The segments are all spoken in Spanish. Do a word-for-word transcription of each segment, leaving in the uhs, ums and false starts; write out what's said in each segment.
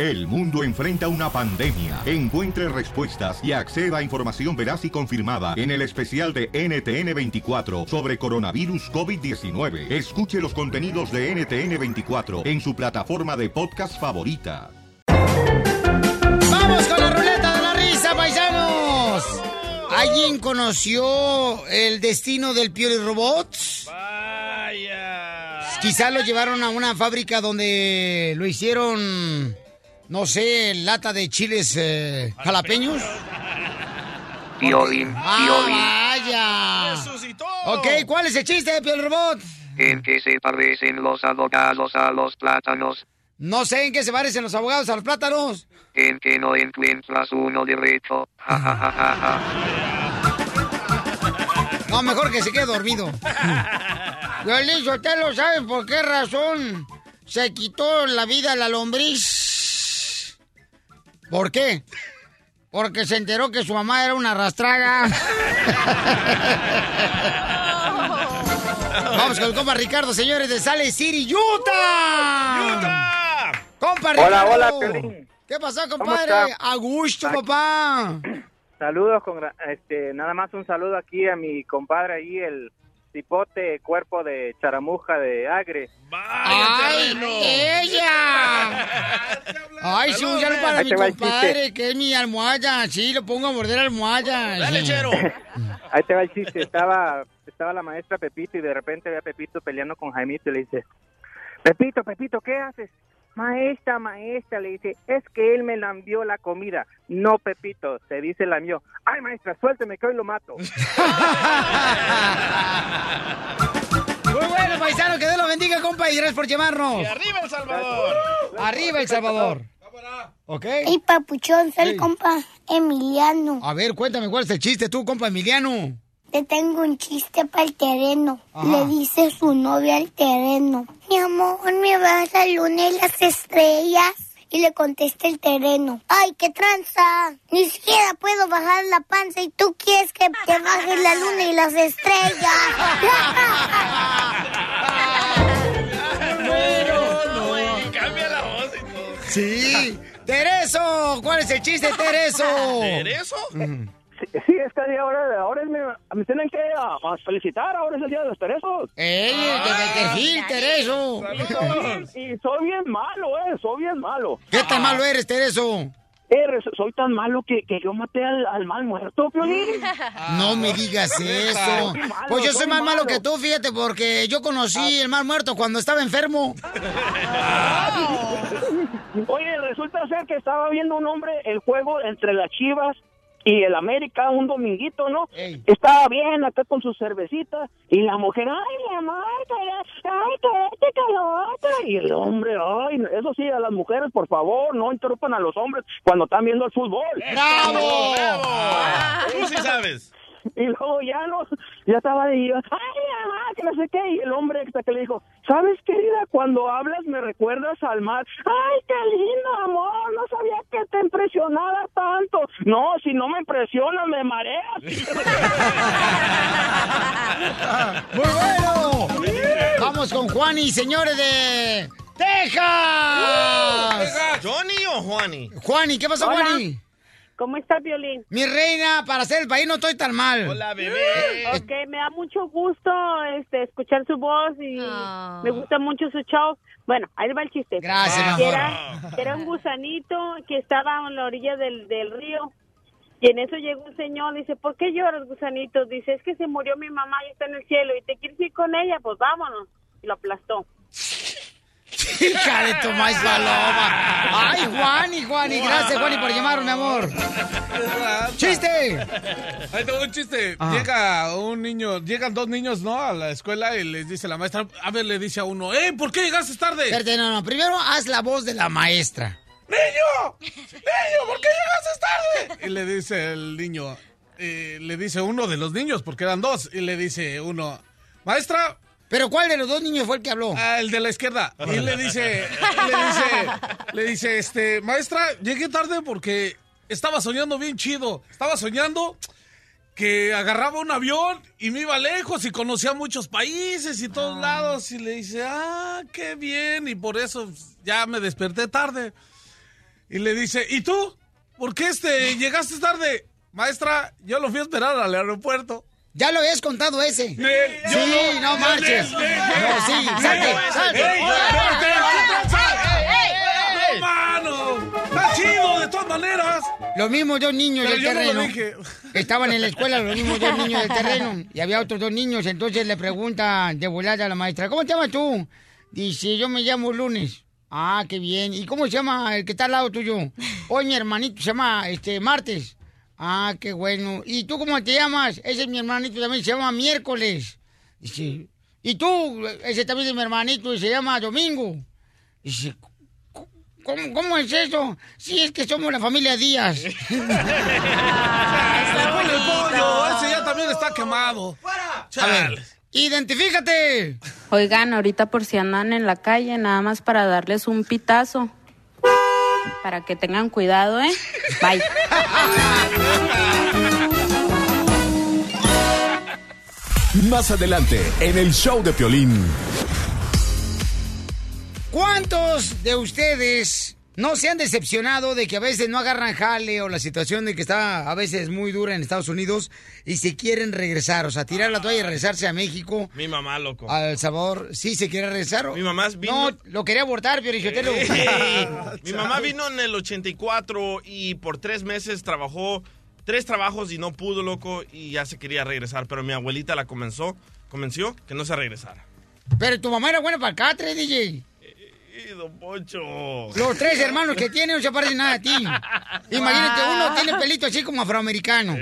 El mundo enfrenta una pandemia. Encuentre respuestas y acceda a información veraz y confirmada en el especial de N T N veinticuatro sobre coronavirus COVID diecinueve. Escuche los contenidos de N T N veinticuatro en su plataforma de podcast favorita. ¡Vamos con la ruleta de la risa, paisanos! ¿Alguien conoció el destino del Piolirobot? Vaya. Quizás lo llevaron a una fábrica donde lo hicieron, no sé, lata de chiles eh, jalapeños. Piolín, ¡Ah, Piolín. vaya! ¡Resucitó! Ok, ¿cuál es el chiste de Piolirobot? ¿En qué se parecen los abogados a los plátanos? No sé en qué se parecen los abogados a los plátanos. En que no encuentras uno derecho. Ja, ja, ja, ja, ja. No, mejor que se quede dormido. Violín Sotelo, ¿saben por qué razón se quitó la vida a la lombriz? ¿Por qué? Porque se enteró que su mamá era una rastraga. Vamos con el compa Ricardo, señores, de Salt Lake City, Utah. ¡Utah! Compa Ricardo. Hola, hola, Piolín. ¿Qué pasó, ¿Cómo compadre? está? A gusto, Aquí. papá. Saludos, con, gra- este, nada más un saludo aquí a mi compadre ahí, el cipote cuerpo de charamuja de Agre. ¡Vaya ¡Ay, terreno! ella! Ay, sí, un saludo para Ahí mi te va el compadre, chiste. que es mi almohada. Sí, lo pongo a morder almohada. ¡Dale, Sí. chero! Ahí te va el chiste. Estaba, estaba la maestra Pepito y de repente ve a Pepito peleando con Jaimito y le dice, Pepito, Pepito, ¿qué haces? Maestra, maestra, le dice, es que él me lambió la comida. No, Pepito, se dice lamió. Ay, maestra, suélteme que hoy lo mato. Muy bueno, paisano, que Dios lo bendiga, compa, y gracias por llamarnos. ¡Y arriba El Salvador! Arriba El Salvador. ¿Ok? Hey, papuchón, soy Hey. el compa Emiliano. A ver, cuéntame, ¿cuál es el chiste tú, compa Emiliano? Te tengo un chiste para el terreno. Ajá. Le dice su novia al terreno. Mi amor, ¿me vas a la luna y las estrellas? Y le contesta el terreno. ¡Ay, qué tranza! Ni siquiera puedo bajar la panza y tú quieres que te baje la luna y las estrellas. Bueno, no. Y cambia la voz y todo. Sí. Tereso, ¿cuál es el chiste, Tereso? ¿Tereso? Sí, sí, es que ahora, ahora es mi- me tienen que ah, ah, felicitar, ahora es el día de los teresos. ¡Ey, de Tejil, Tereso! ¡Saludos! Y soy bien malo, eh, soy bien malo. ¿Qué tan malo eres, Tereso? Eh, res- soy tan malo que, que yo maté al, al mal muerto, Piolín. No me digas eso. Soy malo, Pues yo soy soy más malo malo. que tú, fíjate, porque yo conocí el mal muerto cuando estaba enfermo. Oye, resulta ser que estaba viendo un hombre el juego entre las Chivas y el América un dominguito, ¿no? Ey. Estaba bien acá con su cervecita y la mujer, ay, mi amor, que- ay, que este, que lo otro. Y el hombre, ay, eso sí, a las mujeres, por favor, no interrumpan a los hombres cuando están viendo el fútbol. ¡Bravo! ¡Bravo! Tú sí sabes. Y luego ya no, ya estaba ahí, ay, mi mamá, que no sé qué, y el hombre hasta que le dijo, ¿sabes, querida? Cuando hablas me recuerdas al mar. Ay, qué lindo, amor, no sabía que te impresionaba tanto. No, si no me impresiona, me mareas. ¡Muy bueno! Vamos con Juani, señores de Texas. ¿Johnny o Juani? Juani, ¿qué pasó, Hola. Juani? ¿Cómo está, Violín? Mi reina, para hacer el país no estoy tan mal. Hola, bebé. Ok, me da mucho gusto este, escuchar su voz y Ah. me gusta mucho su show. Bueno, ahí va el chiste. Gracias, mi Que amor. era, que era un gusanito que estaba en la orilla del, del río. Y en eso llegó un señor, dice, ¿por qué lloras, gusanito? Dice, es que se murió mi mamá y está en el cielo. ¿Y te quieres ir con ella? Pues vámonos. Y lo aplastó. Hija de tu maíz paloma. Ay, Juani, Juani. Gracias, Juani, por llamarme, mi amor. ¡Chiste! Ahí tengo un chiste. Ajá. Llega un niño, llegan dos niños, ¿no? A la escuela y les dice la maestra, a ver, le dice a uno, ¡eh, ¿por qué llegaste tarde? Espérate, no, no. Primero haz la voz de la maestra. ¡Niño! ¡Niño! ¿Por qué llegaste tarde? Y le dice el niño, eh, le dice uno de los niños, porque eran dos, y le dice uno, maestra... ¿Pero cuál de los dos niños fue el que habló? Ah, el de la izquierda. Y le dice, le dice, le dice, este, maestra, llegué tarde porque estaba soñando bien chido. Estaba soñando que agarraba un avión y me iba lejos y conocía muchos países y todos lados. Y le dice, ah, qué bien. Y por eso ya me desperté tarde. Y le dice, ¿y tú? ¿Por qué este, llegaste tarde? Maestra, yo lo fui a esperar al aeropuerto. Ya lo habías contado ese. Sí, no, no marches. No, sí, salte, salte. ¡No, mano! ¡Está chido, de todas maneras! Los mismos dos niños Pero del yo no terreno. lo dije. Estaban en la escuela los mismos dos niños del terreno. Y había otros dos niños. Entonces le pregunta de volada a la maestra, ¿cómo te llamas tú? Dice, yo me llamo Lunes. Ah, qué bien. ¿Y cómo se llama el que está al lado tuyo? Hoy mi hermanito se llama este Martes. Ah, qué bueno. ¿Y tú cómo te llamas? Ese es mi hermanito también, se llama Miércoles. Dice, ¿y tú? Ese también es mi hermanito y se llama Domingo. Dice, ¿cómo, cómo es eso? Sí, es que somos la familia Díaz. Ah, le pone el pollo, ese ya también está quemado. A ver, identifícate. Oigan, ahorita por si andan en la calle, nada más para darles un pitazo. Para que tengan cuidado, ¿eh? Bye. Más adelante, en el show de Piolín. ¿Cuántos de ustedes no se han decepcionado de que a veces no agarran jale o la situación de que está a veces muy dura en Estados Unidos y se quieren regresar? O sea, tirar la toalla y regresarse a México. Mi mamá, loco. A El Salvador, ¿sí se quiere regresar? Mi mamá vino... No, lo quería abortar, Piorichotelo. Hey, mi mamá vino en el ochenta y cuatro y por tres meses trabajó, tres trabajos y no pudo, loco, y ya se quería regresar. Pero mi abuelita la comenzó, convenció que no se regresara. Pero tu mamá era buena para el catre, D J. Sí, don Poncho. Los tres hermanos que tiene no se parecen nada a ti. Imagínate, uno tiene pelito así como afroamericano.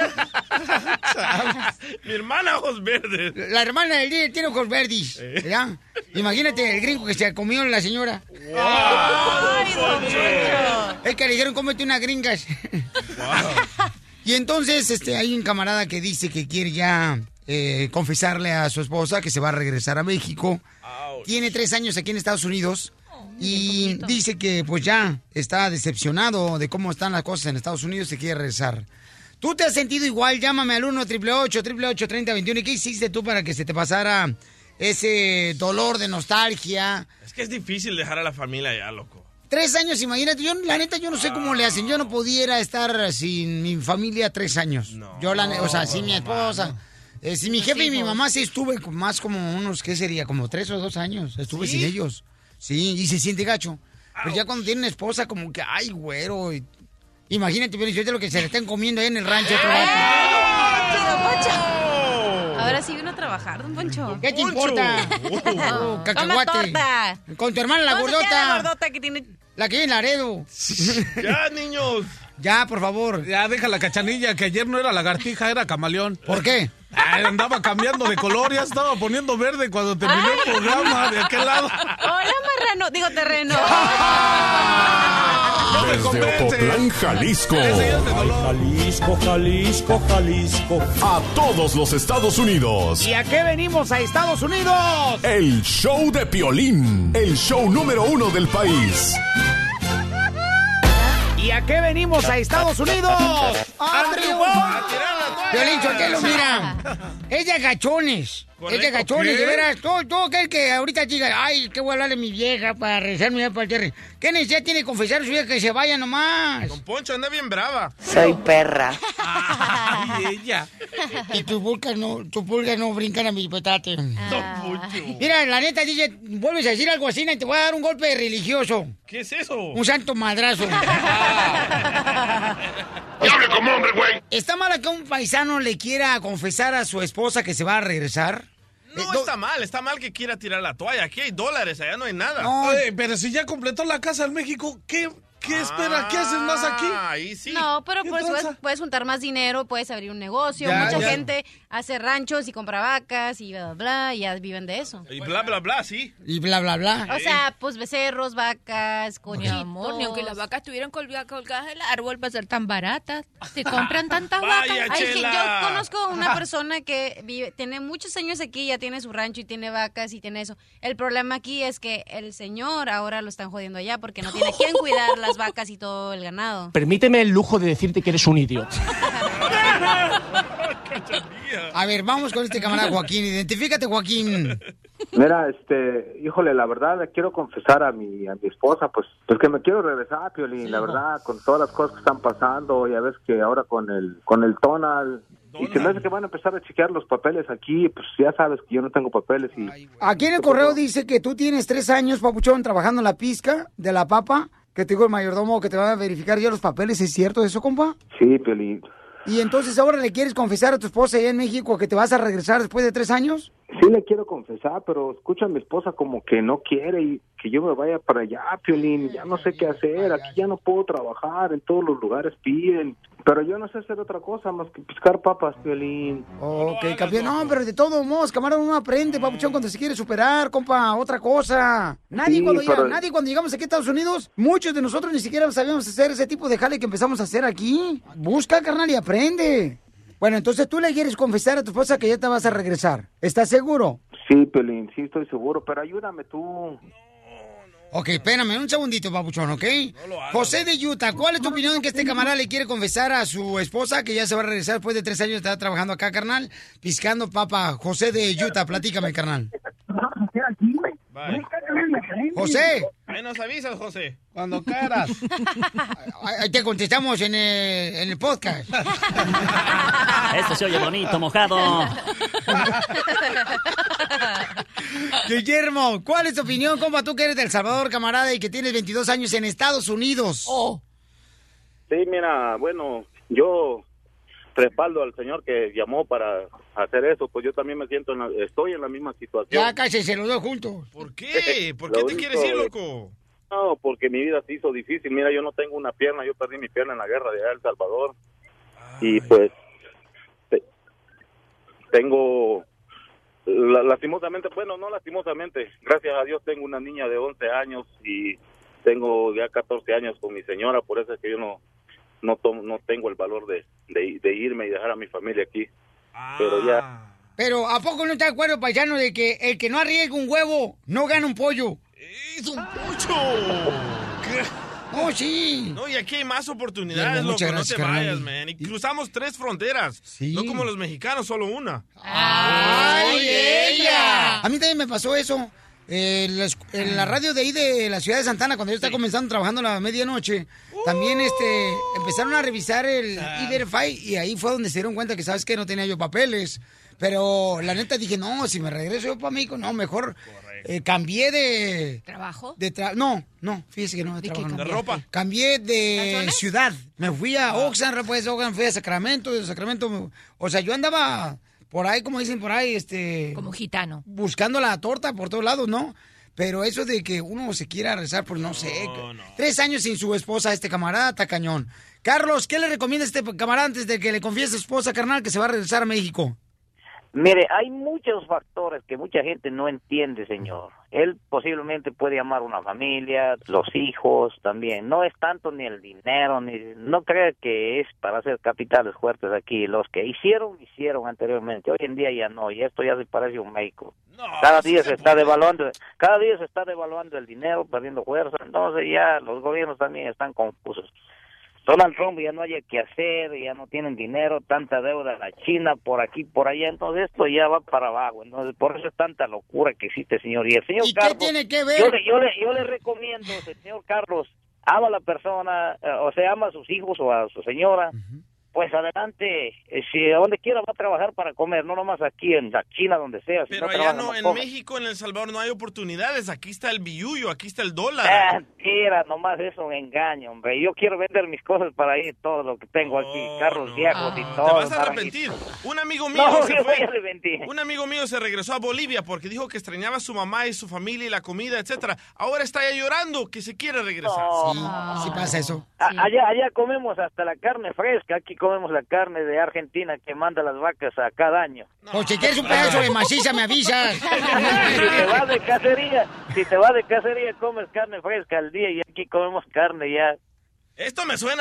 Mi hermana ojos verdes. La hermana del D J tiene ojos verdes. ¿Ya? Imagínate el gringo que se comió la señora. ¡Ay, don Poncho! Es que le dijeron, cómete unas gringas. Wow. Y entonces este, hay un camarada que dice que quiere ya eh, confesarle a su esposa que se va a regresar a México. Ouch. Tiene tres años aquí en Estados Unidos. Oh, y dice que pues ya está decepcionado de cómo están las cosas en Estados Unidos y quiere regresar. ¿Tú te has sentido igual? Llámame al uno, ocho ocho ocho, ocho ocho, tres cero, dos uno. ¿Y qué hiciste tú para que se te pasara ese dolor de nostalgia? Es que es difícil dejar a la familia allá, loco. Tres años, imagínate. Yo, la neta, yo no sé cómo le hacen. Yo no pudiera estar sin mi familia tres años. No, yo, la o sea, sin mi esposa. Eh, sin mi jefe y mi mamá sí estuve más como unos, ¿qué sería? Como tres o dos años. Estuve ¿Sí? sin ellos. Sí, y se siente gacho. Pero ya cuando tienen esposa, como que, ay, güero. Y, imagínate, pero yo de lo que se le están comiendo ahí en el rancho. Otro Ahora sí vino a trabajar, don Poncho. ¿Qué te importa? Oh, cacahuate. Con tu hermana la gordota. La gordota que tiene... La que vive en Laredo. Ya, niños. Ya, por favor. Ya, deja la Cachanilla, que ayer no era lagartija, era camaleón. ¿Por qué? Ay, andaba cambiando de color, ya estaba poniendo verde cuando terminó el programa. ¿De aquel lado? Hola, marrano. Digo, terreno. No me Desde Ocotlán, Jalisco. Jalisco, Jalisco, Jalisco. A todos los Estados Unidos. ¿Y a qué venimos a Estados Unidos? El show de Piolín. El show número uno del país. ¿Y a qué venimos a Estados Unidos? ¡A triunfar! Piolín Sotelo, mira. Es de agachones. Es de agachones, de veras. Todo, todo aquel que ahorita diga, ay, ¿qué voy a hablarle a mi vieja para regresarme para el Terry? ¿Qué necesidad tiene que confesar a su vieja que se vaya nomás? Don Poncho anda bien brava. Soy perra. Ay, ella. Y tus pulgas no, tus pulgas no brincan a mi petate. Don Poncho. Mira, la neta, D J, vuelves a decir algo así y te voy a dar un golpe religioso. ¿Qué es eso? Un santo madrazo. ¡Y hable como hombre, güey! ¿Está mal que un paisano le quiera confesar a su esposa que se va a regresar? No, eh, está mal, está mal que quiera tirar la toalla. Aquí hay dólares, allá no hay nada. No, Oye, pero si ya completó la casa en México, ¿qué, qué ah, espera? ¿Qué haces más aquí? Ahí sí. No, pero pues puedes, puedes juntar más dinero, puedes abrir un negocio. Ya, Mucha ya. gente hace ranchos y compra vacas y bla, bla, bla, y ya viven de eso. Y bla, bla, bla, sí. Y bla, bla, bla. O sea, pues becerros, vacas, cochitos. Mi amor, ni aunque las vacas estuvieran colgadas del árbol para ser tan baratas. Se compran tantas vacas. Vaya, Ay, Chela. yo conozco una persona que vive, tiene muchos años aquí, ya tiene su rancho y tiene vacas y tiene eso. El problema aquí es que el señor ahora lo están jodiendo allá porque no tiene quien cuidar las vacas y todo el ganado. Permíteme el lujo de decirte que eres un idiota. A ver, vamos con este camarada Joaquín. Identifícate, Joaquín. Mira, este, híjole, la verdad le quiero confesar a mi a mi esposa, pues, pues que me quiero regresar, Piolín, sí, la verdad, con todas las cosas que están pasando, ya ves que ahora con el con el tonal, y se me hace que van a empezar a chequear los papeles aquí, pues ya sabes que yo no tengo papeles y... Aquí en el correo dice que tú tienes tres años, papuchón, trabajando en la pizca de la papa, que te digo el mayordomo que te va a verificar ya los papeles, ¿es cierto eso, compa? Sí, Piolín. ¿Y entonces ahora le quieres confesar a tu esposa allá en México que te vas a regresar después de tres años? Sí le quiero confesar, pero escucha a mi esposa como que no quiere y que yo me vaya para allá, Piolín, ya no sé qué hacer, aquí ya no puedo trabajar, en todos los lugares piden, pero yo no sé hacer otra cosa más que piscar papas, Piolín. Ok, campeón, no, pero de todos modos, camarada, uno aprende, papuchón, cuando se quiere superar, compa, otra cosa. Nadie, Sí, cuando pero- llega, nadie cuando llegamos aquí a Estados Unidos, muchos de nosotros ni siquiera sabíamos hacer ese tipo de jale que empezamos a hacer aquí. Busca, carnal, y aprende. Bueno, entonces tú le quieres confesar a tu esposa que ya te vas a regresar. ¿Estás seguro? Sí, Piolín, sí estoy seguro, pero ayúdame tú. Ok, espérame un segundito, papuchón, ¿ok? José de Utah, ¿cuál es tu opinión en que este camarada le quiere confesar a su esposa que ya se va a regresar después de tres años de estar trabajando acá, carnal? Piscando papa. José de Utah, platícame, carnal. Bye. José. Ahí nos avisas, José. Cuando quieras. Ahí ahí te contestamos en el, en el podcast. Esto se oye bonito, mojado. Guillermo, ¿cuál es tu opinión, compa? Tú que eres de El Salvador, camarada, y que tienes veintidós años en Estados Unidos. Oh. Sí, mira, bueno, yo respaldo al señor que llamó para hacer eso, pues yo también me siento, en la- estoy en la misma situación. Ya casi se los dos juntos. ¿Por qué? ¿Por qué Lo te único- quieres ir, loco? No, porque mi vida se hizo difícil. Mira, yo no tengo una pierna, yo perdí mi pierna en la guerra de allá de El Salvador. Y pues te- tengo, la- lastimosamente, bueno, no lastimosamente, gracias a Dios tengo una niña de once años y tengo ya catorce años con mi señora, por eso es que yo no no tomo, no tengo el valor de, de, de irme y dejar a mi familia aquí. Pero ya... Pero, ¿a poco no está de acuerdo, paisano, de que el que no arriesga un huevo no gana un pollo? ¡Es un mucho! No, sí. No, y aquí hay más oportunidades, Guillermo, loco. muchas No te gracias, carnal. vayas, man. Y cruzamos tres fronteras. No como los mexicanos, solo una. ¡Ay, ella! A mí también me pasó eso. Eh, en, la, esc- en la radio de ahí de la ciudad de Santana, cuando yo estaba comenzando trabajando a la medianoche, también este empezaron a revisar el E-Verify y ahí fue donde se dieron cuenta que, ¿sabes qué? No tenía yo papeles. Pero la neta dije, no, si me regreso yo para México, no, mejor eh, cambié de... ¿Trabajo? De tra- no, no, fíjese que no de, ¿De qué trabajo. no. cambió? ¿De ropa? Cambié de ¿Calzones? ciudad. Me fui a Oxnard, después de Oxnard fui a Sacramento, de Sacramento... me- O sea, yo andaba por ahí, como dicen por ahí, este... Como gitano. Buscando la torta por todos lados, ¿no? Pero eso de que uno se quiera rezar, pues no, sé. Tres años sin su esposa, este camarada, está cañón. Carlos, ¿qué le recomienda a este camarada antes de que le confiese a su esposa, carnal, que se va a regresar a México? Mire, hay muchos factores que mucha gente no entiende, señor. Él posiblemente puede amar una familia, los hijos también. No es tanto ni el dinero, ni no cree que es para hacer capitales fuertes aquí. Los que hicieron, hicieron anteriormente. Hoy en día ya no, y esto ya se parece a un médico. Cada día se está devaluando, cada día se está devaluando el dinero, perdiendo fuerza. Entonces ya los gobiernos también están confusos. Donald Trump ya no haya que hacer, ya no tienen dinero, tanta deuda en la China, por aquí, por allá, entonces esto ya va para abajo, entonces por eso es tanta locura que existe, señor. Y el señor ¿Y Carlos, qué tiene que ver? Yo le, yo le, yo le recomiendo, señor Carlos, ama a la persona, eh, o sea, ama a sus hijos o a su señora, pues adelante, eh, si a donde quiera va a trabajar para comer, no nomás aquí en la China, donde sea. Si Pero no allá trabaja, no, no en come. México, en El Salvador, no hay oportunidades. Aquí está el billuyo, aquí está el dólar. Ah, Mentira, nomás es un engaño, hombre. Yo quiero vender mis cosas para ir, todo lo que tengo aquí, carros viejos y todo. Te vas a para- arrepentir. Un amigo mío No, se yo fue. voy a arrepentir. Un amigo mío se regresó a Bolivia porque dijo que extrañaba a su mamá y su familia y la comida, etcétera. Ahora está ya llorando que se quiere regresar. Sí, sí pasa eso. A- Allá, allá comemos hasta la carne fresca, aquí comemos la carne de Argentina que manda las vacas a cada año. O si quieres un pedazo de maciza, me avisas. Si te vas de cacería, si te vas de cacería comes carne fresca al día y aquí comemos carne ya. Esto me suena.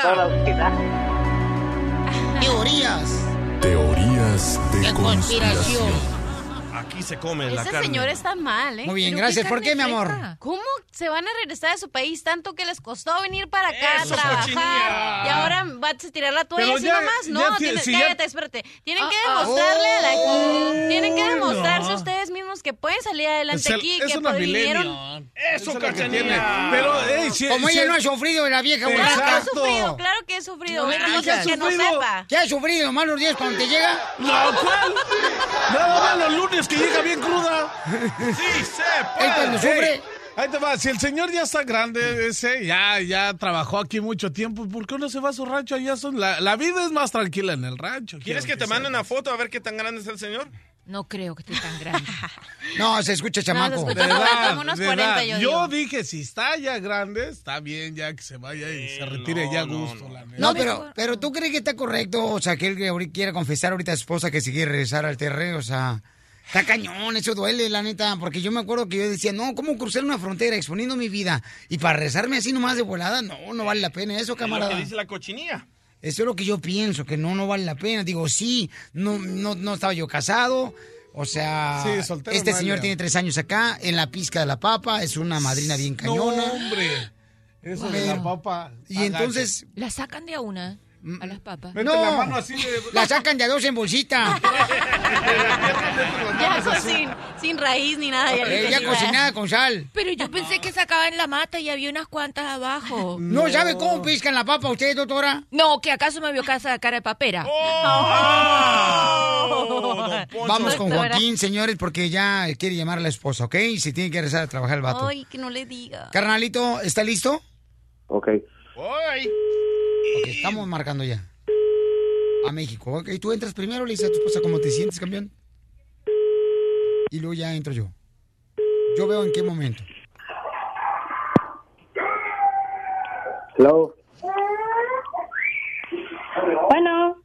Teorías. Teorías de De conspiración. conspiración. Aquí se come la Ese carne. señor está mal, ¿eh? Muy bien, Pero gracias. qué ¿Por qué, mi carne amor? fresca. ¿Cómo se van a regresar a su país tanto que les costó venir para acá Eso, a trabajar? cochinilla. Y ahora vas a tirar la toalla Pero así ya- nomás. ya No, tiene- tiene- si ya- cállate, espérate. Tienen que Ah, demostrarle a la... oh, tienen que demostrarse no. ustedes mismos que pueden salir adelante Es el- aquí, es que una pues, vinieron. millennial. Eso, es lo que Cachanilla. tiene. Pero, ey, si- Como si- ella no ha sufrido de la vieja Exacto. borracha. Claro que he sufrido, claro que he sufrido. No me Otra cosa digas. es que no ¿Sufrido? sepa. ¿Qué has sufrido? ¿Malos días cuando te llega? No, ¿cuál? Nada más los lunes que llega bien cruda. Sí, se Él cuando puede. sufre... Ey, ahí te va, si el señor ya está grande, ese ya, ya trabajó aquí mucho tiempo, ¿por qué no se va a su rancho? Allá son, la, la vida es más tranquila en el rancho. ¿Quieres que quiero te mande sepas. una foto a ver qué tan grande es el señor? No creo que esté tan grande. No, se escucha chamaco. se De escucha edad, como unos de cuarenta, edad. yo digo. dije, si está ya grande, está bien ya que se vaya y se retire no, ya a no, gusto. no. La neta. No, pero, pero ¿tú crees que está correcto? O sea, que él ahorita quiera confesar ahorita a su esposa que si quiere regresar al terreno, o sea... Está cañón, eso duele, la neta, porque yo me acuerdo que yo decía, no, ¿cómo cruzar una frontera exponiendo mi vida? Y para rezarme así nomás de volada, no, no vale la pena eso, Es lo camarada. que dice la cochinilla. Eso es lo que yo pienso, que no, no vale la pena. Digo, sí, no, no, no estaba yo casado, o sea, Sí, soltero este no, señor ya. tiene tres años acá, en la pizca de la papa, es una madrina bien cañona. No, hombre. Eso de la papa. Y entonces, La sacan de a una, a las papas. Mete no, la mano así de... la sacan de a dos en bolsita. Ya con sin, sin raíz ni nada. Ya le Ella tenía. cocinada con sal. Pero yo pensé que sacaban la mata y había unas cuantas abajo. ¿No sabe cómo piscan la papa usted, doctora? No, que acaso me vio casa de cara de papera. Oh, don Poncho. Vamos con Doctora. Joaquín, señores, porque ya quiere llamar a la esposa, ¿ok? Y se tiene que regresar a trabajar el vato. Ay, que no le diga. Carnalito, ¿está listo? Ok. Ay. Ok, estamos marcando ya. A México, ok. Tú entras primero, le dices a tu esposa cómo te sientes, campeón. Y luego ya entro yo. Yo veo en qué momento. Hello. Bueno,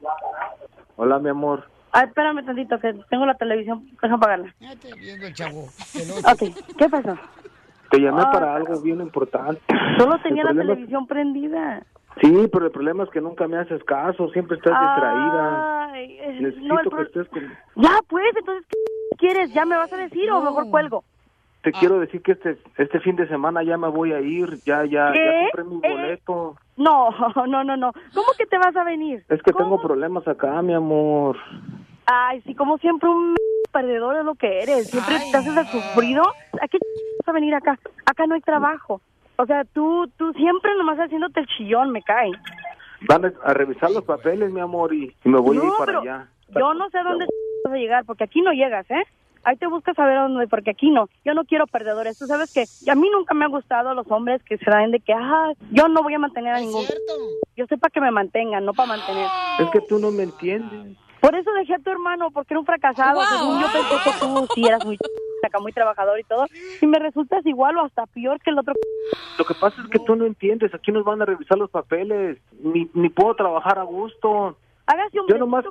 Hola, mi amor. ah, espérame tantito, que tengo la televisión, deja apagarla. Ya te viendo el chavo. Ok, ¿qué pasó? Te llamé Ah. para algo bien importante. Solo tenía El la problema es- televisión prendida. Sí, pero el problema es que nunca me haces caso, siempre estás distraída. Ay, es- Necesito no, el que pro- estés con... Ya, pues, entonces, ¿qué quieres? ¿Ya me vas a decir o mejor cuelgo? Te quiero decir que este este fin de semana ya me voy a ir, ya ya ¿Qué? ya compré mi ¿Eh? boleto. No, no, no, no. ¿Cómo que te vas a venir? Es que tengo problemas acá, mi amor. Ay, sí, como siempre un perdedor es lo que eres. Siempre te haces el sufrido. ¿A qué vas a venir acá? Acá no hay trabajo. O sea, tú tú siempre nomás haciéndote el chillón, me cae. Van a, a revisar los papeles, mi amor, y, y me voy a No, ir para pero allá. yo no sé dónde vas a llegar, porque aquí no llegas, ¿eh? Ahí te buscas saber a dónde, porque aquí no. Yo no quiero perdedores. Tú sabes que a mí nunca me han gustado los hombres que se dan de que, ah, yo no voy a mantener a ningún. Yo sé para que me mantengan, no para mantener. Es que tú no me entiendes. Por eso dejé a tu hermano, porque era un fracasado. Wow. Según yo pensé que tú sí eras muy acá, muy trabajador y todo. Y me resultas igual o hasta peor que el otro. Lo que pasa es que tú no entiendes. Aquí nos van a revisar los papeles. Ni, ni puedo trabajar a gusto. Hágase un Yo nomás...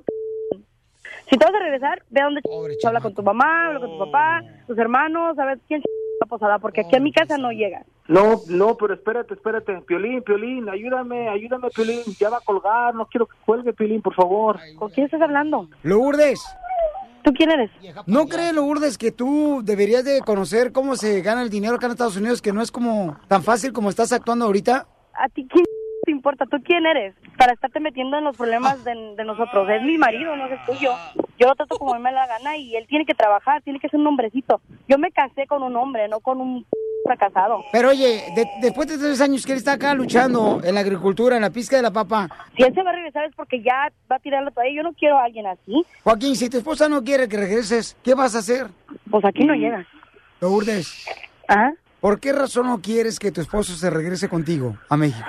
Si te vas a regresar, ve a donde habla con tu mamá, habla con tu papá, tus hermanos, a ver quién la posada, porque aquí a mi casa no llega. No, no, pero espérate, espérate. Piolín, Piolín, ayúdame, ayúdame, Piolín. Ya va a colgar. No quiero que cuelgue, Piolín, por favor. ¿Con quién estás hablando? Lourdes. ¿Tú quién eres? ¿No crees, Lourdes, que tú deberías de conocer cómo se gana el dinero acá en Estados Unidos, que no es como tan fácil como estás actuando ahorita? ¿A ti quién te importa? ¿Tú quién eres? Para estarte metiendo en los problemas de, de nosotros. Es mi marido, no es tuyo. Yo lo trato como a mí me da la gana y él tiene que trabajar, tiene que ser un hombrecito. Yo me casé con un hombre, no con un fracasado. Pero oye, de- después de tres años que él está acá luchando en la agricultura, en la pizca de la papa, Si él se va a regresar es porque ya va a tirar la toalla. Yo no quiero a alguien así. Joaquín, si tu esposa no quiere que regreses, ¿qué vas a hacer? Pues aquí no llega. Lourdes, ¿Ah? ¿por qué razón no quieres que tu esposo se regrese contigo a México?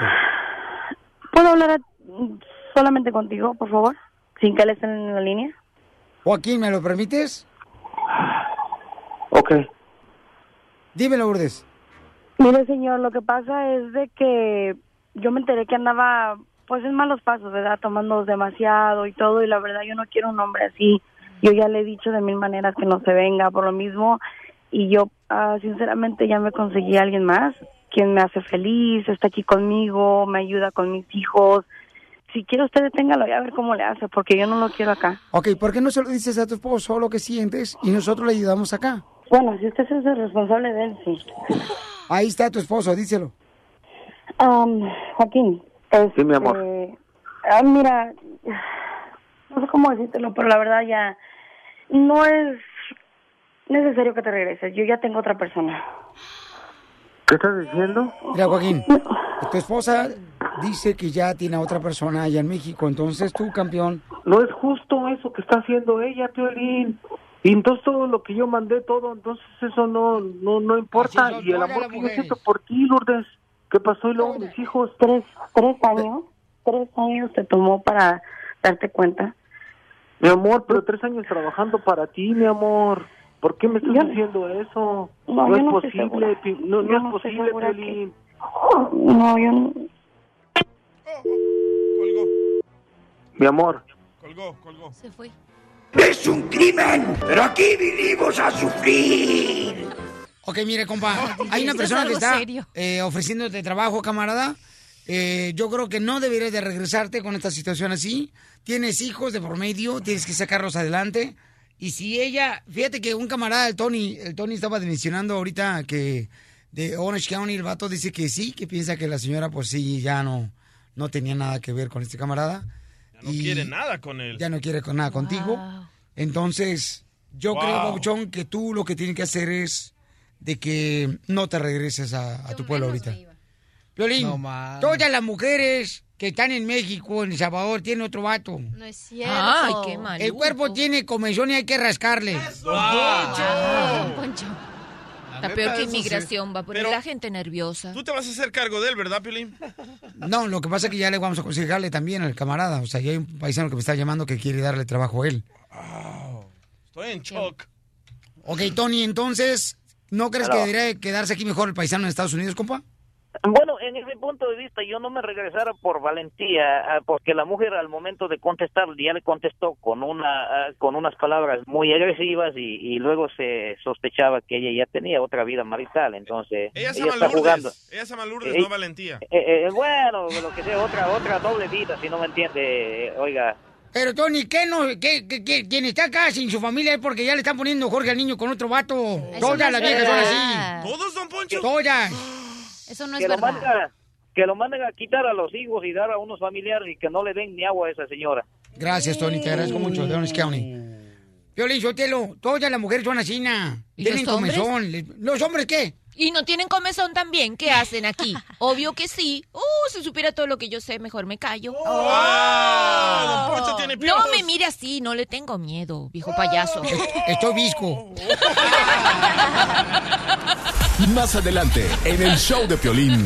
¿Puedo hablar a- solamente contigo, por favor? Sin que él esté en la línea. Joaquín, ¿me lo permites? Ok. Dime, Lourdes. Mire, señor, lo que pasa es de que yo me enteré que andaba, pues, en malos pasos, ¿verdad? Tomando demasiado y todo, y la verdad yo no quiero un hombre así. Yo ya le he dicho de mil maneras que no se venga por lo mismo, y yo, ah, sinceramente, ya me conseguí a alguien más, quien me hace feliz, está aquí conmigo, me ayuda con mis hijos. Si quiere usted deténgalo y a ver cómo le hace, porque yo no lo quiero acá. Ok, ¿por qué no se lo dices a tu esposo lo que sientes y nosotros le ayudamos acá? Bueno, si usted es el responsable de él, sí. Ahí está tu esposo, díselo. Um, Joaquín. Sí, mi amor. este, ah, mira, no sé cómo decírtelo, pero la verdad ya no es necesario que te regreses. Yo ya tengo otra persona. ¿Qué estás diciendo? Mira, Joaquín, tu esposa dice que ya tiene a otra persona allá en México, entonces tú, campeón. No es justo eso que está haciendo ella, Piolín. Y entonces todo lo que yo mandé, todo, entonces eso no no no importa. Así son Y el todas amor las que yo mujeres. siento por ti, Lourdes. ¿Qué pasó? Y luego mis hijos. Tres, tres años, tres años te tomó para darte cuenta. Mi amor, pero tres años trabajando para ti, mi amor. ¿Por qué me estás Yo- diciendo eso? No, No, yo es no estoy posible, segura. Pi- no, Yo no es no estoy posible, segura Piolín. No, yo no. Colgó, Mi amor. colgó, colgó. Se fue. ¡Es un crimen! ¡Pero aquí vinimos a sufrir! Ok, mire, compa, hay una Esto es persona que algo está serio. eh, ofreciéndote trabajo, camarada. Eh, yo creo que no deberías de regresarte con esta situación así. Tienes hijos de por medio, tienes que sacarlos adelante. Y si ella, fíjate que un camarada, el Tony, el Tony estaba mencionando ahorita que de Orange County, el vato dice que sí, que piensa que la señora pues sí, ya no, no tenía nada que ver con este camarada. Ya no quiere nada con él. Ya no quiere con nada contigo. Entonces, yo Wow. creo, Babuchón, que tú lo que tienes que hacer es de que no te regreses a, a tu pueblo ahorita. Piolín, No más. todas las mujeres que están en México, en El Salvador, tienen otro vato. No es cierto. Ay, qué mal. El cuerpo tiene comezón y hay que rascarle. Ah, don Poncho. Está neta, peor que eso sí. inmigración, va a poner Pero- la gente nerviosa. Tú te vas a hacer cargo de él, ¿verdad, Piolín? No, lo que pasa es que ya le vamos a aconsejarle también al camarada. O sea, ya hay un paisano que me está llamando que quiere darle trabajo a él. Estoy en shock. Ok, Tony, entonces, ¿no crees Claro. que debería quedarse aquí mejor el paisano en Estados Unidos, compa? Bueno, en ese punto de vista yo no me regresara por valentía, ah, porque la mujer al momento de contestar ya le contestó con una ah, con unas palabras muy agresivas y, y luego se sospechaba que ella ya tenía otra vida marital, entonces Ella se ella llama está jugando. Lourdes. Ella se llama Lourdes, Eh, no Valentía. Eh, eh, bueno, lo que sea, otra otra doble vida, si no me entiende, eh, oiga. Pero, Tony, ¿qué no? ¿Qué, qué, qué- quien está acá sin su familia es porque ya le están poniendo Jorge al niño con otro vato? Todas no es las viejas son verdad. así. ¿Todos, don Poncho? Todas. Eso no es que lo verdad. manden, que lo manden a quitar a los hijos y dar a unos familiares y que no le den ni agua a esa señora. Gracias, Tony, te agradezco mucho, de Orange County. Piolín Sotelo, todas las mujeres son así, na. ¿Y Tienen los hombres? comezón. Le- ¿Los hombres qué? ¿Y no tienen comezón también? ¿Qué hacen aquí? Obvio que sí. Uh, si supiera todo lo que yo sé, mejor me callo. ¡Ah! Don Poncho tiene No piojos. me mire así, no le tengo miedo, viejo payaso. Estoy visco. Más adelante, en el show de Piolín.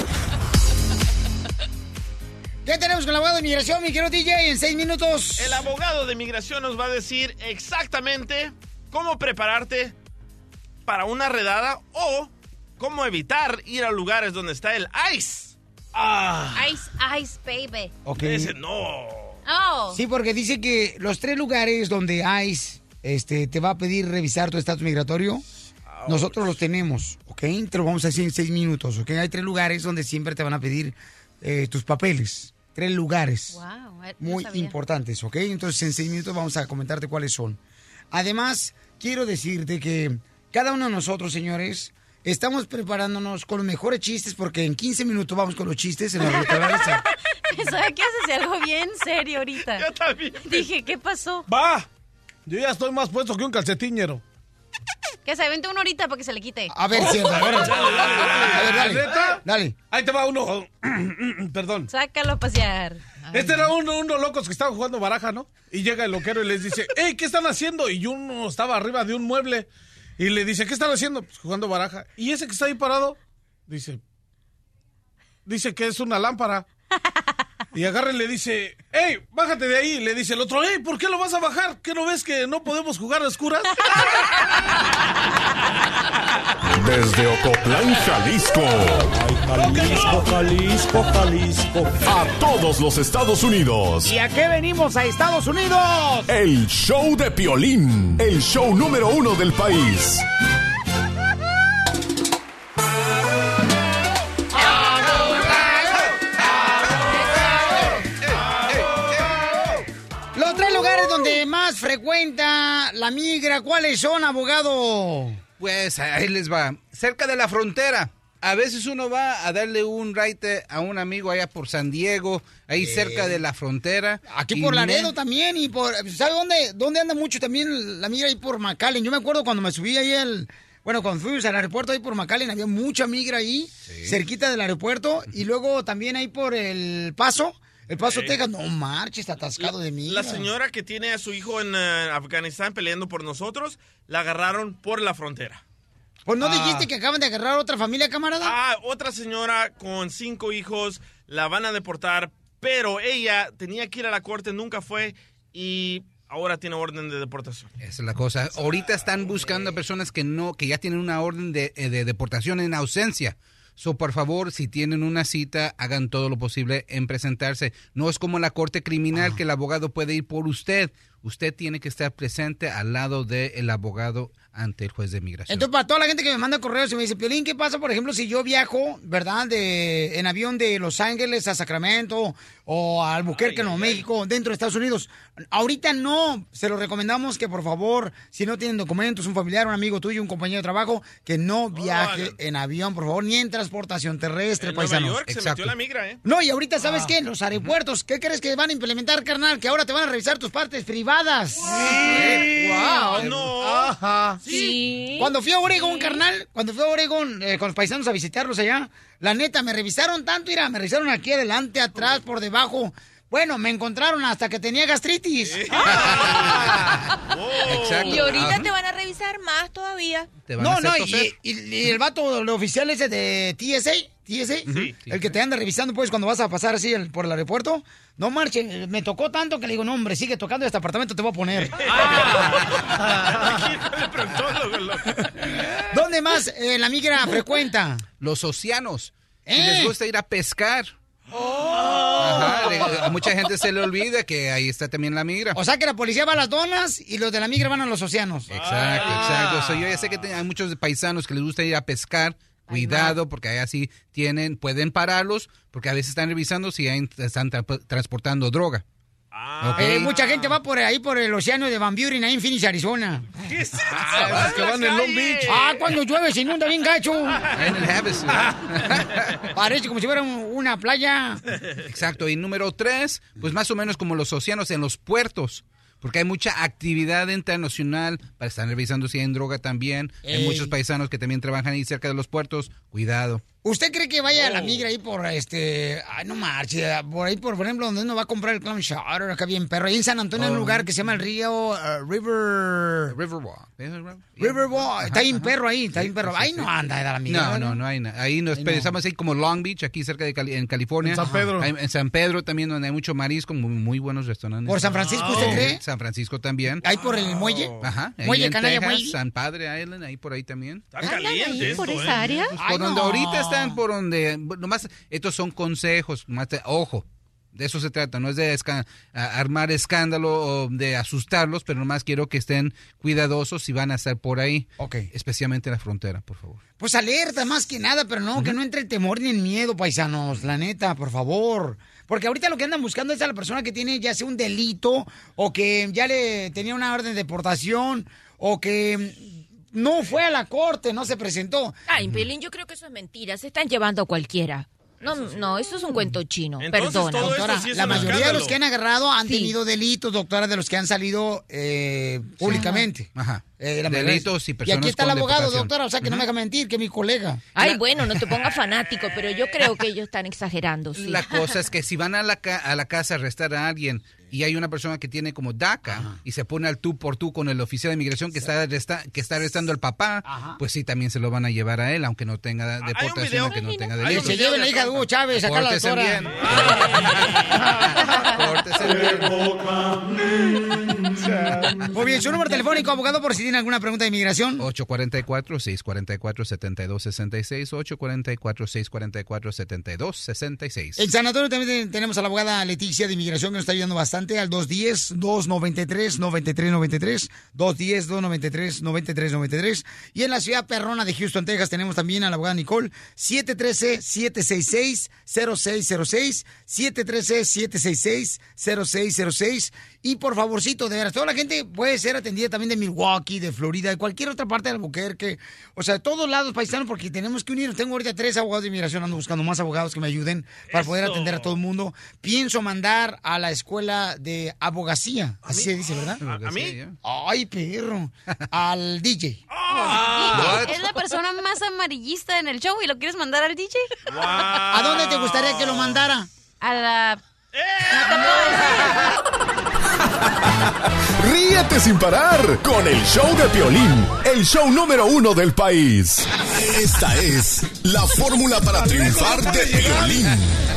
¿Qué tenemos con el abogado de inmigración, mi querido D J, en seis minutos? El abogado de migración nos va a decir exactamente cómo prepararte para una redada o cómo evitar ir a lugares donde está el ICE. Ah, Ice, ice, baby. Ok. ese no. Oh. Sí, porque dice que los tres lugares donde ICE este, te va a pedir revisar tu estatus migratorio, nosotros los tenemos, ¿ok? Te lo vamos a decir en seis minutos, ¿ok? Hay tres lugares donde siempre te van a pedir eh, tus papeles. Tres lugares Wow, eh, muy no sabía. importantes, ¿ok? Entonces en seis minutos vamos a comentarte cuáles son. Además, quiero decirte que cada uno de nosotros, señores, estamos preparándonos con los mejores chistes porque en quince minutos vamos con los chistes en la ruleta. ¿Sabe qué haces? Algo bien serio ahorita. Yo también. Dije, ¿qué pasó? ¡Va! Yo ya estoy más puesto que un calcetiñero. Que se vente una horita para que se le quite. A ver, cierto. A ver, a ver, dale. ¿Neta? Dale. Ahí te va uno. Perdón. Sácalo a pasear. Este era uno, unos locos que estaban jugando baraja, ¿no? Y llega el loquero y les dice, hey, ¿qué están haciendo? Y uno estaba arriba de un mueble y le dice, ¿qué están haciendo? Pues jugando baraja. Y ese que está ahí parado, dice, dice que es una lámpara. Y agarra y le dice, hey, bájate de ahí. Le dice el otro, hey, ¿por qué lo vas a bajar? ¿Qué no ves que no podemos jugar a oscuras? Desde Ocotlán, Jalisco. Jalisco, Jalisco, Jalisco. A todos los Estados Unidos. ¿Y a qué venimos a Estados Unidos? El show de Piolín. El show número uno del país. Los tres lugares donde más frecuenta la migra, ¿cuáles son, abogado? Pues ahí les va. Cerca de la frontera a veces uno va a darle un ride a un amigo allá por San Diego, ahí Eh. cerca de la frontera. Aquí y por ne- Laredo también y por... ¿Sabe dónde, dónde anda mucho también la migra? Ahí por McAllen. Yo me acuerdo cuando me subí ahí al... Bueno, cuando fuimos al aeropuerto ahí por McAllen, había mucha migra ahí, cerquita del aeropuerto. Y luego también ahí por El Paso, El Paso, Sí. Texas. No marches, está atascado de migra. La señora que tiene a su hijo en eh, Afganistán peleando por nosotros, la agarraron por la frontera. Pues no Ah. dijiste que acaban de agarrar a otra familia, camarada. Ah, otra señora con cinco hijos, la van a deportar, pero ella tenía que ir a la corte, nunca fue y ahora tiene orden de deportación. Esa es la cosa. Ahorita están buscando a personas que no, que ya tienen una orden de, eh, de deportación en ausencia. So, por favor, si tienen una cita, hagan todo lo posible en presentarse. No es como la corte criminal que el abogado puede ir por usted. Usted tiene que estar presente al lado del abogado ante el juez de migración. Entonces, para toda la gente que me manda correos y me dice, Piolín, ¿qué pasa, por ejemplo, si yo viajo, verdad, de en avión de Los Ángeles a Sacramento o a Albuquerque, Nuevo México, dentro de Estados Unidos? Ahorita no, se lo recomendamos que, por favor, si no tienen documentos, un familiar, un amigo tuyo, un compañero de trabajo, que no viaje en avión, por favor, ni en transportación terrestre, En Nueva paisanos. York se metió la migra, ¿eh? No, y ahorita, ¿sabes Ah. qué? En los aeropuertos, ¿qué crees que van a implementar, carnal? Que ahora te van a revisar tus partes privadas. Sí. ¡Wow! No. Ajá. Sí. Cuando fui a Oregon, carnal, cuando fui a Oregon eh, con los paisanos a visitarlos allá, la neta, me revisaron tanto, mira, me revisaron aquí adelante, atrás, por debajo. Bueno, me encontraron hasta que tenía gastritis. Exacto. Y ahorita Ajá. te van a revisar más todavía. Te van a No, hacer no, toser. y, y- y el vato, el oficial ese de T S A, T S A, Sí. el que te anda revisando, pues, cuando vas a pasar así el- por el aeropuerto, no marche, me tocó tanto que le digo, no, hombre, sigue tocando, este apartamento te voy a poner. ¿Dónde más eh, la migra frecuenta? Los océanos. Si ¿Eh? les gusta ir a pescar. Ajá, le- a mucha gente se le olvida que ahí está también la migra. O sea que la policía va a las donas y los de la migra van a los océanos. Exacto, exacto. So, yo ya sé que te- hay muchos paisanos que les gusta ir a pescar. Cuidado, porque ahí así tienen, pueden pararlos, porque a veces están revisando si ahí están tra- transportando droga. ¿Ok? Eh, mucha gente va por ahí por el océano de Van Buren, ahí en Phoenix, Arizona. ¿Qué es eso? Ah, que van en Long Beach. Ah, cuando llueve se inunda bien gacho. En el Havasu. Parece como si fuera un- una playa. Exacto. Y número tres, pues más o menos como los océanos en los puertos. Porque hay mucha actividad internacional para estar revisando si hay droga también. Hay Ey. muchos paisanos que también trabajan ahí cerca de los puertos. Cuidado. ¿Usted cree que vaya a Oh. la migra ahí por este... Ay, no marche, por ahí, por, por ejemplo, donde uno va a comprar el clam chowder, acá bien perro. Ahí en San Antonio hay un Oh. lugar que se llama el río uh, River... Riverwalk. Riverwalk. Está bien Ajá. perro ahí, está bien perro. Sí, Ahí sí, no sí. anda de la migra. No, no, no hay nada. Ahí nos Ahí no. estamos ahí como Long Beach, aquí cerca de Cali- en California. En San Pedro. Hay- en San Pedro también, donde hay mucho marisco, muy, muy buenos restaurantes. ¿Por San Francisco usted Sí, cree? San Francisco también. Ahí por el muelle. Ajá. ahí Muelle en Canalla, Texas, muelle. San Padre Island, ahí por ahí también. Está caliente por esto, esa ¿eh? área? Pues Ay, por donde no. ahorita están, por donde, nomás, estos son consejos, nomás te- ojo, de eso se trata, no es de esca- a- armar escándalo o de asustarlos, pero nomás quiero que estén cuidadosos si van a estar por ahí, Ok. especialmente en la frontera, por favor. Pues alerta más que nada, pero no, que no entre el temor ni el miedo, paisanos, la neta, por favor. Porque ahorita lo que andan buscando es a la persona que tiene ya sea un delito o que ya le tenía una orden de deportación o que no fue a la corte, no se presentó. Ay, Pelín, yo creo que eso es mentira. Se están llevando a cualquiera. No, no, eso es un cuento chino. Entonces, Perdona. todo esto Doctora, sí es la un mayoría de escándalo. los que han agarrado han Sí. tenido delitos, doctora, de los que han salido eh, públicamente. Ajá. Eh, la mayoría- Delitos y personas aquí está el con abogado, deportación. doctora, o sea que no me deja mentir, que es mi colega. Ay, bueno, no te pongas fanático, pero yo creo que ellos están exagerando, sí. La cosa es que si van a la, ca- a la casa a arrestar a alguien y hay una persona que tiene como DACA y se pone al tú por tú con el oficial de inmigración que está, arresta- que está arrestando al papá, Ajá. pues sí, también se lo van a llevar a él, aunque no tenga un deportación, video? aunque no tenga Hay Que delito. un se video lleven la de hija de Hugo Chávez, acá la Pórtese doctora. bien. Pórtese bien. Muy bien, su número telefónico, abogado, por si tiene alguna pregunta de inmigración. ocho cuatro cuatro, seis cuatro cuatro, siete dos seis seis, ocho cuatro cuatro, seis cuatro cuatro, siete dos seis seis. En San Antonio también ten- tenemos a la abogada Leticia de Inmigración que nos está ayudando bastante al dos uno cero, dos nueve tres, nueve tres nueve tres, dos uno cero, dos nueve tres, nueve tres nueve tres. Y en la ciudad perrona de Houston, Texas, tenemos también a la abogada Nicole, siete uno tres, siete seis seis, cero seis cero seis, siete uno tres, siete seis seis, cero seis cero seis. Y por favorcito, de veras, toda la gente puede ser atendida también de Milwaukee, de Florida, de cualquier otra parte de Albuquerque. O sea, de todos lados, paisanos, porque tenemos que unirnos. Tengo ahorita tres abogados de inmigración, ando buscando más abogados que me ayuden para Eso. poder atender a todo el mundo. Pienso mandar a la escuela de abogacía, así se dice, ¿verdad? ¿A, a mí? Ay, perro. Al D J. Ah, es la persona más amarillista en el show y lo quieres mandar al D J. Wow. ¿A dónde te gustaría que lo mandara? A la... Ríete sin parar con el show de Piolín, el show número uno del país. Esta es la fórmula para triunfar de Piolín.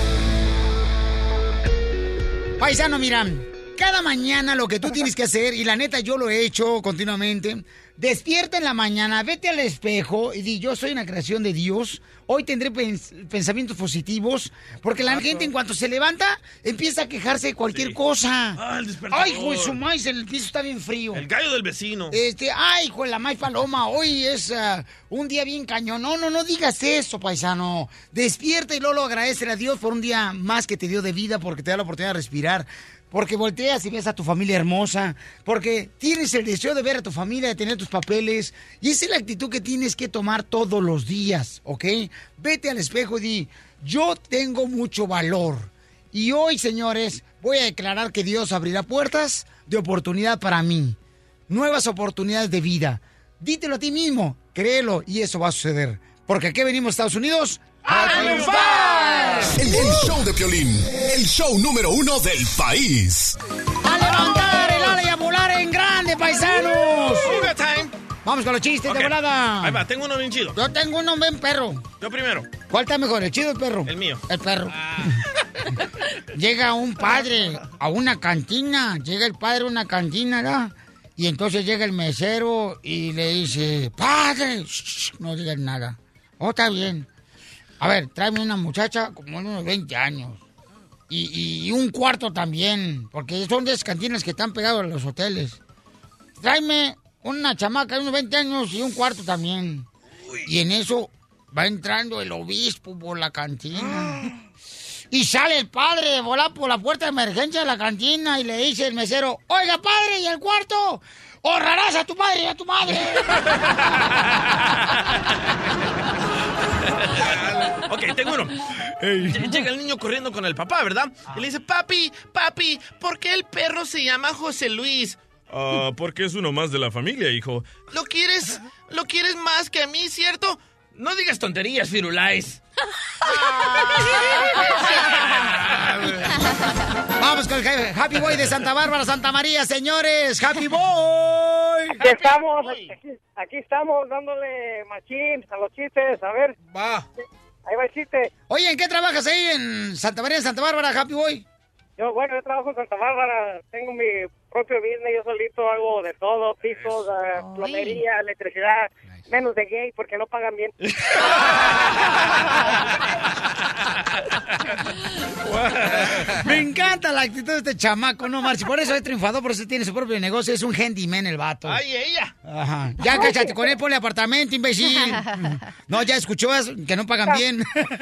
Paisano, mira, cada mañana lo que tú tienes que hacer, y la neta yo lo he hecho continuamente, despierta en la mañana, vete al espejo y di, yo soy una creación de Dios, hoy tendré pens- pensamientos positivos, porque la gente en cuanto se levanta, empieza a quejarse de cualquier Sí. cosa. Ah, el despertador. Ay, hijo de su maíz, el piso está bien frío. El gallo del vecino. Este, ay, hijo de la maíz paloma, hoy es ah, un día bien cañón. No, no, no digas eso, paisano. Despierta y luego lo agradece a Dios por un día más que te dio de vida, porque te da la oportunidad de respirar. Porque volteas y ves a tu familia hermosa, porque tienes el deseo de ver a tu familia, de tener tus papeles, y esa es la actitud que tienes que tomar todos los días, ¿ok? Vete al espejo y di, yo tengo mucho valor, y hoy, señores, voy a declarar que Dios abrirá puertas de oportunidad para mí, nuevas oportunidades de vida. Dítelo a ti mismo, créelo, y eso va a suceder, porque aquí venimos, Estados Unidos, ¡a triunfar! El, el show de Piolín, el show número uno del país. ¡A levantar el ala y a volar en grande, paisanos! Fuga time. Vamos con los chistes Ok. de volada. Ahí va, tengo uno bien chido. Yo tengo uno bien perro. Yo primero. ¿Cuál está mejor, el chido o el perro? El mío. El perro. Llega un padre a una cantina. Llega el padre a una cantina, ¿verdad? Y entonces llega el mesero y le dice, ¡padre! Shh, no digas nada. Oh, está bien. A ver, tráeme una muchacha como de unos veinte años. Y, y un cuarto también, porque son de esas cantinas que están pegados a los hoteles. Tráeme una chamaca de unos veinte años y un cuarto también. Y en eso va entrando el obispo por la cantina. Y sale el padre de volar por la puerta de emergencia de la cantina y le dice el mesero, oiga, padre, ¿y el cuarto? ¡Honrarás a tu padre y a tu madre! Ok, tengo uno. Ll- Llega el niño corriendo con el papá, ¿verdad? Y le dice, papi, papi, ¿por qué el perro se llama José Luis? Ah, porque es uno más de la familia, hijo. ¿Lo quieres, lo quieres más que a mí, cierto? No digas tonterías, Firulais. Vamos con el Happy Boy de Santa Bárbara, Santa María, señores. ¡Happy Boy! Aquí estamos, aquí, aquí estamos dándole machín a los chistes. A ver. Va. Ahí va el chiste. Oye, ¿en qué trabajas ahí en Santa María, Santa Bárbara, Happy Boy? Yo, bueno, yo trabajo en Santa Bárbara. Tengo mi propio business. Yo solito hago de todo. Pisos, uh, plomería, electricidad. Menos de gay porque no pagan bien. Me encanta la actitud de este chamaco, no marche. Por eso es triunfador, por eso tiene su propio negocio. Es un handyman el vato. ¡Ay, ella! Ajá. Ya cállate con él, ponle apartamento, imbécil. No, ya escuchó que no pagan bien.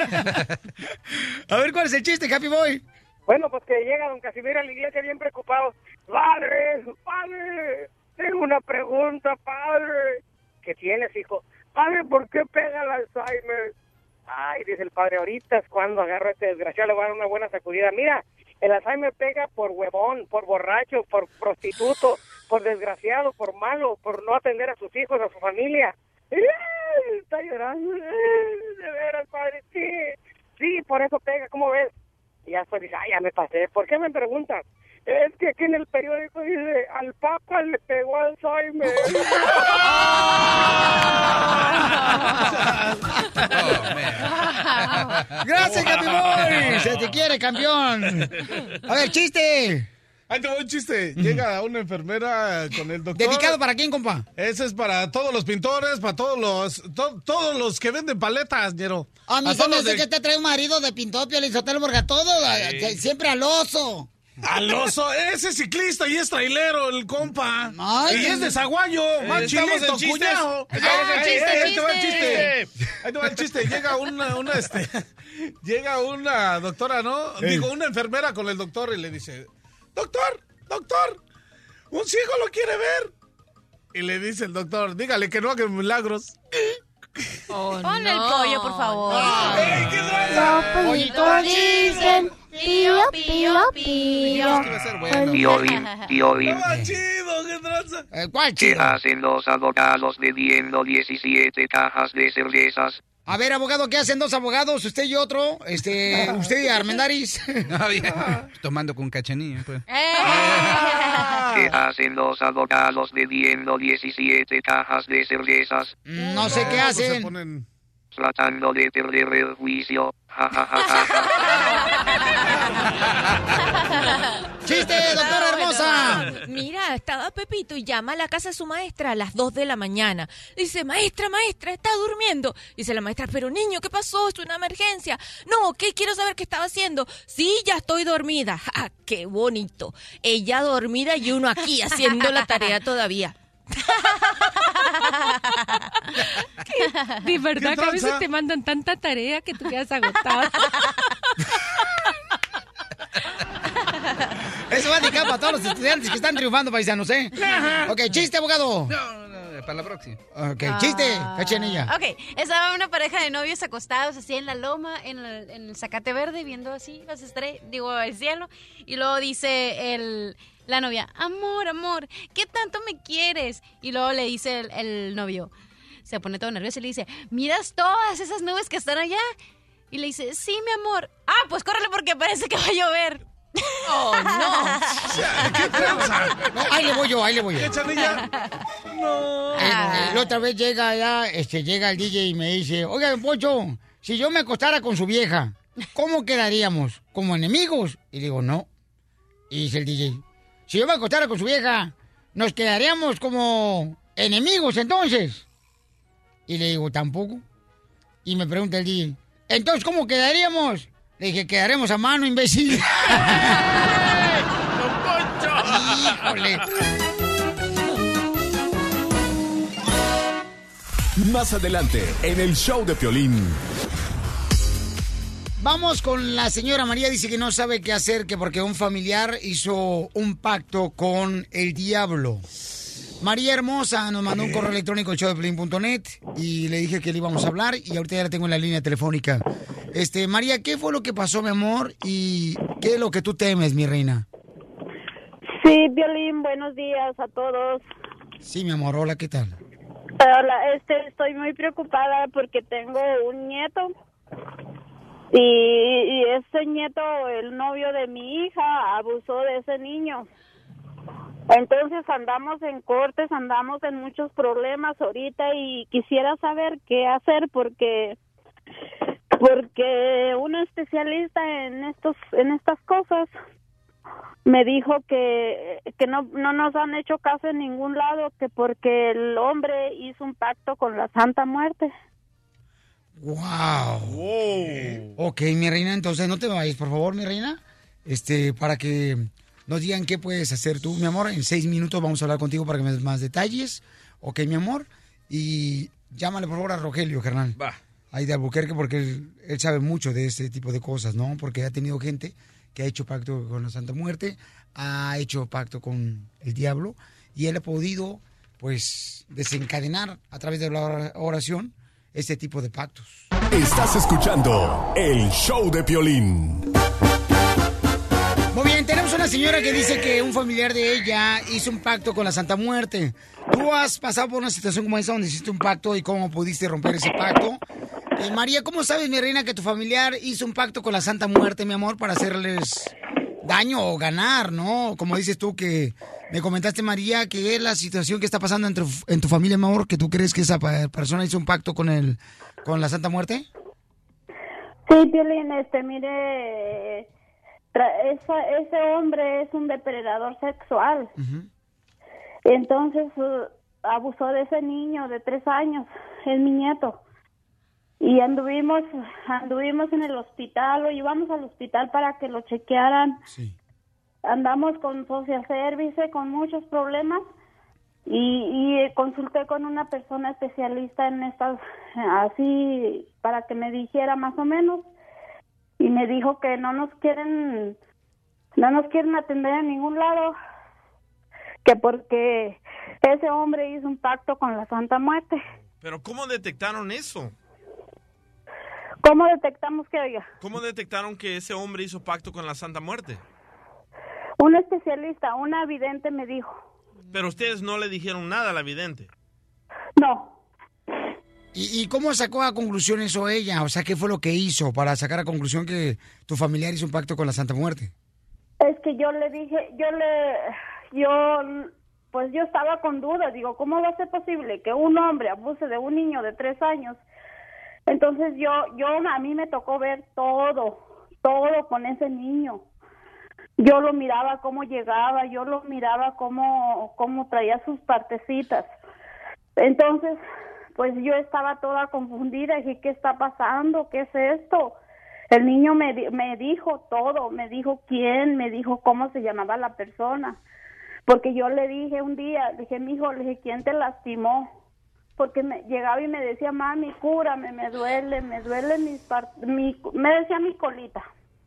A ver, ¿cuál es el chiste, Happy Boy? Bueno, pues que llega don Casimiro a la iglesia bien preocupado. Padre, padre, tengo una pregunta, padre. ¿Qué tienes, hijo? Padre, ¿por qué pega el Alzheimer? Ay, dice el padre, ahorita es cuando agarro a este desgraciado, le voy a dar una buena sacudida. Mira, el Alzheimer pega por huevón, por borracho, por prostituto, por desgraciado, por malo, por no atender a sus hijos, a su familia. ¡Eh! Está llorando. ¡Eh! De veras, padre, sí. Sí, por eso pega, ¿cómo ves? Y ya después dice, ay, ya me pasé. ¿Por qué me preguntan? Es que aquí en el periódico dice, al Papa le pegó Alzheimer. Gracias, Happy Boy. Se te quiere, campeón. A ver, chiste. Ahí te va un chiste. Llega una enfermera con el doctor. ¿Dedicado para quién, compa? Ese es para todos los pintores, para todos los to- todos los que venden paletas, ñero. A mí A se todos me los hace de- que te trae un marido de pintor, Piolín Sotelo, porque a todo, Sí. a- siempre al oso. Al oso, ese es ciclista y es trailero, el compa. Ay, y es de Zaguayo, Eh, más estamos chilito, en chistes. cuñado. Estamos en Ahí- chistes, ahí te va el chiste. chiste. Ahí te va el chiste. Llega una, una, este, llega una doctora, ¿no? Ey. Digo, una enfermera con el doctor y le dice, doctor, doctor, un ciego lo quiere ver. Y le dice el doctor, dígale que no haga milagros. Oh, Pon no. el pollo, por favor. ¡Ey, qué Los pollitos dicen pío, pío, pío. Piolín, Piolín. ¡Ah, chido! ¿Qué tranza? Eh, ¿Cuál ¿Qué chido? hacen los abogados bebiendo diecisiete cajas de cervezas? A ver, abogado, ¿qué hacen dos abogados? Usted y otro. Este, usted y Armendáriz. No, ya. Tomando con Cachanilla, pues. ¿Qué hacen los abogados bebiendo diecisiete cajas de cervezas? No sé qué pues se hacen. ponen- Tratando de perder el juicio. Ja, ja, ja, ja, ja. ¡Chiste, doctora hermosa! Mira, estaba Pepito y llama a la casa de su maestra a las dos de la mañana. Dice, maestra, maestra, está durmiendo. Dice la maestra, pero niño, ¿qué pasó? Es una emergencia. No, ¿qué? Quiero saber qué estaba haciendo. Sí, ya estoy dormida. ¡Ah, qué bonito! Ella dormida y uno aquí haciendo la tarea todavía. De verdad que a veces te mandan tanta tarea que tú quedas agotado. Eso va a dedicar para todos los estudiantes que están triunfando, paisanos, ¿eh? Ok, chiste, abogado. No, no, para la próxima. Ok, chiste, Cachanilla. Ok, estaba una pareja de novios acostados así en la loma, en el, en el zacate verde, viendo así las estrellas, digo, el cielo. Y luego dice el, la novia, amor, amor, ¿qué tanto me quieres? Y luego le dice el, el novio, se pone todo nervioso y le dice, ¿miras todas esas nubes que están allá? Y le dice, sí, mi amor. Ah, pues córrele porque parece que va a llover. Oh, no. ¿Qué tranza? No, ahí le voy yo, ahí le voy yo. ¿Qué, Chanilla? No. Eh, eh, la otra vez llega ya, este, llega el D J y me dice, oiga, don Poncho, si yo me acostara con su vieja, ¿cómo quedaríamos? ¿Como enemigos? Y digo, no. Y dice el D J, si yo me acostara con su vieja, ¿nos quedaríamos como enemigos entonces? Y le digo, tampoco. Y me pregunta el D J, ¿entonces cómo quedaríamos? Le dije, quedaremos a mano, imbécil. ¡Híjole! Más adelante, en el show de Piolín. Vamos con la señora María, dice que no sabe qué hacer, que porque un familiar hizo un pacto con el diablo. María hermosa nos mandó un correo electrónico al show de piolín punto net y le dije que le íbamos a hablar y ahorita ya la tengo en la línea telefónica. Este, María, ¿qué fue lo que pasó, mi amor? ¿Y qué es lo que tú temes, mi reina? Sí, Piolín, buenos días a todos. Sí, mi amor, hola, ¿qué tal? Hola, este, estoy muy preocupada porque tengo un nieto y, y ese nieto, el novio de mi hija, abusó de ese niño. Entonces andamos en cortes, andamos en muchos problemas ahorita y quisiera saber qué hacer porque porque un especialista en estos en estas cosas me dijo que que no no nos han hecho caso en ningún lado, que porque el hombre hizo un pacto con la Santa Muerte. Wow. wow. Ok, mi reina, entonces no te vayas, por favor, mi reina. Este, para que nos digan qué puedes hacer tú, mi amor. En seis minutos vamos a hablar contigo para que me des más detalles. Ok, mi amor. Y llámale, por favor, a Rogelio, carnal. Va. Ahí de Albuquerque, porque él, él sabe mucho de este tipo de cosas, ¿no? Porque ha tenido gente que ha hecho pacto con la Santa Muerte, ha hecho pacto con el diablo, y él ha podido, pues, desencadenar a través de la oración este tipo de pactos. Estás escuchando el show de Piolín. Muy bien, tenemos una señora que dice que un familiar de ella hizo un pacto con la Santa Muerte. ¿Tú has pasado por una situación como esa donde hiciste un pacto y cómo pudiste romper ese pacto? Eh, María, ¿cómo sabes, mi reina, que tu familiar hizo un pacto con la Santa Muerte, mi amor, para hacerles daño o ganar, ¿no? Como dices tú que me comentaste, María, que es la situación que está pasando en tu, en tu familia, mi amor, que tú crees que esa persona hizo un pacto con el, con la Santa Muerte. Sí, Piolín, este, mire... Esa, ese hombre es un depredador sexual. Uh-huh. Entonces uh, abusó de ese niño de tres años, es mi nieto. Y anduvimos, anduvimos en el hospital, lo llevamos al hospital para que lo chequearan. Sí. Andamos con social service, con muchos problemas. Y, y consulté con una persona especialista en estas, así, para que me dijera más o menos. Y me dijo que no nos quieren, no nos quieren atender en ningún lado, que porque ese hombre hizo un pacto con la Santa Muerte. ¿Pero cómo detectaron eso? ¿Cómo detectamos que, oiga? ¿Cómo detectaron que ese hombre hizo pacto con la Santa Muerte? Un especialista, una vidente me dijo. Pero ustedes no le dijeron nada a la vidente. No. ¿Y, ¿Y cómo sacó a conclusión eso ella? O sea, ¿qué fue lo que hizo para sacar a conclusión que tu familiar hizo un pacto con la Santa Muerte? Es que yo le dije, yo le, yo, pues yo estaba con dudas. Digo, ¿cómo va a ser posible que un hombre abuse de un niño de tres años? Entonces yo, yo a mí me tocó ver todo, todo con ese niño. Yo lo miraba cómo llegaba, yo lo miraba cómo, cómo traía sus partecitas. Entonces, pues yo estaba toda confundida, dije, ¿qué está pasando? ¿Qué es esto? El niño me, me dijo todo, me dijo quién, me dijo cómo se llamaba la persona. Porque yo le dije un día, le dije, mijo, le dije, ¿quién te lastimó? Porque me llegaba y me decía, mami, cúrame, me duele, me duele mis part mi, me decía mi colita.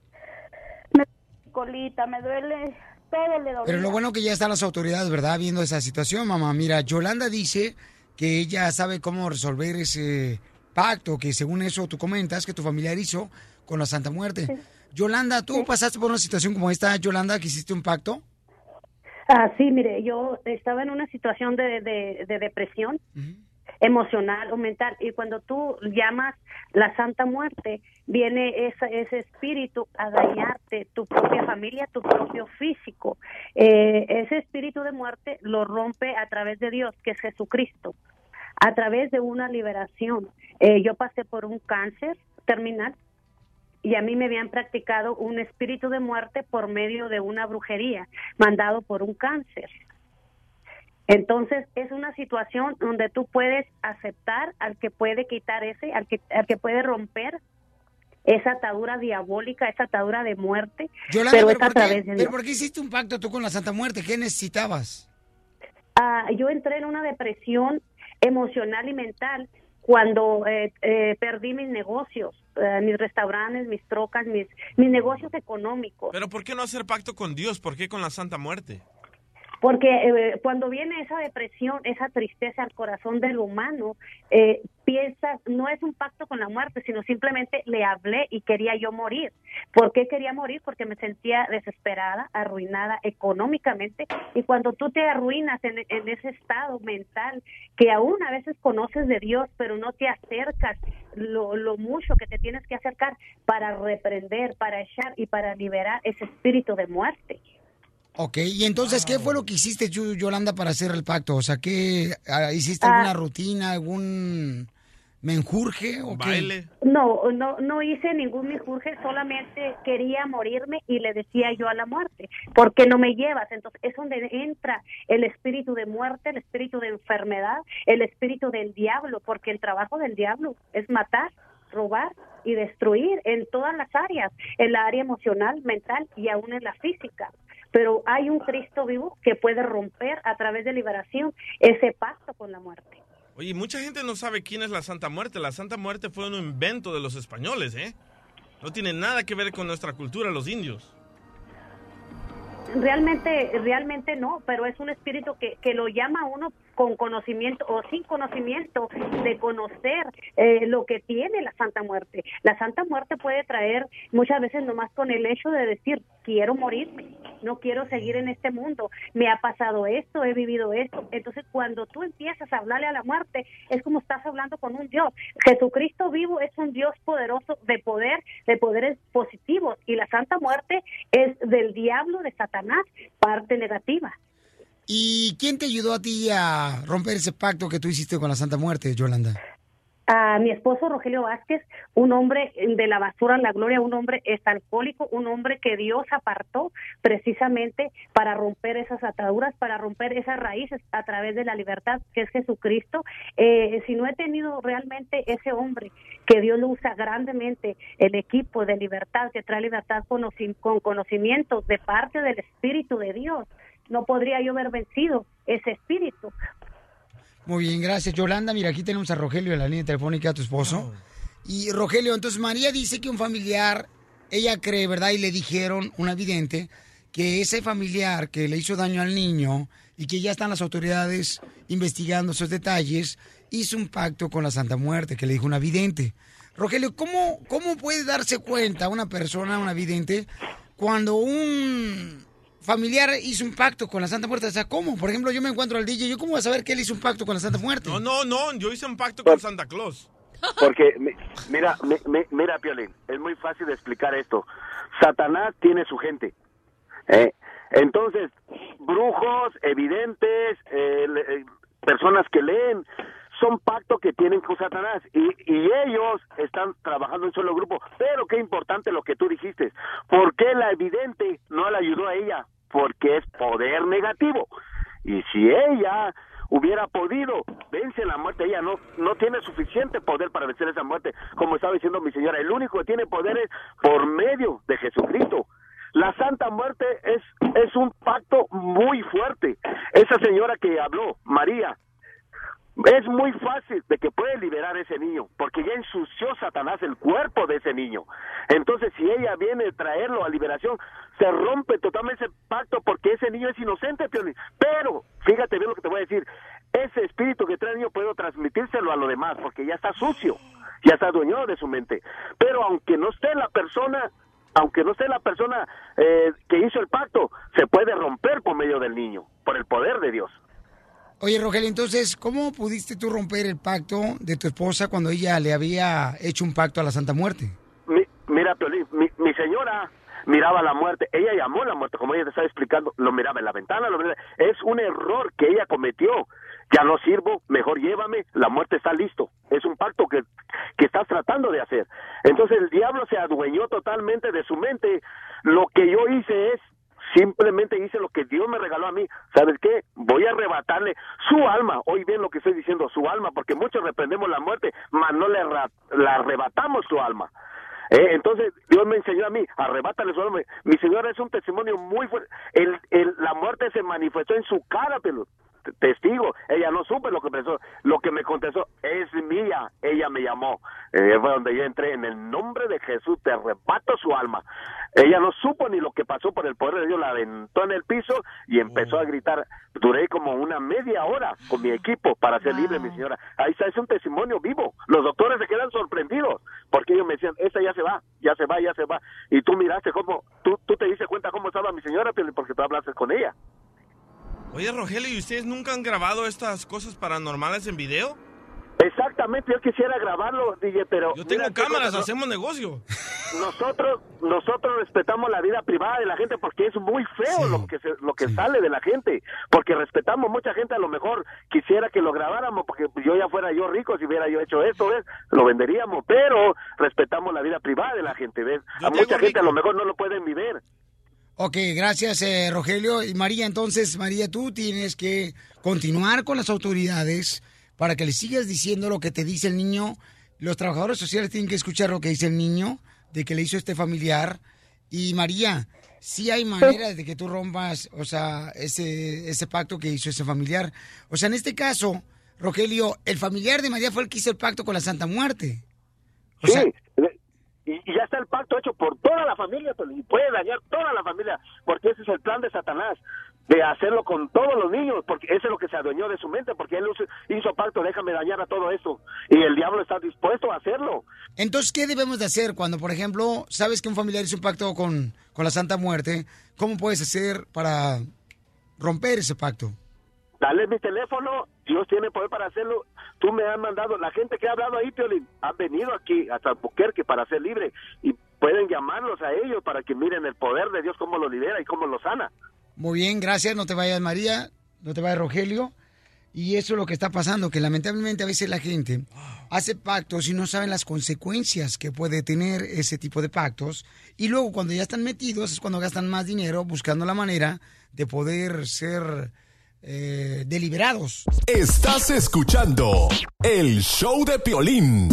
Me mi colita, me duele, todo le dolía. Pero lo bueno que ya están las autoridades, ¿verdad? Viendo esa situación, mamá. Mira, Yolanda dice que ella sabe cómo resolver ese pacto que según eso tú comentas que tu familiar hizo con la Santa Muerte. Sí. Yolanda, ¿tú sí. pasaste por una situación como esta, Yolanda, que hiciste un pacto? Ah, sí, mire, yo estaba en una situación de, de, de depresión uh-huh. emocional o mental, y cuando tú llamas la Santa Muerte, viene esa, ese espíritu a dañarte, tu propia familia, tu propio físico. Eh, ese espíritu de muerte lo rompe a través de Dios, que es Jesucristo, a través de una liberación. Eh, yo pasé por un cáncer terminal, y a mí me habían practicado un espíritu de muerte por medio de una brujería, mandado por un cáncer. Entonces, es una situación donde tú puedes aceptar al que puede quitar ese, al que, al que puede romper esa atadura diabólica, esa atadura de muerte, Yolanda, pero, pero es a ¿por través qué, de Dios. ¿Pero por qué hiciste un pacto tú con la Santa Muerte? ¿Qué necesitabas? Uh, yo entré en una depresión emocional y mental cuando eh, eh, perdí mis negocios, eh, mis restaurantes, mis trocas, mis, mis negocios económicos. ¿Pero por qué no hacer pacto con Dios? ¿Por qué con la Santa Muerte? Porque eh, cuando viene esa depresión, esa tristeza al corazón del humano, eh, piensas, no es un pacto con la muerte, sino simplemente le hablé y quería yo morir. ¿Por qué quería morir? Porque me sentía desesperada, arruinada económicamente, y cuando tú te arruinas en, en ese estado mental, que aún a veces conoces de Dios, pero no te acercas lo, lo mucho que te tienes que acercar para reprender, para echar y para liberar ese espíritu de muerte. Ok, y entonces, ¿qué fue lo que hiciste, Yolanda, para hacer el pacto? O sea, ¿qué hiciste alguna ah, rutina, algún menjurje o baile? Qué? No, no, no hice ningún menjurje, solamente quería morirme y le decía yo a la muerte, ¿por qué no me llevas? Entonces, es donde entra el espíritu de muerte, el espíritu de enfermedad, el espíritu del diablo, porque el trabajo del diablo es matar, robar y destruir en todas las áreas, en la área emocional, mental y aún en la física. Pero hay un Cristo vivo que puede romper a través de liberación ese pacto con la muerte. Oye, mucha gente no sabe quién es la Santa Muerte. La Santa Muerte fue un invento de los españoles, ¿eh? No tiene nada que ver con nuestra cultura, los indios. Realmente, realmente no, pero es un espíritu que, que lo llama a uno con conocimiento o sin conocimiento de conocer eh, lo que tiene la Santa Muerte. La Santa Muerte puede traer muchas veces nomás con el hecho de decir, quiero morirme, no quiero seguir en este mundo, me ha pasado esto, he vivido esto. Entonces, cuando tú empiezas a hablarle a la muerte, es como estás hablando con un Dios. Jesucristo vivo es un Dios poderoso de poder, de poderes positivos, y la Santa Muerte es del diablo, de Satanás, parte negativa. ¿Y quién te ayudó a ti a romper ese pacto que tú hiciste con la Santa Muerte, Yolanda? A mi esposo Rogelio Vázquez, un hombre de la basura a la gloria, un hombre alcohólico, un hombre que Dios apartó precisamente para romper esas ataduras, para romper esas raíces a través de la libertad que es Jesucristo. Eh, si no he tenido realmente ese hombre que Dios lo usa grandemente, el equipo de libertad que trae libertad con, con conocimientos de parte del Espíritu de Dios, no podría yo haber vencido ese espíritu. Muy bien, gracias, Yolanda. Mira, aquí tenemos a Rogelio en la línea telefónica, a tu esposo. Oh. Y Rogelio, entonces María dice que un familiar, ella cree, ¿verdad? Y le dijeron, una vidente, que ese familiar que le hizo daño al niño y que ya están las autoridades investigando esos detalles, hizo un pacto con la Santa Muerte, que le dijo una vidente. Rogelio, ¿cómo, cómo puede darse cuenta una persona, una vidente, cuando un familiar hizo un pacto con la Santa Muerte? O sea, ¿cómo? Por ejemplo, yo me encuentro al D J, ¿yo cómo voy a saber que él hizo un pacto con la Santa Muerte? No, no, no, yo hice un pacto con Santa Claus. Porque, mi- mira, mi- mi- mira, Piolín, es muy fácil de explicar esto. Satanás tiene su gente. ¿eh? Entonces, brujos, evidentes, eh, le- eh, personas que leen, son pactos que tienen con Satanás y, y ellos están trabajando en un solo grupo. Pero qué importante lo que tú dijiste. ¿Por qué la evidente no la ayudó a ella? Porque es poder negativo. Y si ella hubiera podido vencer la muerte, ella no no tiene suficiente poder para vencer esa muerte. Como estaba diciendo mi señora, el único que tiene poder es por medio de Jesucristo. La Santa Muerte es, es un pacto muy fuerte. Esa señora que habló, María, es muy fácil de que puede liberar a ese niño, porque ya ensució Satanás el cuerpo de ese niño. Entonces, si ella viene a traerlo a liberación, se rompe totalmente ese pacto, porque ese niño es inocente, Piolín. Pero, fíjate bien lo que te voy a decir, ese espíritu que trae el niño puedo transmitírselo a lo demás, porque ya está sucio, ya está dueño de su mente. Pero aunque no esté la persona, aunque no esté la persona eh, que hizo el pacto, se puede romper por medio del niño, por el poder de Dios. Oye, Rogelio, entonces, ¿cómo pudiste tú romper el pacto de tu esposa cuando ella le había hecho un pacto a la Santa Muerte? Mi- mira, Piolín, mi, mi señora miraba la muerte, ella llamó la muerte, como ella te estaba explicando, lo miraba en la ventana, lo miraba. Es un error que ella cometió. Ya no sirvo, mejor llévame, la muerte está listo. Es un pacto que, que estás tratando de hacer. Entonces el diablo se adueñó totalmente de su mente. Lo que yo hice es, simplemente hice lo que Dios me regaló a mí. ¿Sabes qué? Voy a arrebatarle su alma. Oí bien lo que estoy diciendo, su alma, porque muchos reprendemos la muerte, mas no le arra- la arrebatamos su alma. Eh, entonces Dios me enseñó a mí, arrebátale su alma. Mi señora es un testimonio muy fuerte. El, el, la muerte se manifestó en su cara, pero testigo, ella no supo lo que pensó, lo que me contestó, es mía, ella me llamó, eh, fue donde yo entré, en el nombre de Jesús te arrebato su alma. Ella no supo ni lo que pasó, por el poder de Dios la aventó en el piso y empezó a gritar. Duré como una media hora con mi equipo para ser libre, mi señora. Ahí está, es un testimonio vivo. Los doctores se quedan sorprendidos porque ellos me decían, esta ya se va, ya se va, ya se va. Y tú miraste cómo, tú, tú te diste cuenta cómo estaba mi señora, porque tú hablaste con ella. Oye, Rogelio, ¿y ustedes nunca han grabado estas cosas paranormales en video? Exactamente, yo quisiera grabarlo, D J, pero... Yo tengo mira, cámaras, no- hacemos negocio. Nosotros nosotros respetamos la vida privada de la gente porque es muy feo lo que se- lo que sale de la gente, porque respetamos mucha gente. A lo mejor quisiera que lo grabáramos porque yo ya fuera yo rico si hubiera yo hecho eso, ¿ves? Lo venderíamos, pero respetamos la vida privada de la gente, ¿ves? A mucha gente a lo mejor no lo pueden ni ver. Ok, gracias, eh, Rogelio. Y María, entonces, María, tú tienes que continuar con las autoridades para que le sigas diciendo lo que te dice el niño. Los trabajadores sociales tienen que escuchar lo que dice el niño, de que le hizo este familiar. Y María, sí hay manera de que tú rompas, o sea, ese, ese pacto que hizo ese familiar. O sea, en este caso, Rogelio, el familiar de María fue el que hizo el pacto con la Santa Muerte. O Sí, sea, y, y ya está el pacto hecho por toda la familia, pero y puede dañar toda la familia, porque ese es el plan de Satanás, de hacerlo con todos los niños, porque eso es lo que se adueñó de su mente, porque él hizo, hizo pacto, déjame dañar a todo esto, y el diablo está dispuesto a hacerlo. Entonces, ¿qué debemos de hacer cuando, por ejemplo, sabes que un familiar hizo un pacto con, con la Santa Muerte? ¿Cómo puedes hacer para romper ese pacto? Dale mi teléfono, Dios tiene poder para hacerlo. Tú me has mandado, la gente que ha hablado ahí, Piolín, han venido aquí hasta Albuquerque para ser libre, y pueden llamarlos a ellos para que miren el poder de Dios, cómo lo libera y cómo lo sana. Muy bien, gracias. No te vayas, María. No te vayas, Rogelio. Y eso es lo que está pasando, que lamentablemente a veces la gente hace pactos y no saben las consecuencias que puede tener ese tipo de pactos. Y luego cuando ya están metidos es cuando gastan más dinero buscando la manera de poder ser eh, deliberados. Estás escuchando el show de Piolín.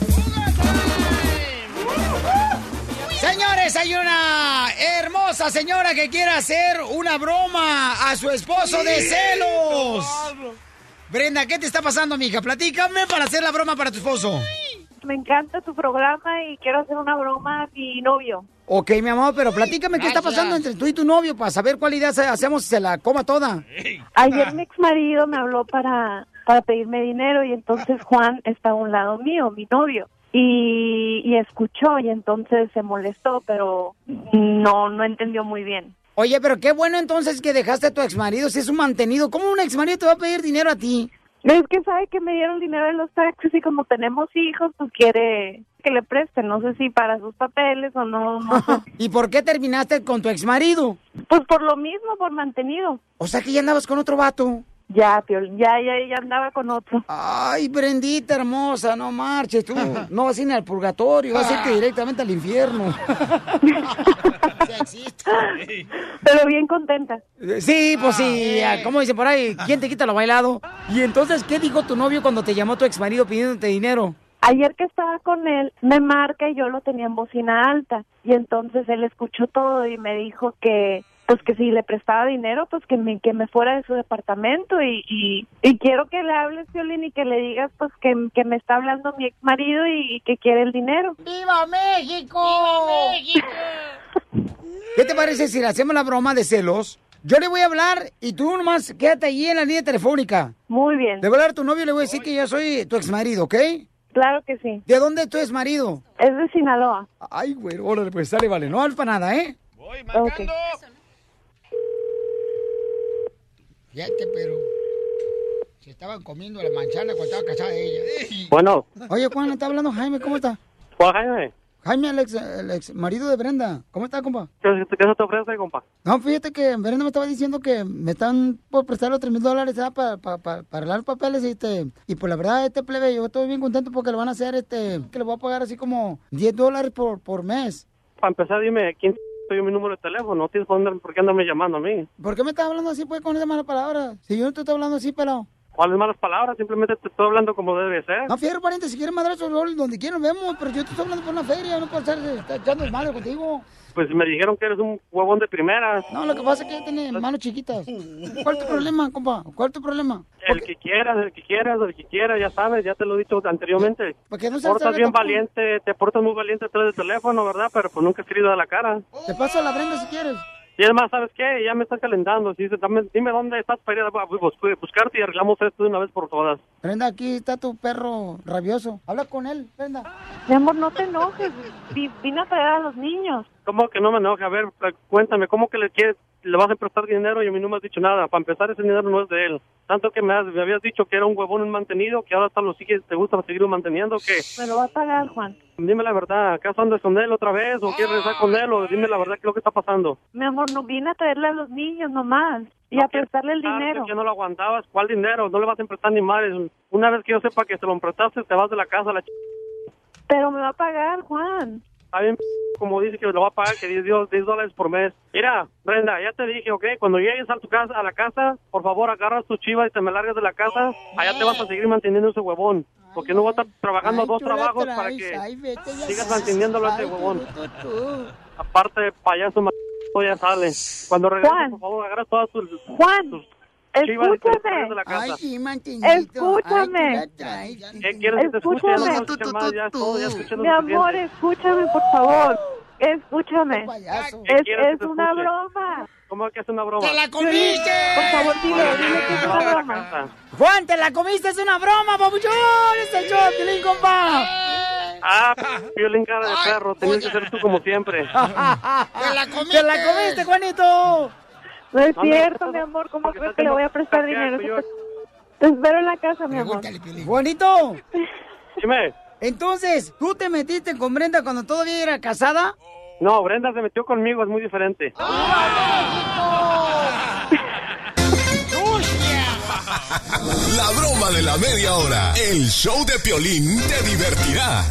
Señores, hay una hermosa señora que quiere hacer una broma a su esposo de celos. Brenda, ¿qué te está pasando, mija? Platícame para hacer la broma para tu esposo. me encanta tu programa y quiero hacer una broma a mi novio. Ok, mi amor, pero platícame qué está pasando entre tú y tu novio para saber cuál idea se- hacemos y se la coma toda. Ayer mi ex marido me habló para, para pedirme dinero y entonces Juan está a un lado mío, mi novio. Y, y escuchó y entonces se molestó, pero no, no entendió muy bien. Oye, pero qué bueno entonces que dejaste a tu exmarido si es un mantenido. ¿Cómo un exmarido te va a pedir dinero a ti? Es que sabe que me dieron dinero en los taxis y como tenemos hijos, pues quiere que le presten. No sé si para sus papeles o no. no sé. ¿Y por qué terminaste con tu exmarido? Pues por lo mismo, por mantenido. O sea que ya andabas con otro vato. Ya, Piolín, ya, ya, ya andaba con otro. Ay, Brendita hermosa, no marches tú. No vas a ir al purgatorio, vas a irte directamente al infierno. Pero bien contenta. Sí, pues sí, como dicen por ahí, ¿quién te quita lo bailado? Y entonces, ¿qué dijo tu novio cuando te llamó tu exmarido pidiéndote dinero? Ayer que estaba con él, me marca y yo lo tenía en bocina alta. Y entonces él escuchó todo y me dijo que, pues que si le prestaba dinero, pues que me, que me fuera de su departamento. Y, y, y quiero que le hables, Piolín, y que le digas, pues que, que me está hablando mi ex marido y, y que quiere el dinero. ¡Viva México! ¡Viva México! ¿Qué te parece si le hacemos la broma de celos? Yo le voy a hablar y tú nomás quédate allí en la línea telefónica. Muy bien. Le voy a hablar a tu novio y le voy a decir que yo soy tu exmarido, ¿ok? Claro que sí. ¿De dónde es tu exmarido? Es de Sinaloa. Ay, güey, órale, pues sale, vale. No alfa nada, ¿eh? Voy marcando. Fíjate, pero se estaban comiendo la manzana cuando estaba casada ella. Bueno. Oye, Juan, está hablando Jaime, ¿cómo está? Juan Jaime. Jaime, el ex, el ex marido de Brenda. ¿Cómo está, compa? ¿Qué, qué se te ofrece, compa? No, fíjate que Brenda me estaba diciendo que me están por prestar los tres mil dólares para, para, para, para arreglar papeles y este, y pues la verdad, este plebe, yo estoy bien contento porque le van a hacer este, que le voy a pagar así como diez dólares por, por mes. Para empezar, dime, ¿quién soy mi número de teléfono? No tienes por, andar, por qué andarme llamando a mí. ¿Por qué me estás hablando así, pues, con esa mala palabra? Si yo no te estoy hablando así, pelado. ¿Cuáles malas palabras? Simplemente te estoy hablando como debe ser. No, fierro, pariente, si quieres madrar esos roles donde quieras nos vemos, pero yo te estoy hablando por una feria, no puedo estar estar echando el malo contigo. Pues me dijeron que eres un huevón de primera. No, lo que pasa es que tiene manos chiquitas. ¿Cuál es tu problema, compa? ¿Cuál es tu problema? El que quieras, el que quieras, el que quieras, ya sabes, ya te lo he dicho anteriormente. Porque no te se portas sabe bien tampoco. valiente, te portas muy valiente atrás del teléfono, ¿verdad? Pero pues nunca has querido dar la cara. Te paso a la Brenda si quieres. Y además, ¿sabes qué? Ya me estás calentando. Si dices, dame- dime dónde estás para ir a bu- bus- buscarte y arreglamos esto de una vez por todas. Brenda, aquí está tu perro rabioso. Habla con él, Brenda. Mi amor, no te enojes. Vi- Vine a traer a los niños. ¿Cómo que no me enoje? A ver, eh, cuéntame, ¿cómo que le quieres, le vas a prestar dinero y a mí no me has dicho nada? Para empezar, ese dinero no es de él. Tanto que me, has- me habías dicho que era un huevón mantenido, que ahora hasta lo sigues, te gusta seguirlo manteniendo, ¿qué? Me lo va a pagar, Juan. Dime la verdad, ¿acaso andas con él otra vez o quieres regresar con él? O dime la verdad, ¿qué es lo que está pasando? Mi amor, no vine a traerle a los niños nomás. Y a prestarle el Ah, dinero. que no lo aguantabas. ¿Cuál dinero? No le vas a emprestar ni madres. Una vez que yo sepa que se lo emprestaste, te vas de la casa. La ch... Pero me va a pagar, Juan. Está bien, como dice que lo va a pagar, que diez dólares por mes. Mira, Brenda, ya te dije, ¿ok? Cuando llegues a tu casa, a la casa, por favor, agarras tu chivas y te me largas de la casa. Allá te vas a seguir manteniendo ese huevón. Porque no voy a estar trabajando Ay, dos tú la trabajos traes. para que Ay, vete, ya sigas sabes. manteniéndolo a ese Ay, huevón. tú, tú, tú. Aparte, payaso, ma- ya sale. Cuando regreses, Juan. por favor, agarras todas tus... Juan, tus chivas y te me largas de la casa. Ay, sí, mantenidito. Escúchame. Ay, tú la traes. ¿Qué quieres que te escuche? Ya no Escúchame. quiero escuchar más, ya es todo, ya escuché lo Mi amor, suficiente. escúchame, por favor. Escúchame. ¿Qué Es, quieres que es te una escuche? broma. ¿Cómo que es una broma? ¡Te la comiste! Por favor, dile, dile que es una Vamos a la broma. casa. Juan, te la comiste, es una broma, papuchón. Es el show de Piolín, compa. Ah, Piolín, cara de perro, tenías que ser tú como siempre. ¡Te la comiste! ¡Te la comiste, Juanito! No es ¿Dónde cierto, estás? mi amor. ¿Cómo Porque crees estás que le voy a haciendo prestar caca, dinero? yo- Te espero en la casa, mi amor. Juanito, Dime. entonces, ¿tú te metiste con Brenda cuando todavía era casada? No, Brenda se metió conmigo, es muy diferente. La broma de la media hora. El show de Piolín te divertirá.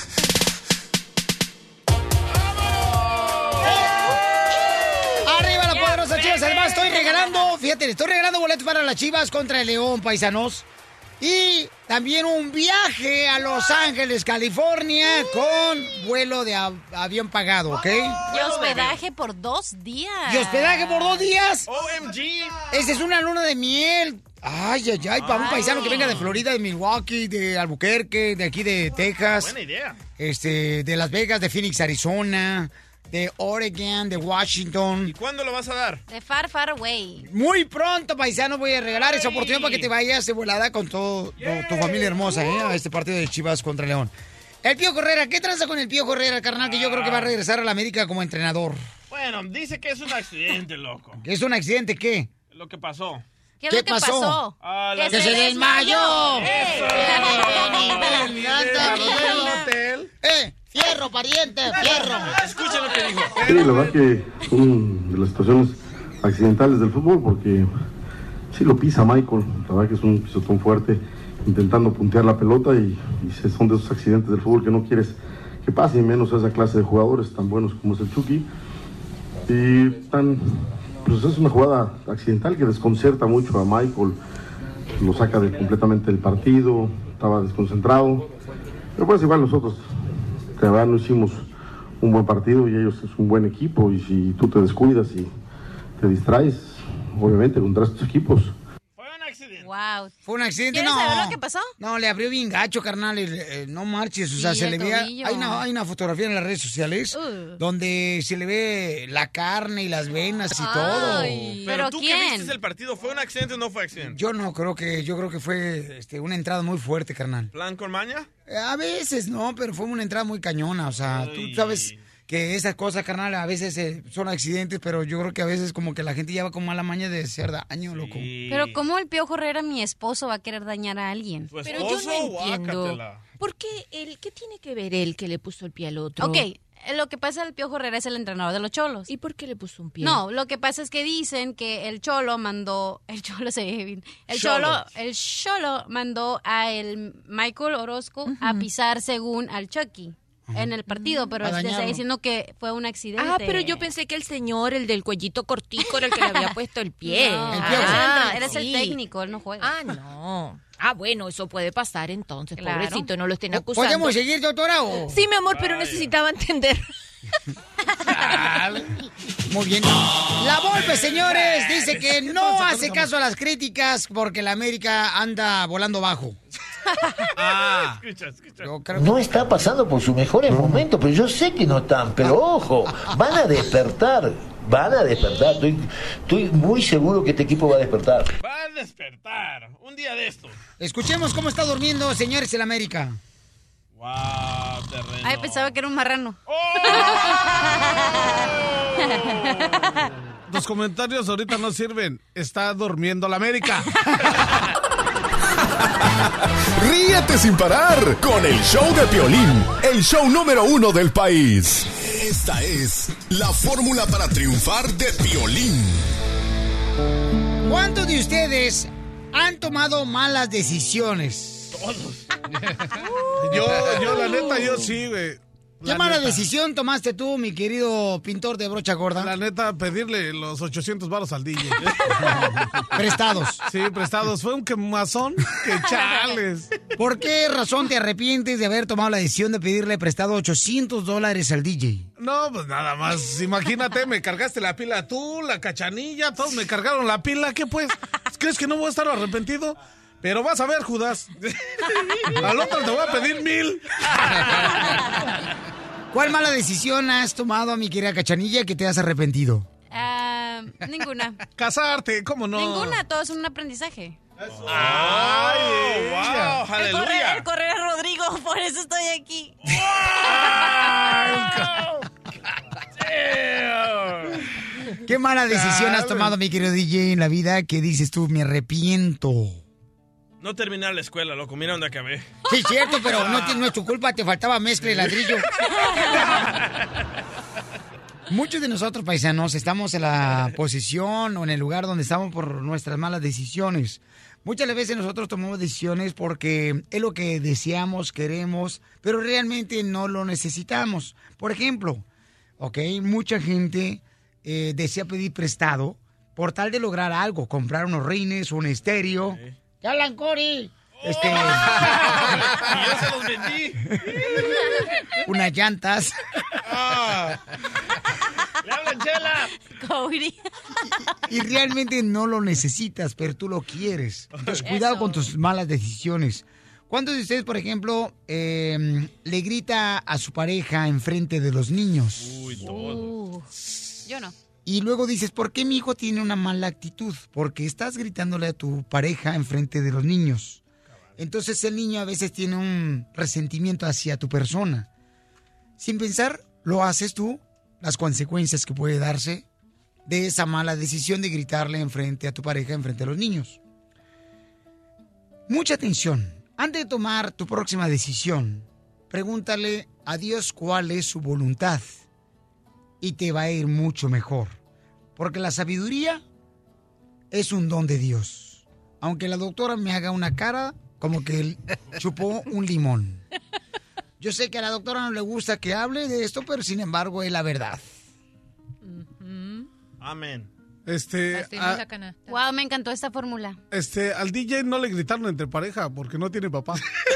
¡Arriba la poderosa Chivas! Además, estoy regalando, fíjate, le estoy regalando boletos para las Chivas contra el León, paisanos. Y también un viaje a Los Ángeles, California, con vuelo de av- avión pagado, ¿ok? Y hospedaje por dos días. ¿Y hospedaje por dos días? O M G. Esa es una luna de miel. Ay, ay, ay, para un paisano que venga de Florida, de Milwaukee, de Albuquerque, de aquí de Texas. Buena idea. Este, de Las Vegas, de Phoenix, Arizona, de Oregon, de Washington. ¿Y cuándo lo vas a dar? De far, far away. Muy pronto, paisano, voy a regalar esa oportunidad para que te vayas de volada con todo tu, tu familia hermosa, ¿eh? A este partido de Chivas contra León. El Pío Herrera, ¿qué tranza con el Pío Herrera, carnal? Que yo creo que va a regresar a la América como entrenador. Bueno, dice que es un accidente, loco. ¿Que es un accidente qué? Lo que pasó. ¿Qué es lo que pasó? pasó? Ah, ¡Que la- se ¡Que se desmayó! ¡Eso! ¡Eh! ¡Fierro, pariente! ¡Fierro! Escucha lo que dijo. Sí, la verdad que una de las situaciones accidentales del fútbol, porque sí lo pisa Michael, la verdad que es un pisotón fuerte, intentando puntear la pelota y, y se- son de esos accidentes del fútbol que no quieres que pase, y menos a esa clase de jugadores tan buenos como es el Chucky. Y tan, pues es una jugada accidental que desconcerta mucho a Michael, lo saca de, completamente del partido, estaba desconcentrado, pero pues igual nosotros, la verdad no hicimos un buen partido y ellos es un buen equipo, y si tú te descuidas y te distraes, obviamente contra estos equipos. Wow. Fue un accidente, ¿Quieres no. saber lo que pasó? No, le abrió bien gacho, carnal. y, eh, no marches, o sea, Sí, se el le ve. tobillo. Hay una, hay una fotografía en las redes sociales Uh. donde se le ve la carne y las venas y todo. Ay. Pero ¿Pero tú quién? que viste el partido, ¿fue un accidente o no fue accidente? Yo no creo que, yo creo que fue este, una entrada muy fuerte, carnal. ¿Plan con maña? Eh, A veces no, pero fue una entrada muy cañona. O sea, tú sabes que esas cosas, carnal, a veces eh, son accidentes, pero yo creo que a veces como que la gente lleva con mala maña de hacer daño, loco. Pero ¿cómo el Piojo Herrera, mi esposo, va a querer dañar a alguien? Pero yo no entiendo. ¿Por qué él, qué tiene que ver él que le puso el pie al otro? Ok, eh, lo que pasa, el Piojo Herrera es el entrenador de los Cholos. ¿Y por qué le puso un pie? No, lo que pasa es que dicen que el Cholo mandó, el Cholo se ve bien, el Cholo. Cholo, el Cholo mandó a el Michael Orozco a pisar según al Chucky en el partido, pero A se está dañarlo. diciendo que fue un accidente. Ah, pero yo pensé que el señor, el del cuellito cortico, era el que le había puesto el pie. No, Ah, eres el- eres el sí. técnico, él no juega. Ah, no. Ah, bueno, eso puede pasar entonces, Claro. pobrecito, no lo estén acusando. ¿Podemos seguir, doctora? O? Sí, mi amor, pero necesitaba entender. Muy bien. La Volpe, señores, dice que no hace caso a las críticas porque la América anda volando bajo. Ah. Escucha, escucha. No está pasando por sus mejores momentos, pero yo sé que no están, pero ojo, van a despertar, van a despertar, estoy, estoy muy seguro que este equipo va a despertar. Va a despertar un día de esto. Escuchemos cómo está durmiendo, señores, el América. Wow, terreno. Ay, pensaba que era un marrano. Los comentarios ahorita no sirven. Está durmiendo la América. Ríete sin parar con el show de Piolín, el show número uno del país. Esta es la fórmula para triunfar de Piolín. ¿Cuántos de ustedes han tomado malas decisiones? Todos. yo, yo, la neta, yo sí, güey. ¿Qué La mala neta. decisión tomaste tú, mi querido pintor de brocha gorda? La neta, pedirle los ochocientos varos al D J. Prestados. Sí, prestados. Fue un quemazón que chales. ¿Por qué razón te arrepientes de haber tomado la decisión de pedirle prestado ochocientos dólares al D J? No, pues nada más. Imagínate, me cargaste la pila tú, la cachanilla, todos me cargaron la pila. ¿Qué pues? ¿Crees que no voy a estar arrepentido? Pero vas a ver, Judas. Al otro te voy a pedir mil. ¿Cuál mala decisión has tomado, mi querida Cachanilla, que te has arrepentido? Ah, ninguna. Casarte, ¿cómo no? Ninguna, todo es un aprendizaje. ¡Ay, wow! El ¡Aleluya! correr, el correr a Rodrigo, por eso estoy aquí. ¿Qué mala decisión has tomado, mi querido D J, en la vida que dices tú, me arrepiento? No terminar la escuela, loco. Mira dónde acabé. Sí, cierto, pero no, ti- no es tu culpa, te faltaba mezcla y ladrillo. Muchos de nosotros, paisanos, estamos en la posición o en el lugar donde estamos por nuestras malas decisiones. Muchas veces nosotros tomamos decisiones porque es lo que deseamos, queremos, pero realmente no lo necesitamos. Por ejemplo, ok, mucha gente eh, desea pedir prestado por tal de lograr algo, comprar unos rines, un estéreo. ¡Te hablan, Cori! Este... Yo se los vendí. Unas llantas. Ah. ¡Le hablan, Chela! Cody. Y realmente no lo necesitas, pero tú lo quieres. Entonces, cuidado con tus malas decisiones. ¿Cuántos de ustedes, por ejemplo, eh, le grita a su pareja enfrente de los niños? Uy, todo. Uh, yo no. Y luego dices, ¿por qué mi hijo tiene una mala actitud? Porque estás gritándole a tu pareja enfrente de los niños. Entonces el niño a veces tiene un resentimiento hacia tu persona. Sin pensar, lo haces tú, las consecuencias que puede darse de esa mala decisión de gritarle enfrente a tu pareja, enfrente a los niños. Mucha atención. Antes de tomar tu próxima decisión, pregúntale a Dios cuál es su voluntad y te va a ir mucho mejor. Porque la sabiduría es un don de Dios. Aunque la doctora me haga una cara como que él chupó un limón. Yo sé que a la doctora no le gusta que hable de esto, pero sin embargo es la verdad. Amén. Este, a, Wow, me encantó esta fórmula. este, al D J no le gritaron entre pareja porque no tiene papá.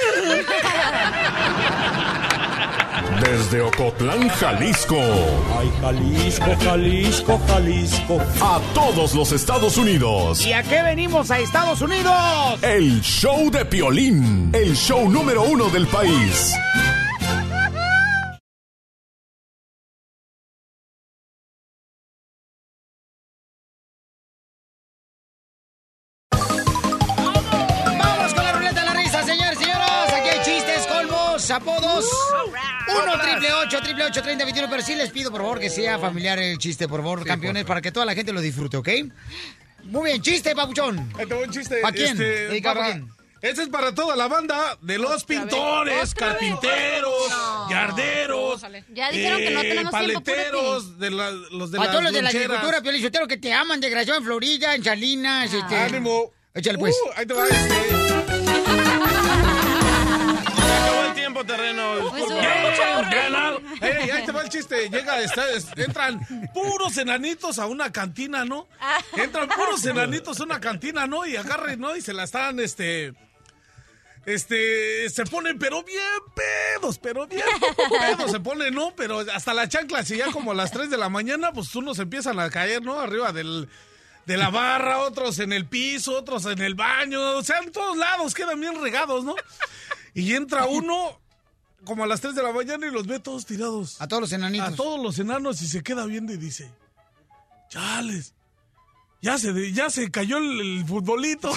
Desde Ocotlán, Jalisco. Ay, Jalisco, Jalisco, Jalisco. A todos los Estados Unidos. ¿Y a qué venimos a Estados Unidos? El show de Piolín. El show número uno del país. Apodos uno triple ocho triple ocho treinta veintiuno, pero sí les pido por favor que sea familiar el chiste, por favor, sí, campeones, por favor, para que toda la gente lo disfrute, ¿ok? Muy bien, chiste, papuchón. Este buen chiste. ¿Para quién? Este, para, quién? Este es para toda la banda de los pintores, carpinteros, no. yarderos. Ya dijeron eh, que no tenemos paleteros, tiempo, de la, los de para las todos los de la loncheras. agricultura, Piolín, que te aman, desgraciado, en Florida, en Salinas. Ah. Este... Ánimo. Échale pues. Uh, ahí te va este. Terreno. Pues ganado. Hey, ahí te va el chiste. Llega, está, es, entran puros enanitos a una cantina, ¿no? Entran puros enanitos a una cantina, ¿no? Y agarren, ¿no? Y se la están, este... Este, se ponen, pero bien pedos, pero bien pedos se ponen, ¿no? Pero hasta la chancla, si ya como a las tres de la mañana, pues unos empiezan a caer, ¿no? Arriba del... de la barra, otros en el piso, otros en el baño, o sea, en todos lados, quedan bien regados, ¿no? Y entra uno como a las tres de la mañana y los ve todos tirados. A todos los enanitos. A todos los enanos y se queda viendo y dice, chales, ya se, ya se cayó el, el futbolito.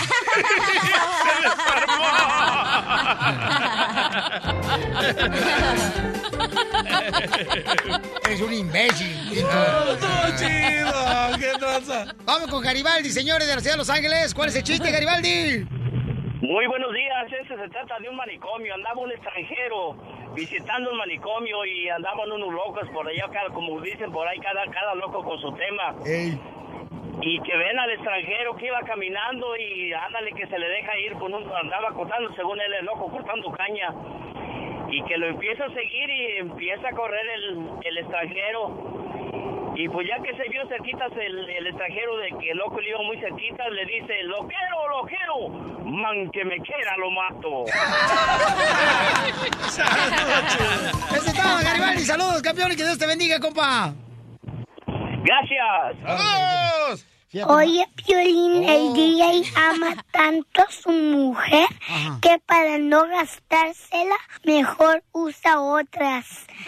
Eres un imbécil. Oh, todo chido. ¿Qué pasa? Vamos con Garibaldi, señores de la ciudad de Los Ángeles. ¿Cuál es el chiste, Garibaldi? Muy buenos días, este se trata de un manicomio, andaba un extranjero visitando un manicomio y andaban unos locos por allá, como dicen por ahí, cada, cada loco con su tema. Ey. Y que ven al extranjero que iba caminando y ándale que se le deja ir, con un, andaba cortando, según él el loco, cortando caña. Y que lo empieza a seguir y empieza a correr el, el extranjero. Y pues ya que se vio cerquitas el, el extranjero de que el loco le iba muy cerquita, le dice, loquero, loquero, man que me quiera lo mato. Ese estaba, Garibaldi, saludos, campeón, y que Dios te bendiga, compa. Gracias. ¡Vamos! Oye, Piolín, oh. el D J ama tanto a su mujer Ajá. que para no gastársela, mejor usa otras.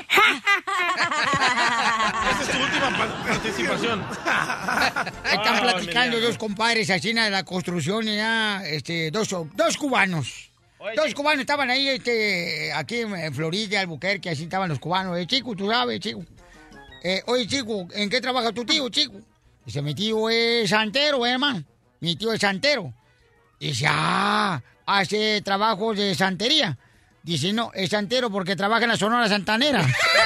Esa es tu última participación. Están oh, platicando dos compadres así de la construcción, ya, este, dos, dos cubanos. Oye, dos chico. cubanos estaban ahí, este, aquí en Florida, Albuquerque, así estaban los cubanos. Eh, chico, tú sabes, chico. Eh, oye, chico, ¿en qué trabaja tu tío, chico? Dice, mi tío es santero, ¿eh, hermano. Mi tío es santero. Dice, ah, hace trabajos de santería. Dice, no, es santero porque trabaja en la Sonora Santanera.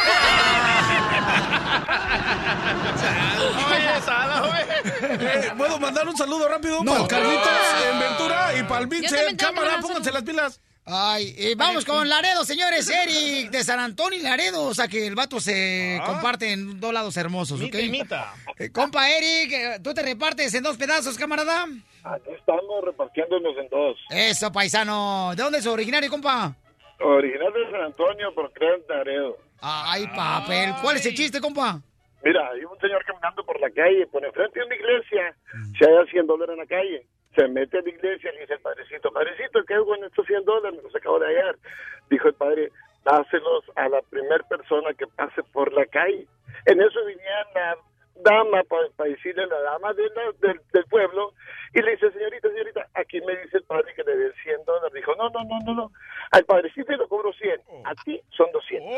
Oye, sala, eh, ¿puedo mandar un saludo rápido no. para el Carlitos en Ventura y para el Vince en cámara? Pónganse las pilas. Ay, eh, vamos con Laredo, señores. Eric de San Antonio y Laredo. O sea que el vato se Ah. comparte en dos lados hermosos, ¿ok? Mita y mita. Eh, compa Eric, eh, ¿tú te repartes en dos pedazos, camarada? Aquí estamos repartiéndonos en dos. Eso, paisano. ¿De dónde es originario, compa? Original de San Antonio, pero creo en Laredo. Ay, papel. ¿Cuál es el chiste, compa? Mira, hay un señor caminando por la calle, por enfrente de una iglesia, se halla cien dólares en la calle. Se mete a la iglesia y le dice el padrecito, padrecito, ¿qué hago con estos cien dólares? Me los acabo de hallar. Dijo el padre, dáselos a la primer persona que pase por la calle. En eso venía la dama, para pa decirle la dama de la, del, del pueblo, y le dice, señorita, señorita, aquí me dice el padre que le dé cien dólares. Dijo, no, no, no, no, no. Al padrecito le cobro cien, a ti son doscientos.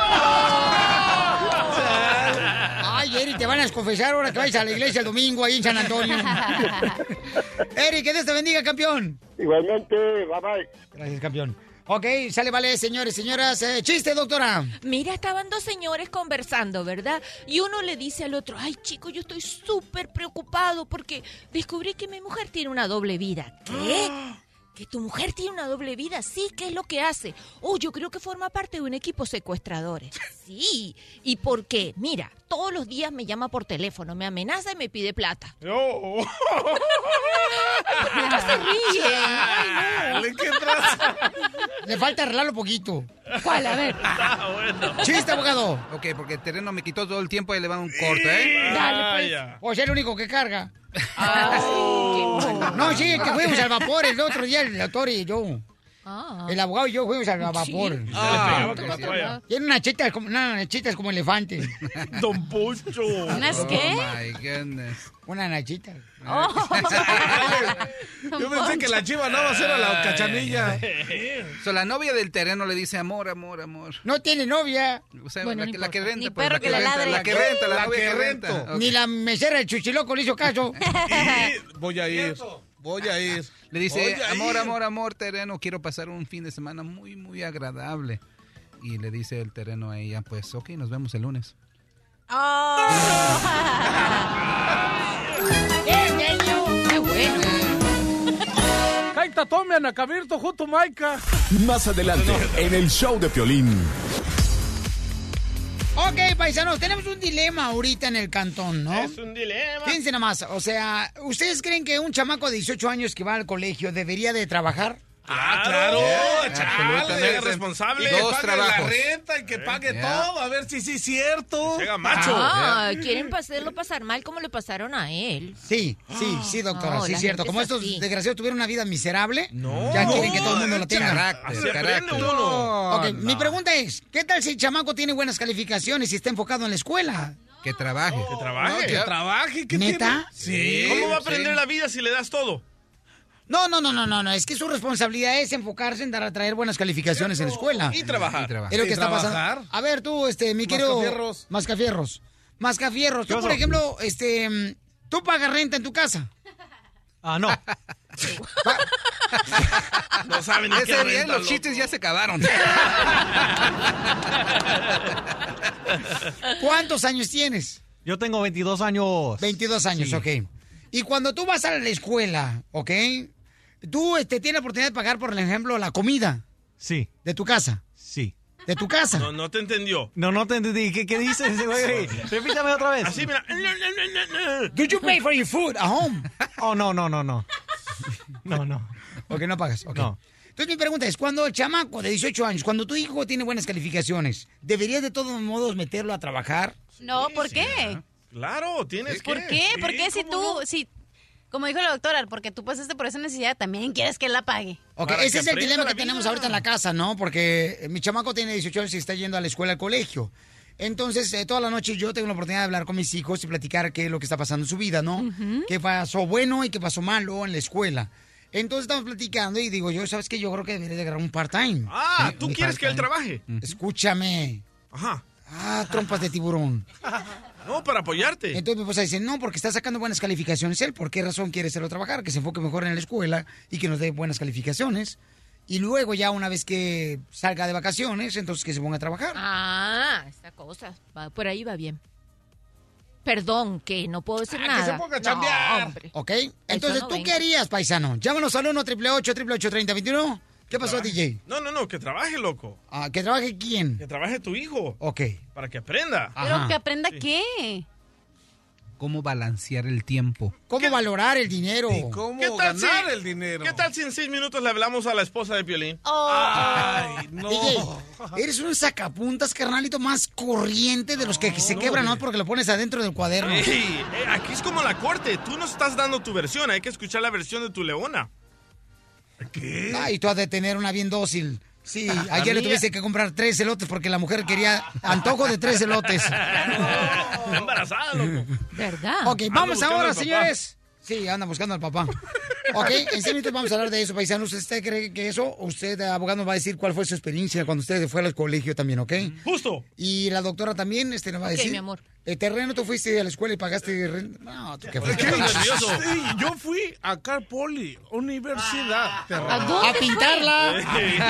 Ay, Eric, te van a confesar ahora que vayas a la iglesia el domingo ahí en San Antonio. Eric, que Dios te bendiga, campeón. Igualmente, bye bye. Gracias, campeón. Ok, sale, vale, señores, señoras. Eh, chiste, doctora. Mira, estaban dos señores conversando, ¿verdad? Y uno le dice al otro, ay, chico, yo estoy súper preocupado porque descubrí que mi mujer tiene una doble vida. ¿Qué? ¿Que tu mujer tiene una doble vida? Sí, ¿qué es lo que hace? Oh, yo creo que forma parte de un equipo secuestradores. Sí. ¿Y por qué? Mira, todos los días me llama por teléfono, me amenaza y me pide plata. Oh. ¿Por qué no se ríen? Ay, no. ¿Qué pasa? Le falta arreglarlo poquito. ¿Cuál? A ver. Chiste, abogado. Ok, porque el terreno me quitó todo el tiempo y le van un corte, ¿eh? Dale, pues. O sea, el único que carga. No, sí, que fuimos al vapor el otro día, el doctor y yo. Ah. El abogado y yo fuimos al vapor. Sí. Ah, con la toalla. Tiene unas chitas como, unas nachitas como elefante. Don Poncho. ¿Unas qué? Oh, my goodness. Una nachita. Yo pensé que la chiva no va a ser a la cachanilla. So, la novia del terreno le dice amor, amor, amor. No tiene novia. O sea, Bueno, la, no la que importa. renta. Ni pues, perro la que le renta, ladre. La que renta, la, La novia que que rento. renta. Ni la mesera del chuchiloco le hizo caso. Voy a ir. Voy a ir. Le dice, Voy a amor, ir. amor, amor, terreno, quiero pasar un fin de semana muy, muy agradable. Y le dice el terreno a ella, pues, ok, nos vemos el lunes. ¡Qué bello! ¡Qué bueno! Kaita tome a Nakabirto junto Maika. Más adelante, en el show de Piolín. Ok, paisanos, tenemos un dilema ahorita en el cantón, ¿no? Es un dilema. Fíjense nada más, o sea, ¿ustedes creen que un chamaco de dieciocho años que va al colegio debería de trabajar? Ah, claro. Chale, responsable. Y que Dos pague trabajos. la renta y que pague Yeah. todo, a ver si sí es cierto. Llega macho. Ah, quieren hacerlo pasar mal como le pasaron a él. Sí, sí, sí, doctora, No, sí la es cierto. gente Como es estos así. desgraciados tuvieron una vida miserable, No. ya No, quieren que todo el mundo la tenga. Carácter, Se carácter. prende uno. Ok, No, mi no. pregunta es, ¿qué tal si el chamaco tiene buenas calificaciones y está enfocado en la escuela? Que trabaje. Que trabaje. No, que trabaje. ¿Qué ¿Neta? tiene? Sí. ¿Cómo va a aprender sí. la vida si le das todo? No, no, no, no, no, no, es que su responsabilidad es enfocarse en dar a traer buenas calificaciones en la escuela. Y trabajar. Y trabajar. Es lo que Y está pasando. trabajar. A ver, tú, este, mi querido... Mascafierros. Mascafierros. Mascafierros. Tú, ¿Qué por pasó? ejemplo, este... mm, ¿tú pagas renta en tu casa? Ah, no. No saben ni qué Ese día renta, los loco. chistes ya se acabaron. ¿Cuántos años tienes? Yo tengo veintidós años. veintidós años, Sí. ok. Y cuando tú vas a la escuela, ¿ok? Tú este, tienes la oportunidad de pagar, por ejemplo, la comida Sí, de tu casa. sí. De tu casa. No, no te entendió. No, no te entendí. ¿Qué, qué dices, güey? Repítame otra vez. Así, mira. Do you pay for your food at home? Oh, no, no, no, no. No, no. Ok, no pagas. ok. No. Entonces mi pregunta es, cuando el chamaco de dieciocho años, cuando tu hijo tiene buenas calificaciones, ¿deberías de todos modos meterlo a trabajar? No, ¿por qué? Claro, tienes que. ¿Por qué? Sí, ¿Por qué si ¿cómo tú, no? si, como dijo la doctora, porque tú pasaste por esa necesidad, también quieres que él la pague? Ok, Para ese que es el aprenda dilema la que tenemos vida. ahorita en la casa, ¿no? Porque eh, mi chamaco tiene dieciocho años y está yendo a la escuela, al colegio. Entonces, eh, toda la noche yo tengo la oportunidad de hablar con mis hijos y platicar qué es lo que está pasando en su vida, ¿no? Qué pasó bueno y qué pasó malo en la escuela. Entonces estamos platicando y digo yo, ¿sabes qué? Yo creo que debería de agarrar un part-time. Ah, Sí, ¿tú un quieres que él part-time. trabaje? Escúchame. Ajá. Ah, trompas de tiburón. No, para apoyarte. Entonces mi esposa dice, no, porque está sacando buenas calificaciones él. ¿Por qué razón quiere hacerlo trabajar? Que se enfoque mejor en la escuela y que nos dé buenas calificaciones. Y luego ya una vez que salga de vacaciones, entonces que se ponga a trabajar. Ah, esa cosa. Va, por ahí va bien. Perdón, que no puedo decir Ah, que nada. se ponga a chambear. No, hombre. ¿Ok? Entonces, no ¿tú vengo. qué harías, paisano? Llámanos al uno, ocho ocho ocho, tres ocho ocho, tres cero dos uno. ¿Qué pasó, D J? No, no, no, que trabaje, loco. Ah, ¿que trabaje quién? Que trabaje tu hijo. Ok. Para que aprenda. ¿Pero que aprenda qué? Cómo balancear el tiempo. ¿Cómo valorar el dinero? ¿Y cómo ¿Qué tal ganar si- el dinero? ¿Qué tal si en seis minutos le hablamos a la esposa de Piolín? Ay, no. D J, eres un sacapuntas, carnalito, más corriente de los que se quebran, ¿no? Porque lo pones adentro del cuaderno. Ey, eh, aquí es como la corte. Tú no estás dando tu versión. Hay que escuchar la versión de tu leona. ¿Qué? Ay, tú has de tener una bien dócil. Sí, ayer le mía- tuviste que comprar tres elotes porque la mujer quería antojo de tres elotes. Está embarazada, loco. ¿Verdad? Ok, Ando vamos buscando ahora, al papá. señores. Sí, anda buscando al papá. Ok, en seis minutos vamos a hablar de eso, paisanos. ¿Usted cree que eso? Usted, abogado, nos va a decir cuál fue su experiencia cuando usted fue al colegio también, ¿ok? Justo. Y la doctora también este, nos va a Ok, decir. mi amor. ¿El terreno tú fuiste a la escuela y pagaste renta? No, tú qué fuiste. Qué nervioso. Sí, yo fui a Car Poly, universidad. ¿A dónde A pintarla.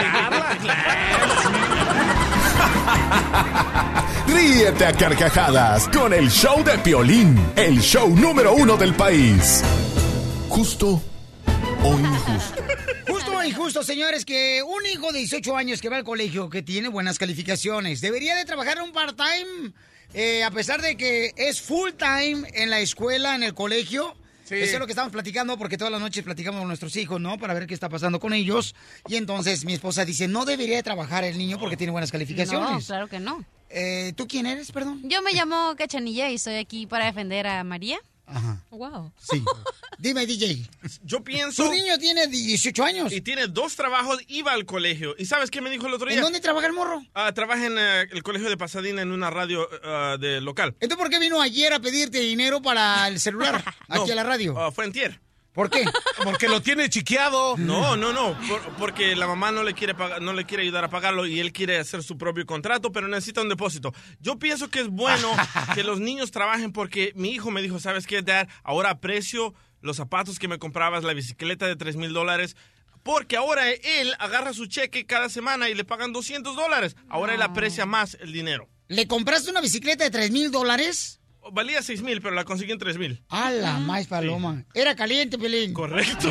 Ríete a carcajadas con el show de Piolín, el show número uno del país. Justo o injusto. Justo o injusto, señores, que un hijo de dieciocho años que va al colegio, que tiene buenas calificaciones, debería de trabajar en un part-time, eh, a pesar de que es full-time en la escuela, en el colegio. Sí. Eso es lo que estamos platicando, porque todas las noches platicamos con nuestros hijos, ¿no? Para ver qué está pasando con ellos. Y entonces mi esposa dice, no debería de trabajar el niño porque tiene buenas No, calificaciones. claro que no. Eh, ¿Tú quién eres, perdón? Yo me llamo Cachanilla y estoy aquí para defender a María. Ajá. Wow. Sí. Dime, D J. Yo pienso... Tu niño tiene dieciocho años. Y tiene dos trabajos, iba al colegio. ¿Y sabes qué me dijo el otro día? ¿En dónde trabaja el morro? Ah, trabaja en eh, el colegio de Pasadena en una radio ah, de local. Entonces, ¿por qué vino ayer a pedirte dinero para el celular aquí No, a la radio? ah, fue antier. ¿Por qué? Porque lo tiene chiqueado. No, no, no, por- porque la mamá no le quiere pagar, no le quiere ayudar a pagarlo y él quiere hacer su propio contrato, pero necesita un depósito. Yo pienso que es bueno que los niños trabajen porque mi hijo me dijo, ¿sabes qué, Dad? Ahora aprecio los zapatos que me comprabas, la bicicleta de tres mil dólares. Porque ahora él agarra su cheque cada semana y le pagan doscientos dólares. Ahora él aprecia más el dinero. ¿Le compraste una bicicleta de tres mil dólares? Valía seis mil, pero la conseguí en tres mil. ¡A la más paloma! Era caliente, Pelín. Correcto.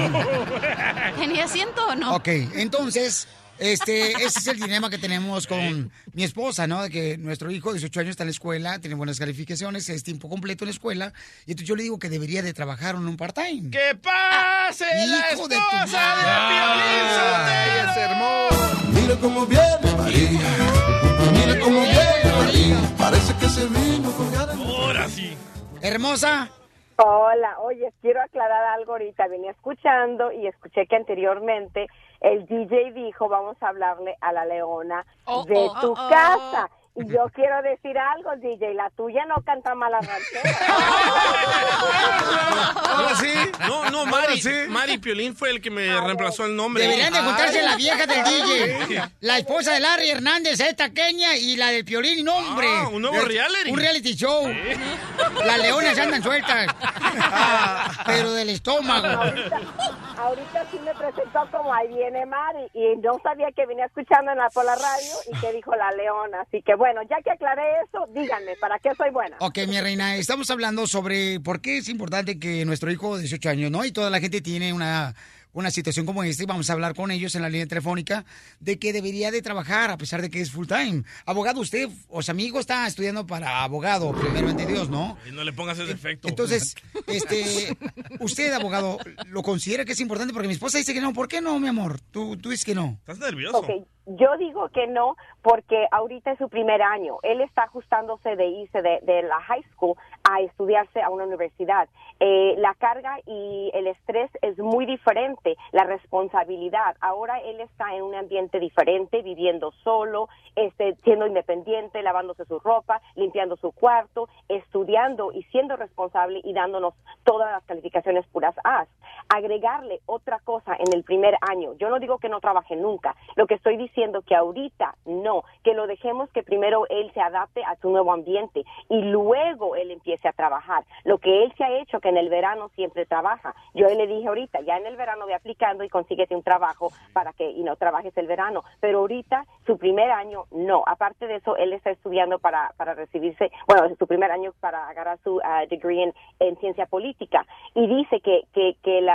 ¿Tenía asiento o no? Ok, entonces, este, ese es el dilema que tenemos con mi esposa, ¿no? De que nuestro hijo de dieciocho años está en la escuela, tiene buenas calificaciones, es tiempo completo en la escuela, y entonces yo le digo que debería de trabajar en un part-time. ¡Que pase la Hijo de esposa tu- de Piolín Sotelo! es hermoso! Mira cómo viene María, mira cómo viene María, parece que se vino con ganas. Ahora sí. Hermosa. Hola, oye, quiero aclarar algo ahorita. Venía escuchando y escuché que anteriormente el D J dijo, vamos a hablarle a la leona Oh, de oh, tu oh, oh. casa. Y yo quiero decir algo, D J, la tuya no canta mala ranchera. ¿Ahora sí? No, no, Mari, Mari Piolín fue el que me reemplazó el nombre. Deberían de juntarse Ay. la vieja del D J, la esposa de Larry Hernández, esta Kenia, y la del Piolín, no, hombre. Ah, un nuevo reality. Un reality show. Las leonas andan sueltas. Pero del estómago. Ahorita, ahorita sí me presentó como ahí viene Mari y no sabía que venía escuchando en la, por la radio y que dijo la leona. Así que bueno, ya que aclaré eso, díganme, ¿para qué soy buena? Ok, mi reina, estamos hablando sobre por qué es importante que nuestro hijo de dieciocho años, ¿no? Y toda la gente tiene una, una situación como esta y vamos a hablar con ellos en la línea telefónica de que debería de trabajar a pesar de que es full time. Abogado, usted, o sea, mi hijo está estudiando para abogado, primero ante Dios, ¿no? Y no le pongas ese efecto. Entonces, este, usted, abogado, ¿lo considera que es importante? Porque mi esposa dice que no. ¿Por qué no, mi amor? Tú, tú dices que no. ¿Estás nervioso? Ok, yo digo que no porque ahorita es su primer año. Él está ajustándose de irse de, de la high school a estudiarse a una universidad. Eh, la carga y el estrés es muy diferente, la responsabilidad. Ahora él está en un ambiente diferente, viviendo solo, este, siendo independiente, lavándose su ropa, limpiando su cuarto, estudiando y siendo responsable y dándonos todas las calificaciones puras A. Agregarle otra cosa en el primer año. Yo no digo que no trabaje nunca. Lo que estoy diciendo que ahorita no, que lo dejemos que primero él se adapte a su nuevo ambiente y luego él empiece a trabajar. Lo que él se ha hecho, que en el verano siempre trabaja. Yo le dije ahorita, ya en el verano ve aplicando y consíguete un trabajo para que y no trabajes el verano. Pero ahorita, su primer año, no. Aparte de eso, él está estudiando para, para recibirse, bueno, su primer año para agarrar su uh, degree en, en ciencia política. Y dice que, que, que la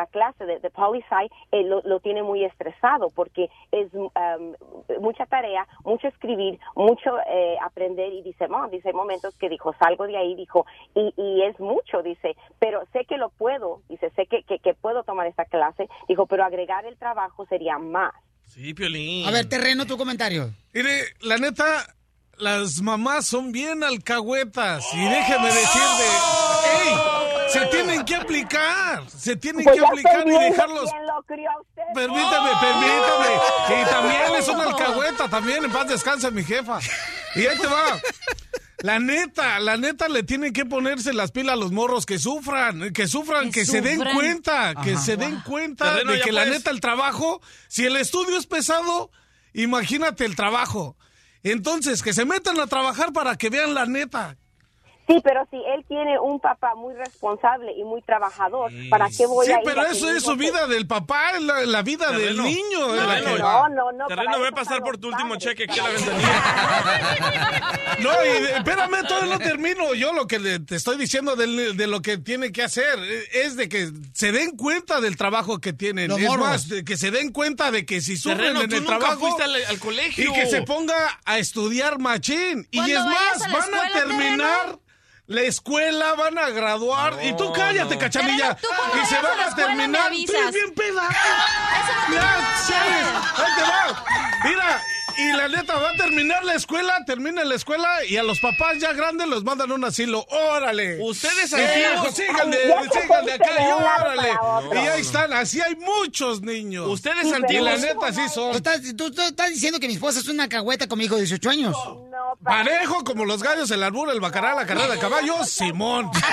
la clase de, de poli-sci eh, lo, lo tiene muy estresado porque es um, mucha tarea, mucho escribir, mucho eh, aprender y dice, no, dice, hay momentos que dijo, salgo de ahí, dijo, y, y es mucho, dice, pero sé que lo puedo, dice, sé que, que, que puedo tomar esta clase, dijo, pero agregar el trabajo sería más. Sí, Piolín. A ver, Terreno, tu comentario. Mire, la neta, las mamás son bien alcahuetas. Y déjeme decirle, ¡ey! Se tienen que aplicar. Se tienen Pues que ya aplicar estoy y viendo dejarlos. quién lo crió a usted. Permítame, permítame. Y también es una alcahueta, también. En paz descansa mi jefa. Y ahí te va. La neta, la neta le tienen que ponerse las pilas a los morros que sufran, que sufran, que, que se den cuenta, Ajá. que se den cuenta Terreno, de que la puedes... neta el trabajo, si el estudio es pesado, imagínate el trabajo. Entonces, que se metan a trabajar para que vean la neta. Sí, pero si él tiene un papá muy responsable y muy trabajador, sí. ¿para qué voy sí, a ir? Sí, pero eso es su vida que... del papá, la, la vida Terreno. del niño. No, la no, no, no, no. Terreno, voy a pasar por tu último cheque aquí a la ventanilla. No, y espérame, todavía no termino. Yo lo que le, te estoy diciendo de, de lo que tiene que hacer es de que se den cuenta del trabajo que tienen. Los es morros. Más, de que se den cuenta de que si sufren Terreno, en el trabajo... fuiste al, al colegio. Y que se ponga a estudiar machín. Y es más, a van escuela, a terminar... Terreno? La escuela, van a graduar. No, y tú cállate, no. Cachanilla. Y se van a, a terminar. Tú eres bien peda. Eso no ya, sabes. Ahí te va. Mira, y la neta, va a terminar la escuela, termina la escuela y a los papás ya grandes los mandan a un asilo. órale. Ustedes antiguos. Sigan de, sigan de acá y órale. No, y ahí están, así hay muchos niños. Ustedes antiguos. Y la neta, sí son. ¿Tú estás, tú, tú estás diciendo que mi esposa es una cagüeta con mi hijo de dieciocho años? No. Parejo como los gallos, el albur, el bacaral, la carrera de caballos, Simón. No, te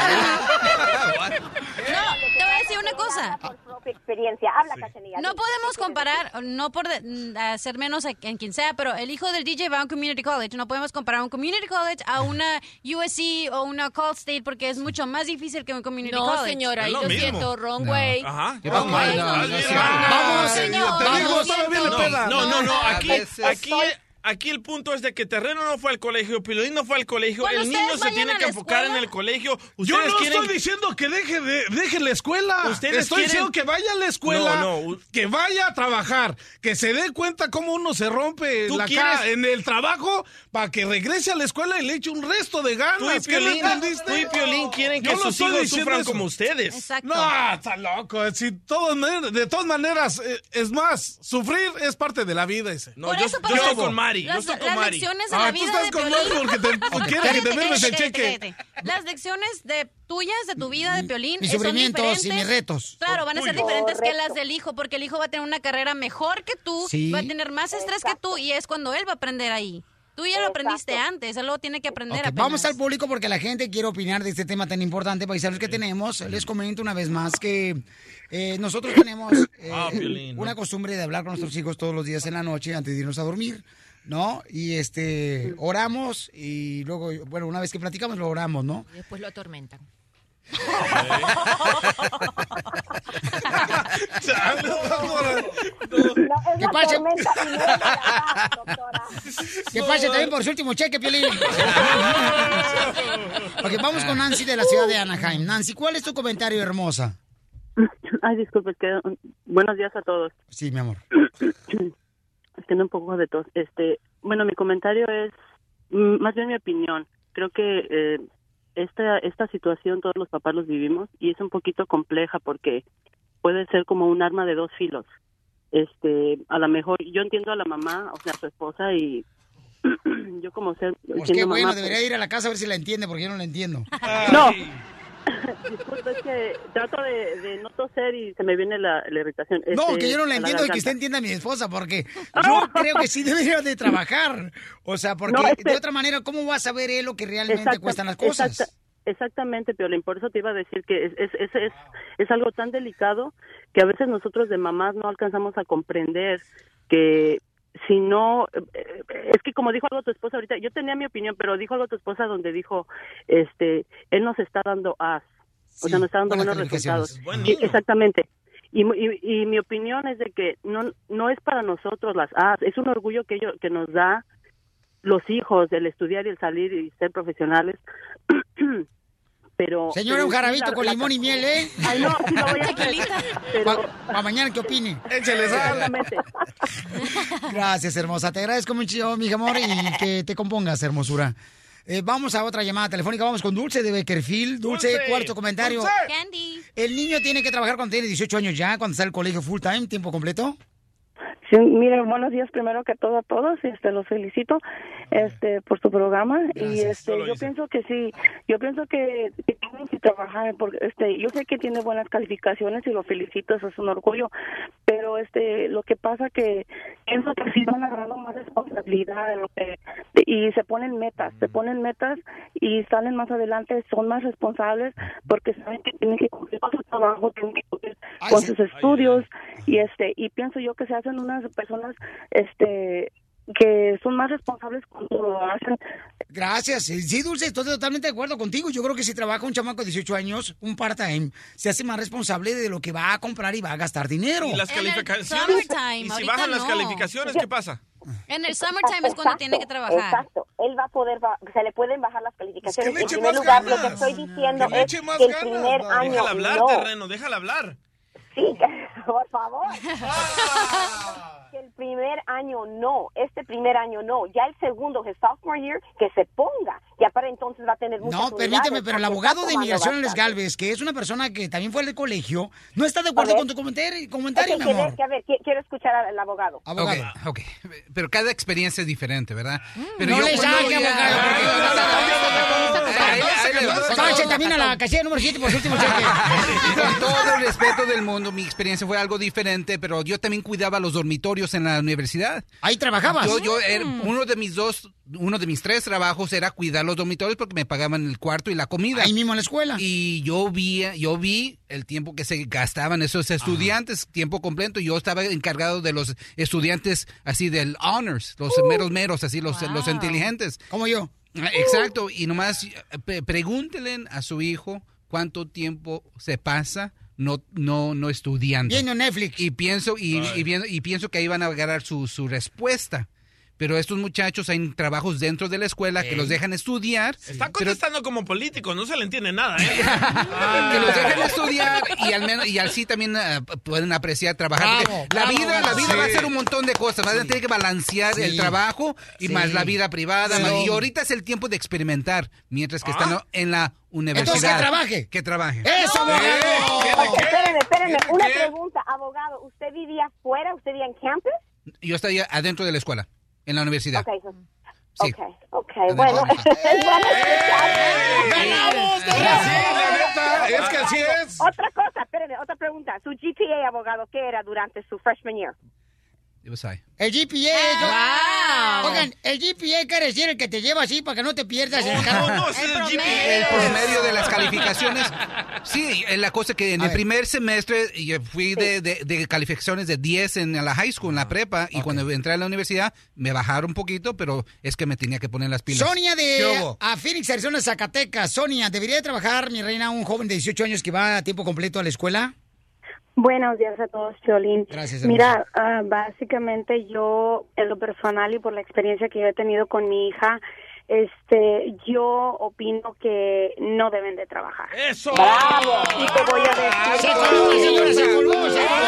voy a decir una cosa. Experiencia. Habla, sí. Cachanilla. No podemos comparar, no por hacer menos en quien sea, pero el hijo del D J va a un community college. No podemos comparar un community college a una U S C o una Cal State porque es mucho más difícil que un community no, college. No, señora, ahí lo, lo siento, wrong no. way. Ajá. Wrong way. No, no, vamos, señor. Te digo, no, no, no, no, aquí, aquí... Aquí el punto es de que Terreno no fue al colegio, Piolín no fue al colegio, bueno, el niño se tiene que enfocar en el colegio. Yo no quieren... estoy diciendo que deje, de, deje la escuela. Ustedes estoy quieren... diciendo que vaya a la escuela, no, no. que vaya a trabajar, que se dé cuenta cómo uno se rompe la quieres... cara en el trabajo para que regrese a la escuela y le eche un resto de ganas. Tú y Piolín, tú y Piolín quieren que sus hijos sufran eso. Como ustedes. Exacto. No, está loco. Si todo, de todas maneras, es más, sufrir es parte de la vida ese. No, yo, yo estoy con Mari, yo estoy con Mari. Las lecciones de la ah, vida tú estás de con Piolín. Porque te, okay. quieres que te firmes el cheque. Las lecciones de tuyas, de tu vida de Piolín, mis son sufrimientos y mis retos. Claro, van a ser diferentes Correcto. Que las del hijo, porque el hijo va a tener una carrera mejor que tú, sí. va a tener más estrés Exacto. que tú, y es cuando él va a aprender ahí. Tú ya lo aprendiste Exacto. antes, él lo tiene que aprender okay, vamos al público porque la gente quiere opinar de este tema tan importante, paisanos, que tenemos. Les comento una vez más que eh, nosotros tenemos eh, ah, Piolín, una ¿no? costumbre de hablar con nuestros hijos todos los días en la noche antes de irnos a dormir, ¿no? Y este, oramos y luego, bueno, una vez que platicamos lo oramos, ¿no? Y después lo atormentan. ¿Qué pasa? ¿Qué pasa también por su último cheque, Piolín? Ok, vamos con Nancy de la ciudad de Anaheim. Nancy, ¿cuál es tu comentario, hermosa? Ay, disculpe, es que buenos días a todos. Sí, mi amor. Es que no un poco de tos. Este, bueno, mi comentario es más bien mi opinión. Creo que eh, esta esta situación todos los papás los vivimos y es un poquito compleja porque puede ser como un arma de dos filos. Este, a lo mejor yo entiendo a la mamá, o sea, a su esposa, y yo como ser pues qué bueno, mamá, debería pues... ir a la casa a ver si la entiende porque yo no la entiendo. No. Disculpe, es que trato de, de no toser y se me viene la, la irritación. No, este, que yo no la entiendo y que usted entienda a mi esposa, porque yo creo que sí debería de trabajar. O sea, porque no, este, de otra manera, ¿cómo va a saber él lo que realmente exacta, cuestan las cosas? Exacta, exactamente, Piolín. Por eso te iba a decir que es, es, es, es, es algo tan delicado que a veces nosotros de mamás no alcanzamos a comprender que... Si no, es que como dijo algo tu esposa ahorita, yo tenía mi opinión, pero dijo algo tu esposa donde dijo, este, él nos está dando as, sí, o sea, nos está dando buenos resultados. Buen y, exactamente. Y, y, y mi opinión es de que no no es para nosotros las as, es un orgullo que ellos, que nos da los hijos, el estudiar y el salir y ser profesionales. pero... Señora, pero un sí, jarabito la- con la- limón y miel, ¿eh? Ay, no, sí lo voy a hacer. Pero... Para mañana, ¿qué opine? Échale sal. Exactamente. Gracias, hermosa. Te agradezco mucho, mi amor, y que te compongas, hermosura. Eh, vamos a otra llamada telefónica. Vamos con Dulce de Beckerfield. Dulce, Dulce. cuarto comentario. Dulce. Candy. ¿El niño tiene que trabajar cuando tiene dieciocho años ya, cuando está en el colegio full time, tiempo completo? Sí, mire, buenos días primero que todo a todos, este, los felicito, este, por su programa. Y este, yo pienso que sí, yo pienso que, que tienen que trabajar, porque este, yo sé que tiene buenas calificaciones y lo felicito, eso es un orgullo, pero este, lo que pasa que pienso que sí van agarrando más responsabilidad de lo que, de- y se ponen metas, se ponen metas y salen más adelante, son más responsables porque saben que tienen que cumplir con su trabajo, tienen que cumplir con sus estudios y este, y pienso yo que se hacen unas personas, este, que son más responsables cuando lo hacen. Gracias. Sí, sí, Dulce, estoy totalmente de acuerdo contigo. Yo creo que si trabaja un chamaco de dieciocho años, un part-time, se hace más responsable de lo que va a comprar y va a gastar dinero. ¿Y las calificaciones? summertime, ¿Y si ahorita bajan las no. calificaciones, qué pasa? En el summertime es cuando tiene que trabajar. Exacto. Él va a poder, ba- se le pueden bajar las calificaciones. Es que le En eche primer más lugar, lo ganas. que estoy diciendo Que le es eche más que el ganas, primer no. año Déjala hablar, no. terreno, déjala hablar. Sí, por favor. Que el primer año no, este primer año no, ya el segundo, el sophomore year, que se ponga, ya para entonces va a tener muchas No, permíteme, unidades, pero el porque abogado está de tomando inmigración, Alex bastante. Galvez, que es una persona que también fue al colegio, no está de acuerdo A ver. con tu comentario, comentario Es que mi quiere- amor. que a ver, qui- quiero escuchar al abogado. Ok, ok. Pero cada experiencia es diferente, ¿verdad? Pero No yo le cuando saque, voy a- Sánchez también a la casilla número siete por su último cheque. Con todo el respeto del mundo, mi experiencia fue algo diferente, pero yo también cuidaba los dormitorios en la universidad. ¿Ahí trabajabas? Yo, yo era- uno de mis dos, uno de mis tres trabajos era cuidar los dormitorios porque me pagaban el cuarto y la comida. Ahí mismo en la escuela. Y yo vi, yo vi el tiempo que se gastaban esos estudiantes, tiempo completo. Yo estaba encargado de los estudiantes así del honors, los meros meros, así los, los inteligentes. Como yo. Ah, Exacto, y nomás eh, pe- pregúntenle a su hijo cuánto tiempo se pasa no no no estudiando. Viendo Netflix. Y pienso y, y, viendo- y pienso que ahí van a agarrar su, su respuesta. Pero estos muchachos hay trabajos dentro de la escuela que los dejan estudiar. Está contestando como político, no se le entiende nada, ¿eh? Que los dejan estudiar y al menos y así también eh, pueden apreciar trabajar. Bravo, Porque la bravo, vida, la vida sí. va a ser un montón de cosas. Van a tener que balancear Sí. el trabajo y Sí. más la vida privada. Sí. más- y ahorita es el tiempo de experimentar mientras que están en la universidad. Entonces, que trabaje. Que trabaje. ¡Eso, abogado! Espérenme, espérenme, ¿Qué? una ¿Qué? pregunta, abogado. ¿Usted vivía afuera? ¿Usted vivía en campus? Yo estoy adentro de la escuela, en la universidad. Ok, so- Sí. ok, ok, bueno. ¡Ganamos! Es que así es. Otra cosa, espérenme, otra pregunta. Su G P A, abogado, ¿qué era durante su freshman year? It was high. El G P A. yo- Oigan, el G P A quiere decir el que te lleva así para que no te pierdas en el carro. No, no, es el G P A. El promedio de las calificaciones. Sí, es la cosa que en A el ver. primer semestre yo fui de, de- de calificaciones de diez en la high school, en la prepa, y cuando entré a la universidad me bajaron un poquito, pero es que me tenía que poner las pilas. Sonia ¿Qué de hubo? a Phoenix, Arizona, Zacatecas. Sonia, ¿debería de trabajar, mi reina, un joven de dieciocho años que va a tiempo completo a la escuela? Buenos días a todos, Piolín. Gracias, Mira, ah, básicamente yo, en lo personal y por la experiencia que yo he tenido con mi hija, este, yo opino que no deben de trabajar. ¡Eso! ¡Bravo! Y te voy a decir... ¡Se por colgó, qué. señora, se colgó,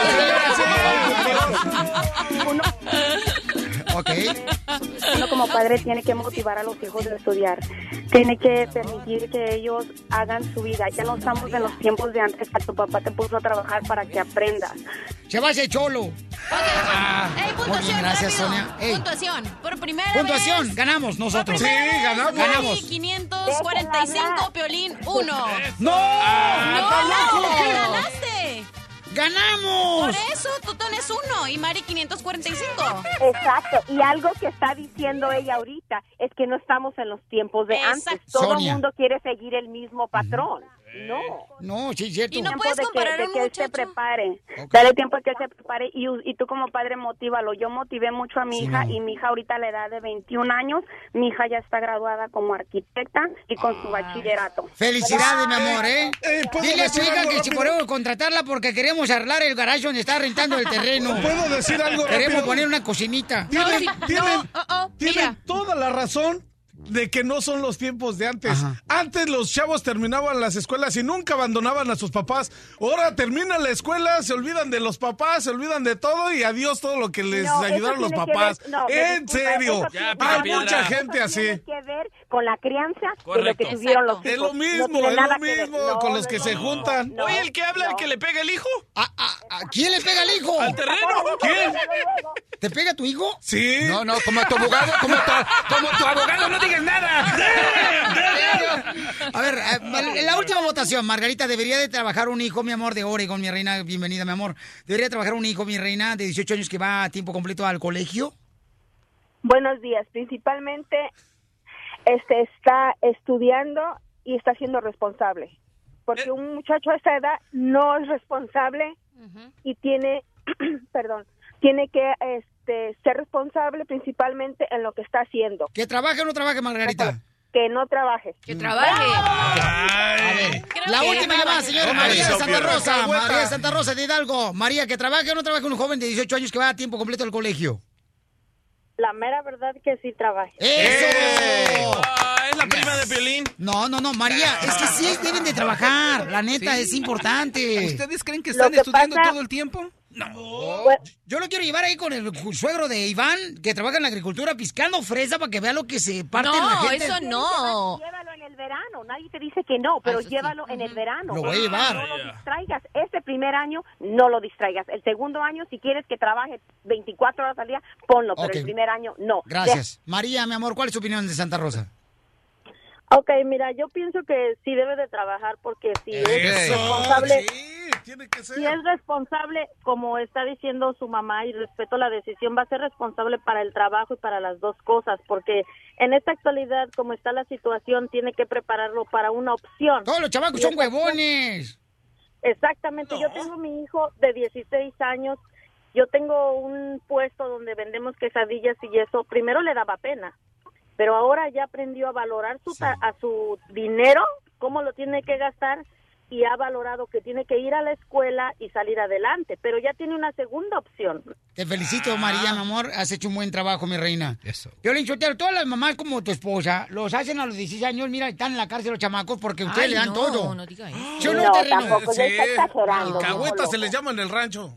se colgó, Uno, Ok. uno como padre tiene que motivar a los hijos a estudiar. Tiene que permitir que ellos hagan su vida. Ya no estamos en los tiempos de antes que tu papá te puso a trabajar para que aprendas. Se va ese cholo. Ey, puntuación, Muy bien, gracias, rápido. Sonia. Ey. Puntuación. Por primera Puntuación, vez. ganamos nosotros. Por primera vez, ganamos. Mari, Ganamos. quinientos cuarenta y cinco, Piolín, uno. ¡No! ¡No! ¡No! ¡Ganaste! ¡Ganamos! Por eso, tú tienes uno y Mari quinientos cuarenta y cinco. Exacto, y algo que está diciendo ella ahorita es que no estamos en los tiempos de Exacto. antes. Todo el Sonia. mundo quiere seguir el mismo patrón. No. No, sí, cierto. Y no Tiempo puedes de que- comparar de a un que él se muchacho. prepare. Dale tiempo a que él se prepare y, y tú como padre motívalo. Yo motivé mucho a mi Sí, hija no. y mi hija ahorita a la edad de veintiún años, mi hija ya está graduada como arquitecta y con su bachillerato. Felicidades, mi amor, ¿eh? Eh, ¿puedo Dile a tu decir hija algo que si rápido? podemos contratarla porque queremos arreglar el garage donde está rentando el terreno. ¿Puedo decir algo Queremos rápido? poner una cocinita. Tienen, No, tienen, oh, oh, tienen mira. toda la razón de que no son los tiempos de antes. Ajá. Antes los chavos terminaban las escuelas y nunca abandonaban a sus papás. Ahora terminan la escuela, se olvidan de los papás, se olvidan de todo y adiós todo lo que les No, ayudaron los tiene que papás. ver- no, en disculpa, serio, eso tiene que hay ver- mucha eso gente así. Tiene que ver con la crianza de lo Correcto. que tuvieron los hijos. Es lo mismo, No tiene es nada lo que ver. mismo No, con los no, que no, se no, juntan. no, Oye, el que habla, el que le pega el hijo. ¿A, a, a quién le pega al hijo? ¿Al terreno? ¿Quién? ¿Te pega tu hijo? Sí. No, no, como tu abogado, como tu, como tu abogado, no digas nada. A ver, eh, la última votación, Margarita, ¿debería de trabajar un hijo, mi amor, de Oregon, mi reina? Bienvenida, mi amor. ¿Debería trabajar un hijo, mi reina, de dieciocho años que va a tiempo completo al colegio? Buenos días. Principalmente, este está estudiando y está siendo responsable. Porque un muchacho a esta edad no es responsable y tiene, perdón, tiene que este, ser responsable principalmente en lo que está haciendo. ¿Que trabaje o no trabaje, Margarita? Que no trabaje. Que trabaje. A ver, la que última llamada, trabaje. señora María de Santa Rosa. María de Santa Rosa de Hidalgo. María, ¿que trabaje o no trabaje un joven de dieciocho años que va a tiempo completo al colegio? La mera verdad que sí trabaje. ¡Eso! Ah, es la prima de Piolín. No, no, no, María, es que sí deben de trabajar. La neta, Sí. es importante. ¿Ustedes creen que Lo están que estudiando pasa- todo el tiempo? No. Yo lo quiero llevar ahí con el suegro de Iván, que trabaja en la agricultura, piscando fresa para que vea lo que se parte No, en la gente. eso no. Llévalo en el verano, nadie te dice que no, pero Eso sí. llévalo en el verano. Lo voy a llevar. No lo distraigas. Este primer año no lo distraigas. El segundo año, si quieres que trabaje veinticuatro horas al día, ponlo, pero Ok. el primer año no. Gracias. María, mi amor, ¿cuál es tu opinión de Santa Rosa? Ok, mira, yo pienso que sí debe de trabajar porque si es Eso, responsable, sí, tiene que ser. si es responsable, como está diciendo su mamá, y respeto la decisión, va a ser responsable para el trabajo y para las dos cosas, porque en esta actualidad, como está la situación, tiene que prepararlo para una opción. Todos los chamacos son huevones. Exactamente, yo tengo mi hijo de dieciséis años, yo tengo un puesto donde vendemos quesadillas y eso, primero le daba pena, pero ahora ya aprendió a valorar su ta- a su dinero, cómo lo tiene que gastar, y ha valorado que tiene que ir a la escuela y salir adelante, pero ya tiene una segunda opción. Te felicito, María, mi amor. Has hecho un buen trabajo, mi reina. Eso. Piolín Sotelo, todas las mamás como tu esposa, los hacen a los dieciséis años, mira, están en la cárcel los chamacos porque ustedes Ay, le dan no, todo. no diga eso. ¿Sí o no, No, terreno? tampoco, ya está exagerando. Alcahuetas viejo se les loco. llama en el rancho.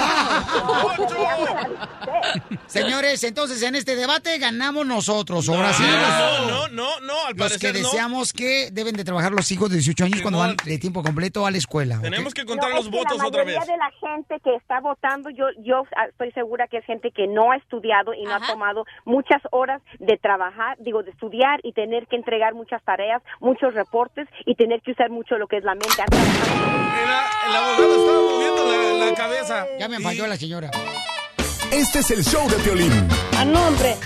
Señores, entonces en este debate ganamos nosotros. Ahora sí, No, no, no, no, al los que parecer no. deseamos que deben de trabajar los hijos de dieciocho años cuando van de tiempo completo a la escuela. ¿ok? Tenemos que contar No, los es que votos la otra mayoría vez. de la gente que está votando, yo yo estoy segura que es gente que no ha estudiado y no Ajá. ha tomado muchas horas de trabajar, digo, de estudiar y tener que entregar muchas tareas, muchos reportes y tener que usar mucho lo que es la mente. El, el abogado estaba moviendo la, la cabeza. Ya me falló la señora. Este es el show de Piolín. ¡A nombre!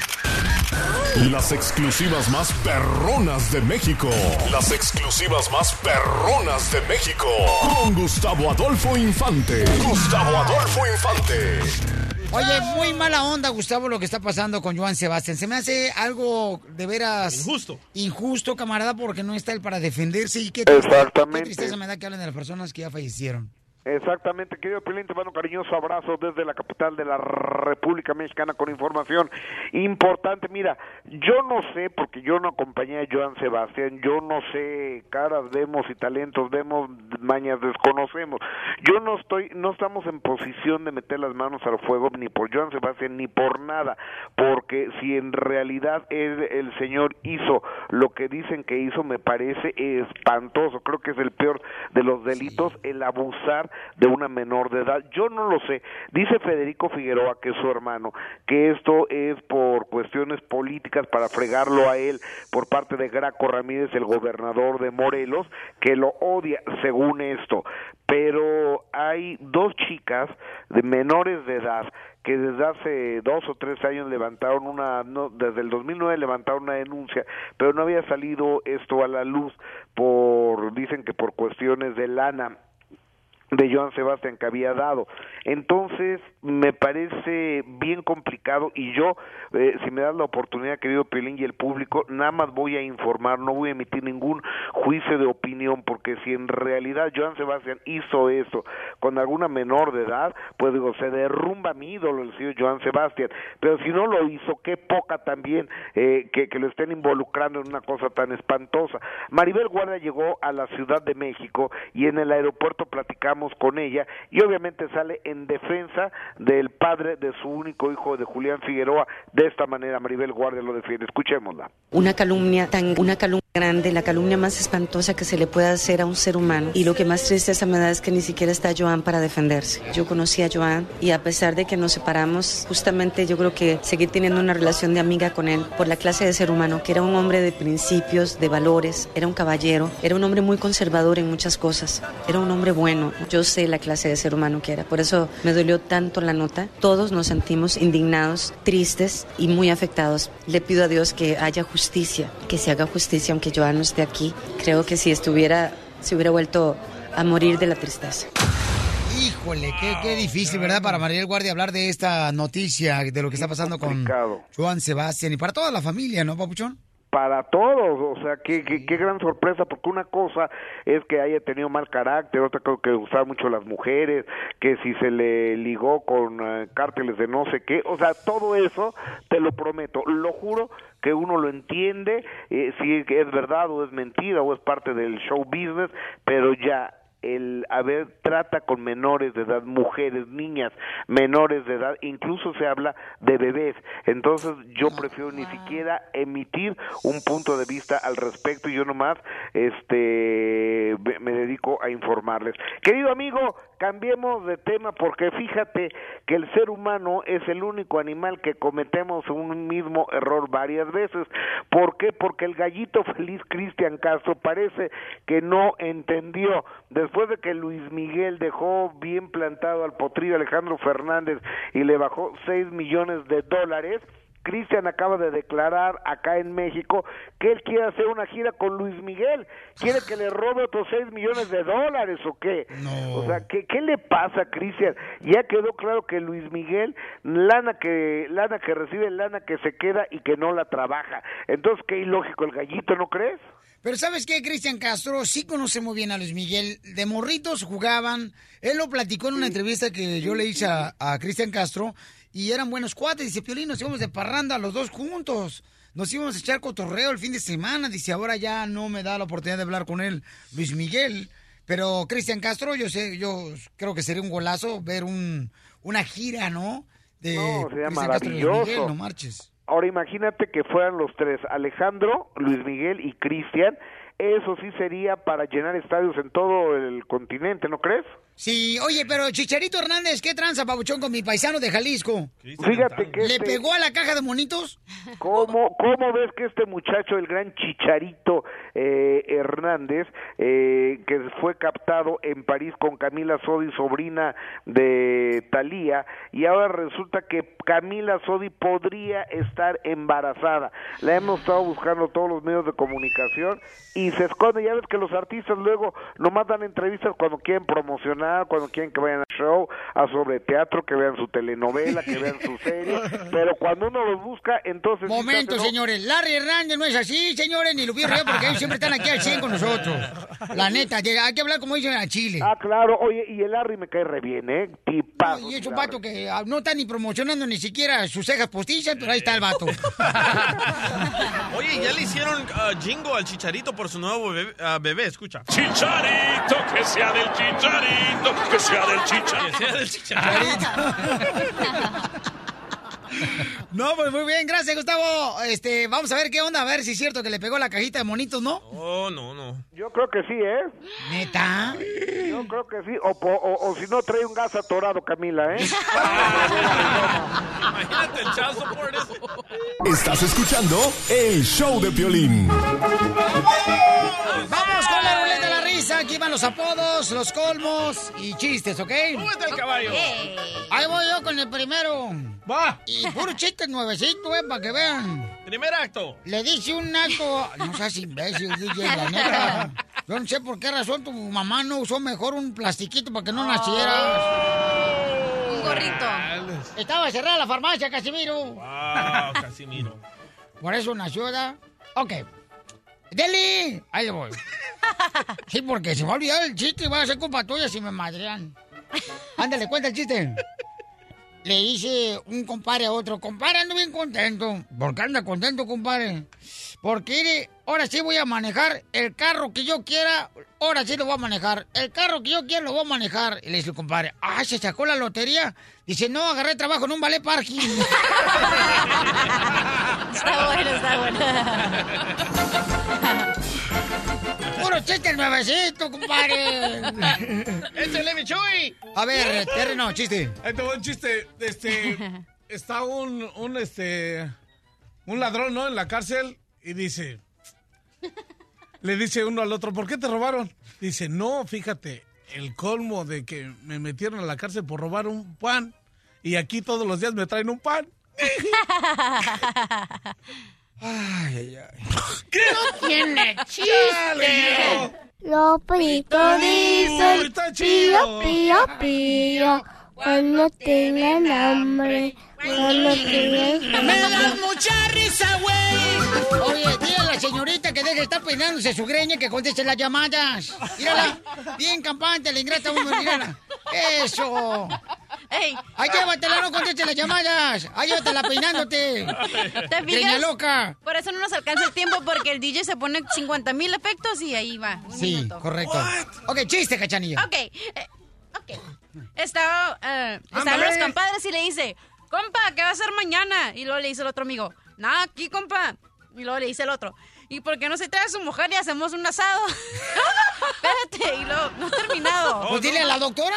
Las exclusivas más perronas de México. Las exclusivas más perronas de México. Con Gustavo Adolfo Infante. Gustavo Adolfo Infante. Oye, muy mala onda, Gustavo, lo que está pasando con Joan Sebastián. Se me hace algo de veras... Injusto. Injusto, camarada, porque no está él para defenderse. Y qué, Exactamente. qué tristeza me da que hablen de las personas que ya fallecieron. Exactamente, querido Piolín, te mando un cariñoso abrazo desde la capital de la República Mexicana con información importante. Mira, yo no sé, porque yo no acompañé a Joan Sebastián, yo no sé, caras vemos y talentos vemos, mañas desconocemos. Yo no estoy, no estamos en posición de meter las manos al fuego ni por Joan Sebastián ni por nada, porque si en realidad el, el señor hizo lo que dicen que hizo, me parece espantoso. Creo que es el peor de los delitos, el abusar de una menor de edad. Yo no lo sé. Dice Federico Figueroa, que es su hermano, que esto es por cuestiones políticas para fregarlo a él por parte de Graco Ramírez, el gobernador de Morelos, que lo odia según esto. Pero hay dos chicas de menores de edad que desde hace dos o tres años levantaron una, no, desde el dos mil nueve levantaron una denuncia, pero no había salido esto a la luz por, dicen que por cuestiones de lana de Joan Sebastián que había dado. Entonces me parece bien complicado y yo, eh, si me das la oportunidad, querido Piolín, y el público, nada más voy a informar, no voy a emitir ningún juicio de opinión, porque si en realidad Joan Sebastián hizo eso con alguna menor de edad, pues digo, se derrumba mi ídolo, el señor Joan Sebastián, pero si no lo hizo, qué poca también eh, que, que lo estén involucrando en una cosa tan espantosa. Maribel Guardia llegó a la Ciudad de México y en el aeropuerto platicamos con ella y obviamente sale en defensa del padre de su único hijo, de Julián Figueroa. De esta manera Maribel Guardia lo defiende. Escuchémosla. Una calumnia tan, una calumnia grande, la calumnia más espantosa que se le puede hacer a un ser humano. Y lo que más tristeza me da es que ni siquiera está Joan para defenderse. Yo conocí a Joan y a pesar de que nos separamos, justamente yo creo que seguí teniendo una relación de amiga con él por la clase de ser humano, que era un hombre de principios, de valores, era un caballero, era un hombre muy conservador en muchas cosas, era un hombre bueno. Yo sé la clase de ser humano que era, por eso me dolió tanto la nota. Todos nos sentimos indignados, tristes y muy afectados. Le pido a Dios que haya justicia, que se haga justicia, aunque Joan no esté aquí. Creo que si estuviera, se hubiera vuelto a morir de la tristeza. Híjole, qué, qué difícil, ¿verdad? Para Maribel Guardia hablar de esta noticia, de lo que está pasando con Joan Sebastián y para toda la familia, ¿no, papuchón? Para todos, o sea, qué, qué, qué gran sorpresa, porque una cosa es que haya tenido mal carácter, otra cosa que le gustaban mucho las mujeres, que si se le ligó con uh, cárteles de no sé qué, o sea, todo eso, te lo prometo, lo juro que uno lo entiende, eh, si es verdad o es mentira o es parte del show business, pero ya el haber trata con menores de edad, mujeres, niñas menores de edad, incluso se habla de bebés, entonces yo prefiero ni siquiera emitir un punto de vista al respecto y yo nomás este me dedico a informarles. Querido amigo, cambiemos de tema porque fíjate que el ser humano es el único animal que cometemos un mismo error varias veces. ¿Por qué? Porque el gallito feliz Cristian Castro parece que no entendió. Después de que Luis Miguel dejó bien plantado al potrillo Alejandro Fernández y le bajó seis millones de dólares, Cristian acaba de declarar acá en México que él quiere hacer una gira con Luis Miguel, quiere que le robe otros seis millones de dólares o qué. No. O sea, ¿qué, qué le pasa a Cristian? Ya quedó claro que Luis Miguel, lana que lana que recibe, lana que se queda y que no la trabaja. Entonces, qué ilógico el gallito, ¿no crees? Pero ¿sabes qué? Cristian Castro sí conoce muy bien a Luis Miguel. De morritos jugaban. Él lo platicó en una entrevista que yo le hice a, a Cristian Castro y eran buenos cuates. Dice, Piolín, nos íbamos de parranda los dos juntos. Nos íbamos a echar cotorreo el fin de semana. Dice, ahora ya no me da la oportunidad de hablar con él, Luis Miguel. Pero Cristian Castro, yo sé, yo creo que sería un golazo ver un una gira, ¿no? De no, sería Cristian maravilloso. Castro y Luis Miguel, no marches. Ahora imagínate que fueran los tres, Alejandro, Luis Miguel y Cristian, eso sí sería para llenar estadios en todo el continente, ¿no crees? Sí, oye, pero Chicharito Hernández, ¿qué tranza, papuchón, con mi paisano de Jalisco? Fíjate que ¿Le este... pegó a la caja de monitos? ¿Cómo, cómo ves que este muchacho, el gran Chicharito eh, Hernández, eh, que fue captado en París con Camila Sodi, sobrina de Thalía, y ahora resulta que Camila Sodi podría estar embarazada? La hemos estado buscando todos los medios de comunicación y se esconde. Ya ves que los artistas luego nomás dan entrevistas cuando quieren promocionar, cuando quieren que vayan a show, a sobre teatro, que vean su telenovela, que vean su serie, pero cuando uno los busca, entonces... Momento, ¿no? señores, Larry Hernández no es así, señores, ni Lupillo Rivera, porque ellos siempre están aquí al cien con nosotros. La neta, hay que hablar como dicen a Chile. Ah, claro, oye, y el Larry me cae re bien, ¿eh? Tipazo. Y es un vato que no está ni promocionando ni siquiera sus cejas postizas, pero ahí está el vato. Oye, ya le hicieron uh, jingo al Chicharito por su nuevo bebé, uh, bebé, escucha. Chicharito, que sea del Chicharito, que sea del Chicharito. Que sea del Chicharito. No, pues muy bien, gracias, Gustavo. Este, vamos a ver qué onda, a ver si es cierto que le pegó la cajita de monitos, ¿no? Oh, no, no. Yo creo que sí, ¿eh? ¿Neta? Yo creo que sí, o, o, o si no trae un gas atorado, Camila, ¿eh? Imagínate el chazo por eso. Estás escuchando el show de Piolín. Vamos con la ruleta de la risa. Aquí van los apodos, los colmos y chistes, ¿ok? ¡Súbete el caballo! Ahí voy yo con el primero. ¡Va! Y puro chiste nuevecito, eh, para que vean. Primer acto. Le dice un acto... No seas imbécil, D J, la neta. Yo no sé por qué razón tu mamá no usó mejor un plastiquito para que no nacieras. Un gorrito. Estaba cerrada la farmacia, Casimiro. Wow, Casimiro. Por eso nació, ¿verdad? Ok. ¡Deli! Ahí le voy. Sí, porque se me va a olvidar el chiste y va a ser culpa tuya si me madrean. Ándale, cuenta el chiste. Le dice un compadre a otro, compadre, ando bien contento. ¿Por qué anda contento, compadre? Porque mire, ahora sí voy a manejar el carro que yo quiera, ahora sí lo voy a manejar. El carro que yo quiera lo voy a manejar. Y le dice el compadre, ah, ¿se sacó la lotería? Dice, no, agarré trabajo en un ballet parking. Está bueno, está bueno. Puro chiste nuevecito, compadre. ¡Échale, mi Chuy! A ver, terreno, chiste. Ahí te voy un chiste. Este, está un, un, este, un ladrón, ¿no? En la cárcel y dice, le dice uno al otro, ¿por qué te robaron? Dice, no, fíjate, el colmo de que me metieron a la cárcel por robar un pan y aquí todos los días me traen un pan. Ay, ay, ay. ¿Qué? No tiene chiste. Lopito dice, pío, pío, pío, cuando tengan hambre, cuando tengan ¡Me das mucha risa, güey! Oye, dile a la señorita que deje de estar peinándose su greña y que conteste las llamadas. Mírala, bien campante, la ingrata uno, mírala. ¡Eso! ¡Ey! ¡Ay, llévatela, no conteste las llamadas! ¡Ay, llévatela peinándote! ¿Te Greña fijas? loca. Por eso no nos alcanza el tiempo, porque el D J se pone cincuenta mil efectos y ahí va. Un Sí, minuto. correcto. Ok, chiste, Cachanilla. Ok, eh, ok. Estaba, eh, estaban Ándale. los compadres y le dice, compa, ¿qué va a hacer mañana? Y luego le dice el otro amigo, nada, aquí, compa. Y luego le dice el otro, ¿y por qué no se trae a su mujer y hacemos un asado? Espérate, y luego, no he terminado. Pues dile a la doctora.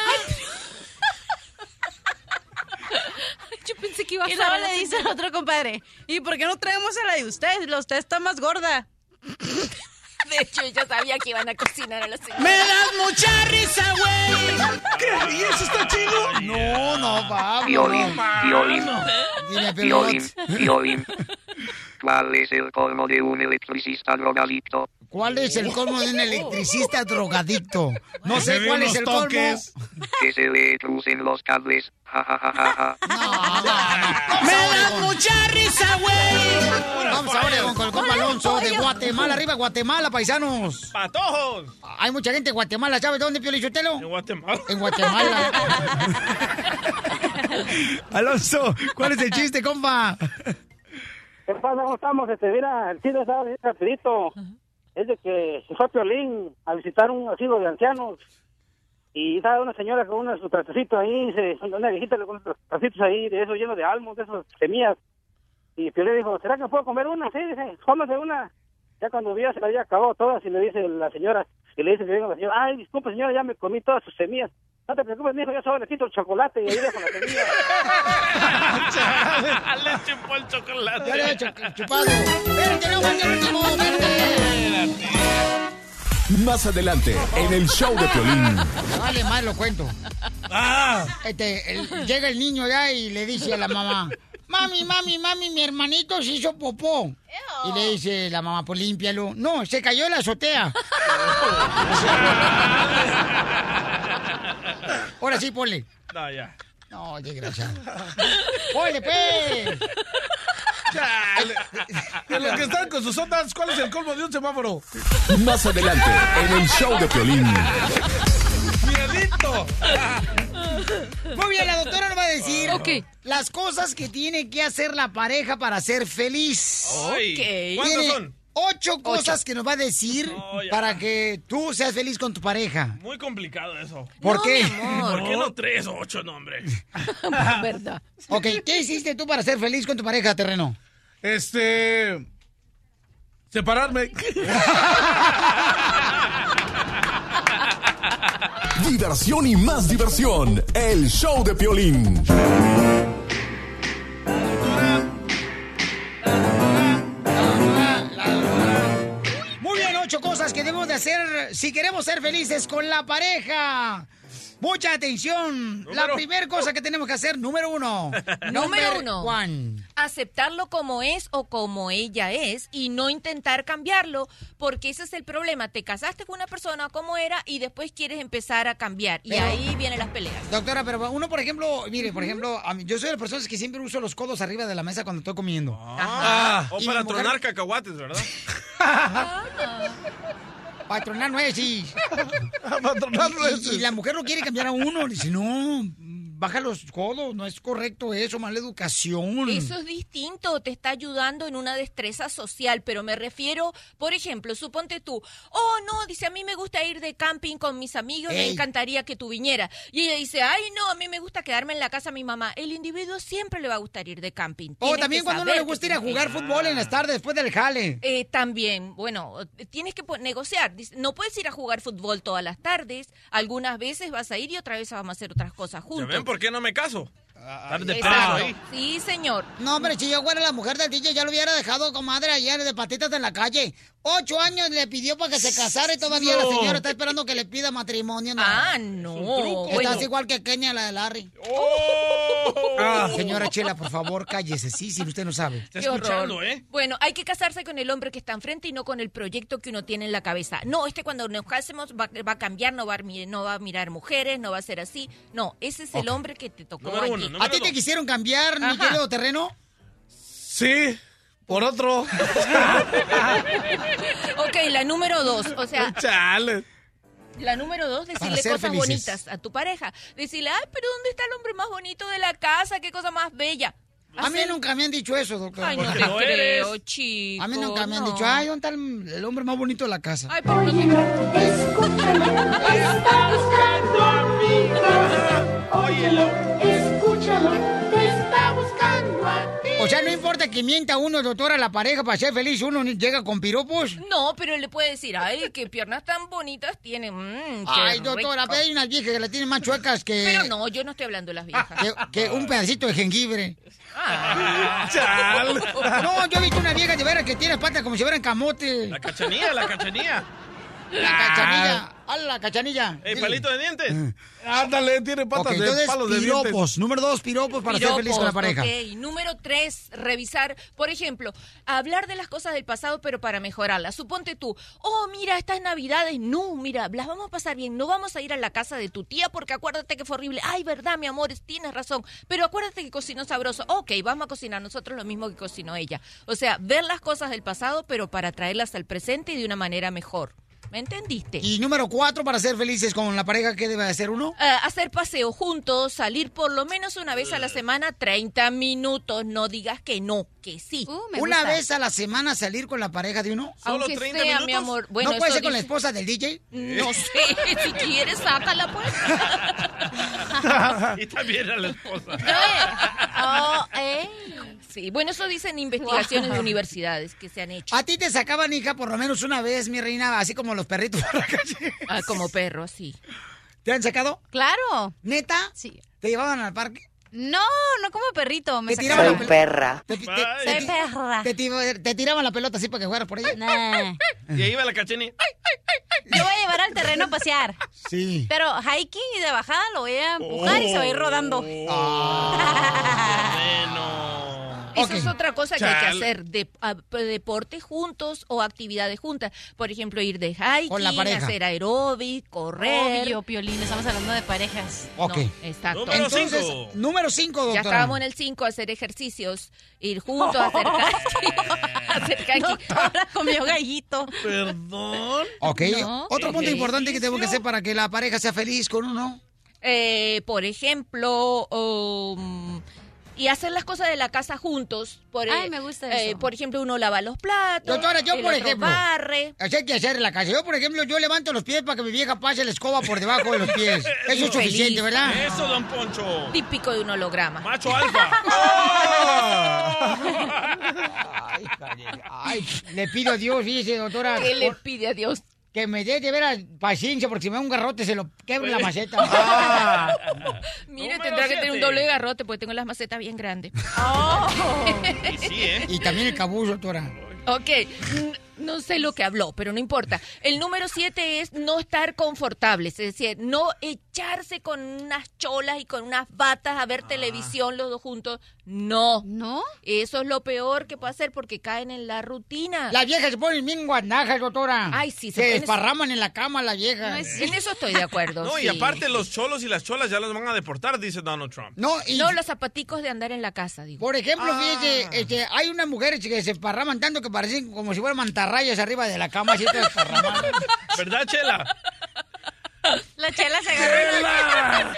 Yo pensé que iba a Y ser. Y luego la le dice el otro compadre, ¿y por qué no traemos a la de usted? La usted está más gorda. De hecho, yo sabía que iban a cocinar a la señora. ¡Me das mucha risa, güey! ¿Qué? ¿Y eso está chido? No, no, vamos. Violín, violín, Dime, violín, Pelot. violín. ¿Cuál es el colmo de un electricista drogadicto? ¿Cuál es el colmo de un electricista drogadicto? No sé Se cuál den es los el toques. colmo. Que se le crucen los cables. Ja, ja, ja, ja, ja. ¡Me das mucha risa, güey! Vamos ahora con, con el compa Alonso de Guatemala. Arriba, Guatemala, paisanos. ¡Patojos! Hay mucha gente de Guatemala. ¿Sabes dónde, Pio Lichotelo? En Guatemala. En Guatemala. Alonso, ¿cuál es el chiste, compa? ¿Qué pasa? ¿Cómo estamos? Este, mira, el chiste está bien rapidito. Es de que se fue a Piolín a visitar un asilo de ancianos y estaba una señora con uno de sus trastecitos ahí, se, una viejita con unos trastecitos ahí, de esos llenos de almos, de esos semillas. Y Piolín dijo, ¿será que puedo comer una? Sí, dice, cómase una. Ya cuando vio se la había acabado todas y le dice la señora, y le dice a la señora, ay, disculpe señora, ya me comí todas sus semillas. No te preocupes, mijo, yo solo le quito el chocolate y ahí dejo la semilla. Le chupó el chocolate. Ya le he chupado. Espérate, no, el último, espérate. Más adelante, en el show de Piolín. Vale, más lo cuento. Ah. Este, el- llega el niño ya y le dice a la mamá, mami, mami, mami, mi hermanito se hizo popó. Y le dice la mamá, pues límpialo. No, se cayó en la azotea. Ahora sí, ponle. No, ya. No, desgraciado. ¡Ponle, pues! Chale. De los que están con sus ondas, ¿cuál es el colmo de un semáforo? Más adelante, en el show de Piolín. ¡Miedito! Muy bien, la doctora nos va a decir las cosas que tiene que hacer la pareja para ser feliz. Ay, ¿cuántas Tiene son? Ocho cosas que nos va a decir Oh, ya. para que tú seas feliz con tu pareja. Muy complicado eso. ¿Por qué? ¿Por qué no tres o ocho nombres? Verdad. Ok, ¿qué hiciste tú para ser feliz con tu pareja, Terreno? Este... Separarme. Diversión y más diversión. El show de Piolín. Muy bien, ocho cosas que debemos de hacer si queremos ser felices con la pareja. Mucha atención. La Número- primera cosa que tenemos que hacer, número uno. Número Number uno. one. Aceptarlo como es o como ella es y no intentar cambiarlo, porque ese es el problema. Te casaste con una persona como era y después quieres empezar a cambiar. Y Pero- ahí vienen las peleas. Doctora, pero uno, por ejemplo, mire, por ejemplo, a mí- yo soy de las personas que siempre uso los codos arriba de la mesa cuando estoy comiendo. Ah, o Y para mi mujer- tronar cacahuates, ¿verdad? Patronar nueces. Patronar Y- nueces. Y, y la mujer no quiere cambiar a uno. Dice, no, baja los codos, no es correcto eso, mala educación. Eso es distinto, te está ayudando en una destreza social, pero me refiero, por ejemplo, suponte tú, oh no, dice, a mí me gusta ir de camping con mis amigos, me Ey. encantaría que tú vinieras. Y ella dice, ay no, a mí me gusta quedarme en la casa de mi mamá. El individuo siempre le va a gustar ir de camping. O Tienes también que cuando uno saber le que gusta ir a tienes jugar que- fútbol en las tardes después del jale. Eh, también, bueno, tienes que po- negociar. Dice, no puedes ir a jugar fútbol todas las tardes. Algunas veces vas a ir y otra vez vamos a hacer otras cosas ¿Ya juntos. ven por qué no me caso? Estar de preso Exacto. ahí. Sí, señor. No, hombre, si yo fuera la mujer del D J, ya lo hubiera dejado, comadre, ayer de patitas en la calle. Ocho años le pidió para que se casara y todavía la No. señora está esperando que le pida matrimonio. No. Ah, no. Estás Bueno. igual que Kenia, la de Larry. Oh. Ah, señora Chela, por favor, cállese. Sí, si usted no sabe. Qué horror. Bueno, hay que casarse con el hombre que está enfrente y no con el proyecto que uno tiene en la cabeza. No, este cuando nos casemos va, va a cambiar, no va a, mi- no va a mirar mujeres, no va a ser así. No, ese es el Ok. hombre que te tocó Número aquí. uno, número ¿A ti te dos. quisieron cambiar, mi Ajá. querido terreno? Sí, por otro. Ok, la número dos, o sea... Chale. La número dos, decirle ser cosas felices. bonitas a tu pareja. Decirle, ay, pero ¿dónde está el hombre más bonito de la casa? ¿Qué cosa más bella? A mí Hacer- nunca me han dicho eso, doctor. Ay, no te creo, chico. A mí nunca me han no. dicho, ay, ¿dónde está el, el hombre más bonito de la casa? Ay, pero no te Está buscando amiga. Óyelo, escúchalo, te está buscando a ti. O sea, no importa que mienta uno, doctora, a la pareja para ser feliz, uno ni llega con piropos. No, pero le puede decir, ay, qué piernas tan bonitas tiene. Mm, qué Ay, doctora, rico. pero hay unas viejas que la tienen más chuecas que... Pero no, yo no estoy hablando de las viejas. Que, que un pedacito de jengibre. Ah. Chal. No, yo he visto una vieja de veras que tiene patas como si fueran camote. La cachanilla, la cachanilla. La cachanilla. ¡A la cachanilla! ¿El palito de dientes? Ándale, tiene patas Ok, de entonces, palos de piropos. dientes. Número dos, piropos para ser Piropos, feliz con la pareja. ok. Número tres, revisar, por ejemplo, hablar de las cosas del pasado, pero para mejorarlas. Suponte tú, oh, mira, estas navidades, no, mira, las vamos a pasar bien, no vamos a ir a la casa de tu tía porque acuérdate que fue horrible. Ay, verdad, mi amor, tienes razón, pero acuérdate que cocinó sabroso. Ok, vamos a cocinar nosotros lo mismo que cocinó ella. O sea, ver las cosas del pasado, pero para traerlas al presente y de una manera mejor. ¿Me entendiste? Y número cuatro, para ser felices con la pareja, ¿qué debe hacer uno? Eh, hacer paseo juntos, salir por lo menos una vez a la semana, treinta minutos. No digas que no, que sí. Una vez a la semana salir con la pareja de uno. Aunque sea, mi amor. Bueno, ¿No puede eso ser con la dice- esposa del D J? No sé, si quieres, sácala pues. Y también a la esposa. Oh, eh. Sí, bueno, eso dicen investigaciones de universidades que se han hecho. A ti te sacaban, hija, por lo menos una vez, mi reina, así como los perritos por la calle. Ah, como perro, sí. ¿Te han sacado? Claro. ¿Neta? Sí. ¿Te llevaban al parque? No, no como perrito. Me Te sacaban tiraban la la pelota. Te, te- Soy te- te- perra. te ti- te tiraban la pelota así para que jugaras por ella. Nah. Y ahí va la cachanilla. Yo voy a llevar al terreno a pasear. Sí. Pero hiking y de bajada lo voy a empujar y se va a ir rodando. Eso es otra cosa que hay que Chale. hacer, de, a- deporte juntos o actividades juntas. Por ejemplo, ir de hiking, Con la pareja. hacer aeróbic, correr. Obvio, Piolín, estamos hablando de parejas. Ok. No, exacto. Número Entonces, cinco. número cinco, doctora. Ya estábamos en el cinco, hacer ejercicios, ir juntos, hacer hiking. hacer hiking. Ahora comió gallito. Perdón. Ok. No, Otro punto ejercicio. importante que tengo que hacer para que la pareja sea feliz con uno. Eh, por ejemplo, um, y hacer las cosas de la casa juntos. Por, Ay, eh, me gusta eh, eso. por ejemplo, uno lava los platos. Doctora, yo el por otro ejemplo. barre. Eso hay que hacer en la casa. Yo, por ejemplo, yo levanto los pies para que mi vieja pase la escoba por debajo de los pies. Eso es Feliz. suficiente, ¿verdad? Eso, don Poncho. Típico de un holograma. Macho alfa. Ay, caray. Ay, le pido a Dios, dice, doctora. ¿Qué le por- pide a Dios? Que me dé de veras paciencia, porque si me da un garrote se lo quebra la maceta. Ah. Mire, Número tendrá que tener un siete. doble garrote porque tengo las macetas bien grandes. Y sí, ¿eh? Y también el cabullo, doctora. Ok, n- no sé lo que habló, pero no importa. El número siete es no estar confortables, es decir, no echarse con unas cholas y con unas batas a ver televisión los dos juntos. No. ¿No? Eso es lo peor que puede hacer porque caen en la rutina. Las viejas se ponen bien guanajas, doctora. Ay, sí, Se, se ponen- desparraman en la cama las viejas. En eso estoy de acuerdo. No, sí. y aparte los cholos y las cholas ya los van a deportar, dice Donald Trump. No, y No, los zapaticos de andar en la casa, digo. por ejemplo, Ah. fíjese, este, hay unas mujeres que se parraman tanto que parecen como si fueran mantarrayas mantarrayas arriba de la cama, así todo esparramado. ¿Verdad, Chela? La Chela se agarró.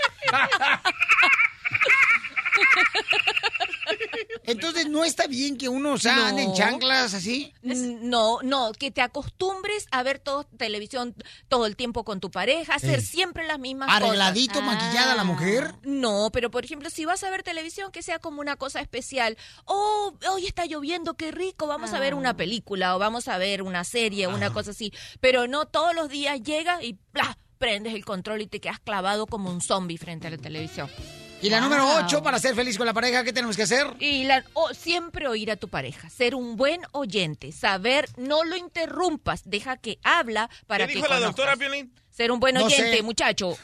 Entonces, ¿no está bien que uno, o sea, No. ande en chanclas así? No, no, que te acostumbres a ver todo televisión todo el tiempo con tu pareja, hacer Sí. siempre las mismas ¿Arregladito, cosas. maquillada la mujer? No, pero por ejemplo, si vas a ver televisión, que sea como una cosa especial. Oh, hoy está lloviendo, qué rico, vamos a ver una película o vamos a ver una serie, una cosa así. Pero no todos los días llega y ¡plá! Prendes el control y te quedas clavado como un zombie frente a la televisión. Y la Wow. número ocho, para ser feliz con la pareja, ¿qué tenemos que hacer? Y la, o- siempre oír a tu pareja, ser un buen oyente, saber, no lo interrumpas, deja que habla para ¿Qué que dijo la conozcas. doctora, Piolín? Ser un buen No oyente, sé. muchacho.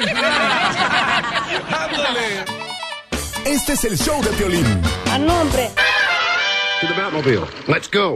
Este es el show de Piolín. A nombre. To the Batmobile. Let's go.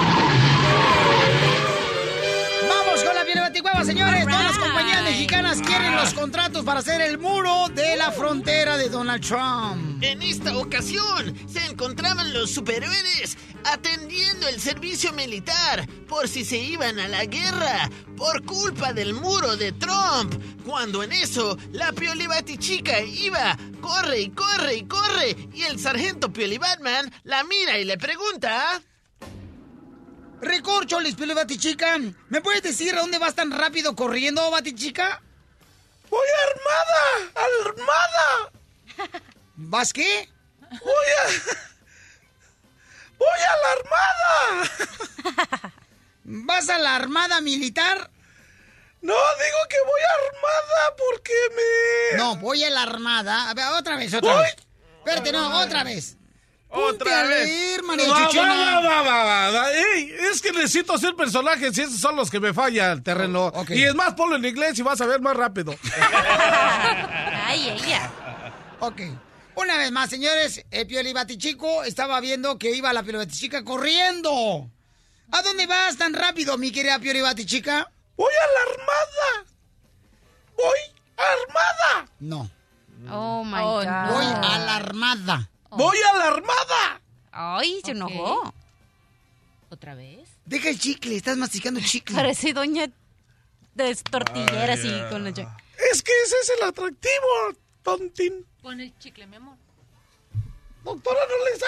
¡Vamos con la Piel Baticueva, señores! Todas las compañías mexicanas quieren los contratos para hacer el muro de la frontera de Donald Trump. En esta ocasión se encontraban los superhéroes atendiendo el servicio militar por si se iban a la guerra por culpa del muro de Trump. Cuando en eso la Pioli Batichica iba, corre y corre y corre, y el sargento Pioli Batman la mira y le pregunta... Recorcholis, Piel Batichica, ¿me puedes decir a dónde vas tan rápido corriendo, Batichica? ¡Voy armada! ¡Armada! ¿Vas qué? ¡Voy a... ¡Voy a la armada! ¿Vas a la armada militar? No, digo que voy armada porque me... No, voy a la armada. A ver, otra vez, otra Voy. vez. Espérate, no, otra vez. Ponte Otra a vez. leer, María Va, Chuchona. va, va, va, va, va. Ey, es que necesito hacer personajes y esos son los que me falla el terreno. Ok. Y es más, ponlo en inglés y vas a ver más rápido. Ay, ella. Ok. Una vez más, señores, el Pioli Batichico estaba viendo que iba la Pioli Batichica corriendo. ¿A dónde vas tan rápido, mi querida Pioli Batichica? ¡Voy a la armada! ¡Voy armada! No. Oh, my Oh, God. no. Voy a la armada. ¡Voy a la armada! Ay, se Ok. enojó. ¿Otra vez? Deja el chicle, estás masticando chicle. Parece doña de tortillera así con la... Es que ese es el atractivo, tontín. Pon el chicle, mi amor. Doctora, no les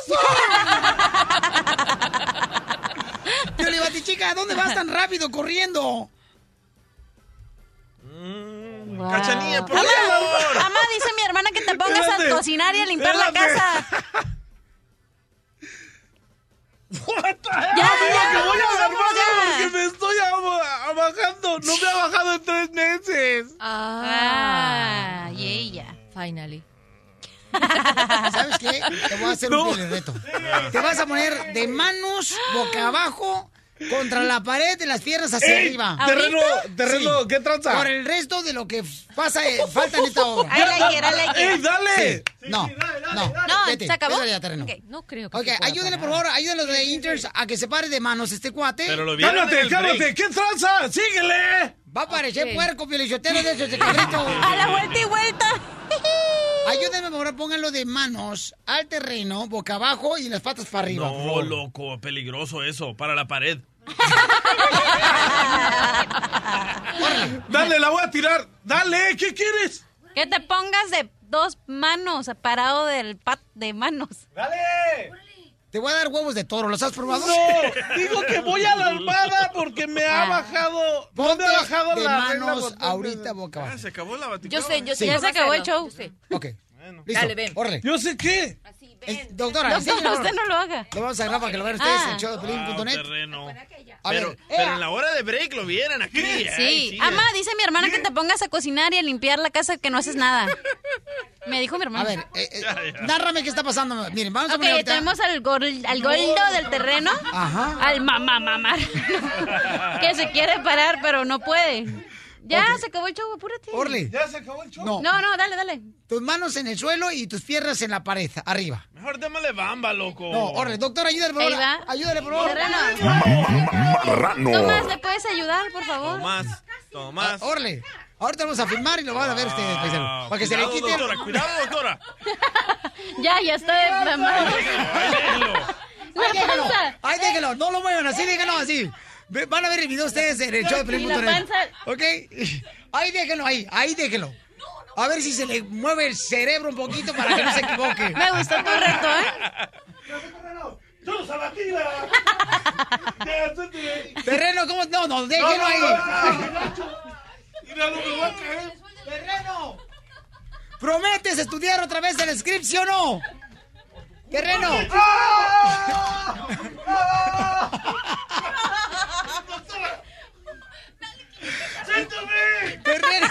haga caso. Pioli Batichica, ¿a dónde vas tan rápido corriendo? Wow. Cachanilla, por Mamá, favor. mamá, dice mi hermana que te pongas Espérate. a cocinar y a limpiar la Espérate. casa. What the hell? Ya, Digo ya, que voy a la ya, armada ya. porque me estoy ab- bajando. No me ha bajado en tres meses. Ah, y ella. Finally. ¿Sabes qué? Te voy a hacer No. un Pioli reto. Te vas a poner de manos boca abajo contra la pared de las piernas hacia Ey, arriba. terreno, terreno, Sí. ¿qué tranza? Por el resto de lo que pasa, eh, falta en esta obra. I like it, I like ¡Ey, it. dale! Sí. No, no. No, Vete, ¿se acabó? vete ya, terreno. Ok. No creo que Ok, se pueda ayúdenle por parar. favor, ayúdenle a los de Inters a que se pare de manos este cuate. Pero lo vieron en ¡Cálmate, el break. cálmate! ¿Qué tranza? ¡Síguele! Va a parecer Ok. puerco, piolichotero de esos de cabrito. A la vuelta y vuelta. Ayúdenme por favor, pónganlo de manos al terreno, boca abajo y las patas para arriba. por No, favor. loco, peligroso eso, para la pared. Dale, la voy a tirar. Dale, ¿qué quieres? Que te pongas de dos manos, parado del pat de manos. Dale. Te voy a dar huevos de toro, ¿los has probado? No, digo que voy a la armada porque me ha bajado. No Ponte me ha bajado de la regla manos botón. ahorita boca Ah, abajo. se acabó la baticada. Yo sé, yo sé. Ya cómo se acabó el hacerlo. show. Yo sé. Ok, listo. Dale, ven. Órale. Yo sé qué. Así, Eh, ven. doctora, Doctora, enséñalo. usted no lo haga. Lo vamos a grabar para que lo vean ustedes Ah. en show de pelín punto net. Wow, terreno. A Pero, ver, pero ea. en la hora de break lo vieran aquí. Ay, Sí. sí. Amá, dice mi hermana que te pongas a cocinar y a limpiar la casa que no haces nada. Me dijo mi hermana. A ver, eh, eh, nárrame qué está pasando. Miren, vamos a Ok, poner ahorita- tenemos al, gol, al goldo del terreno. Ajá. Al mamá mamá. Que se quiere parar, pero no puede. Ya, Ok. se acabó el show, apúrate. Orle. ¿Ya se acabó el show? No. No, no, dale, dale. Tus manos en el suelo y tus piernas en la pared, arriba. Mejor démosle bamba, loco. No, Orle, doctor, ayúdale por Ahí favor. va. Ayúdale por favor. Terreno. Marrano. Tomás, ¿le puedes ayudar, por favor? Tomás, Tomás. Ah, Orle, ahorita vamos a filmar y lo van a ver ustedes, paisano. Ah, Para que se le cuidado, quite. doctora, cuidado, doctora. Ya, ya estoy mamá. Báilenlo. Ahí déjalo, ahí déjalo, no lo muevan así, déjalo así. Van a ver el video ustedes en el show de Piolín punto net. ¿Ok? Ahí déjenlo, ahí, ahí déjenlo. A ver si se le mueve el cerebro un poquito para que no se equivoque. Me gustó tu reto, ¿eh? ¡Yo Sabatila! Terreno, ¿cómo? No, no, déjenlo ahí. Mira lo que va a caer. Terreno. ¿Prometes estudiar otra vez el script, sí o no? Terreno. ¡Siéntame! Terreno.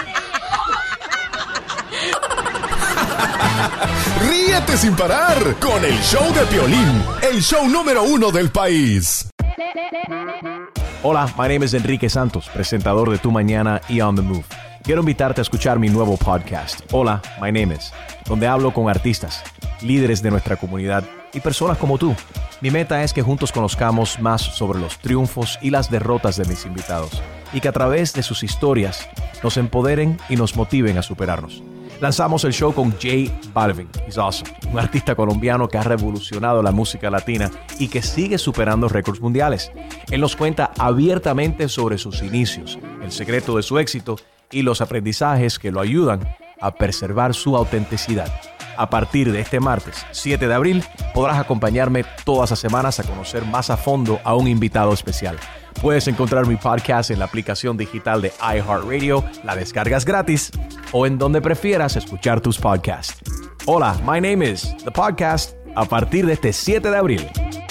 Ríete sin parar con el show de Piolín, el show número uno del país. Hola, my name is Enrique Santos, presentador de Tu Mañana y On The Move. Quiero invitarte a escuchar mi nuevo podcast, Hola, my name is, donde hablo con artistas, líderes de nuestra comunidad y personas como tú. Mi meta es que juntos conozcamos más sobre los triunfos y las derrotas de mis invitados y que a través de sus historias nos empoderen y nos motiven a superarnos. Lanzamos el show con J Balvin, he's awesome, un artista colombiano que ha revolucionado la música latina y que sigue superando récords mundiales. Él nos cuenta abiertamente sobre sus inicios, el secreto de su éxito y los aprendizajes que lo ayudan a preservar su autenticidad. A partir de este martes, siete de abril, podrás acompañarme todas las semanas a conocer más a fondo a un invitado especial. Puedes encontrar mi podcast en la aplicación digital de iHeartRadio, la descargas gratis, o en donde prefieras escuchar tus podcasts. Hola, my name is The Podcast, a partir de este siete de abril.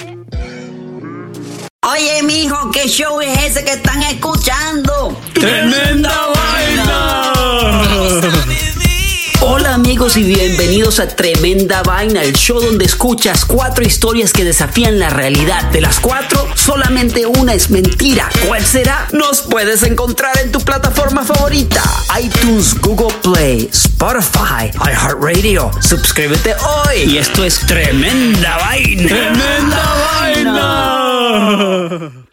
Oye, mijo, ¿qué show es ese que están escuchando? ¡Tremenda Vaina! Hola amigos y bienvenidos a Tremenda Vaina, el show donde escuchas cuatro historias que desafían la realidad. De las cuatro, solamente una es mentira. ¿Cuál será? Nos puedes encontrar en tu plataforma favorita: iTunes, Google Play, Spotify, iHeartRadio. Suscríbete hoy. Y esto es Tremenda Vaina. ¡Tremenda Vaina!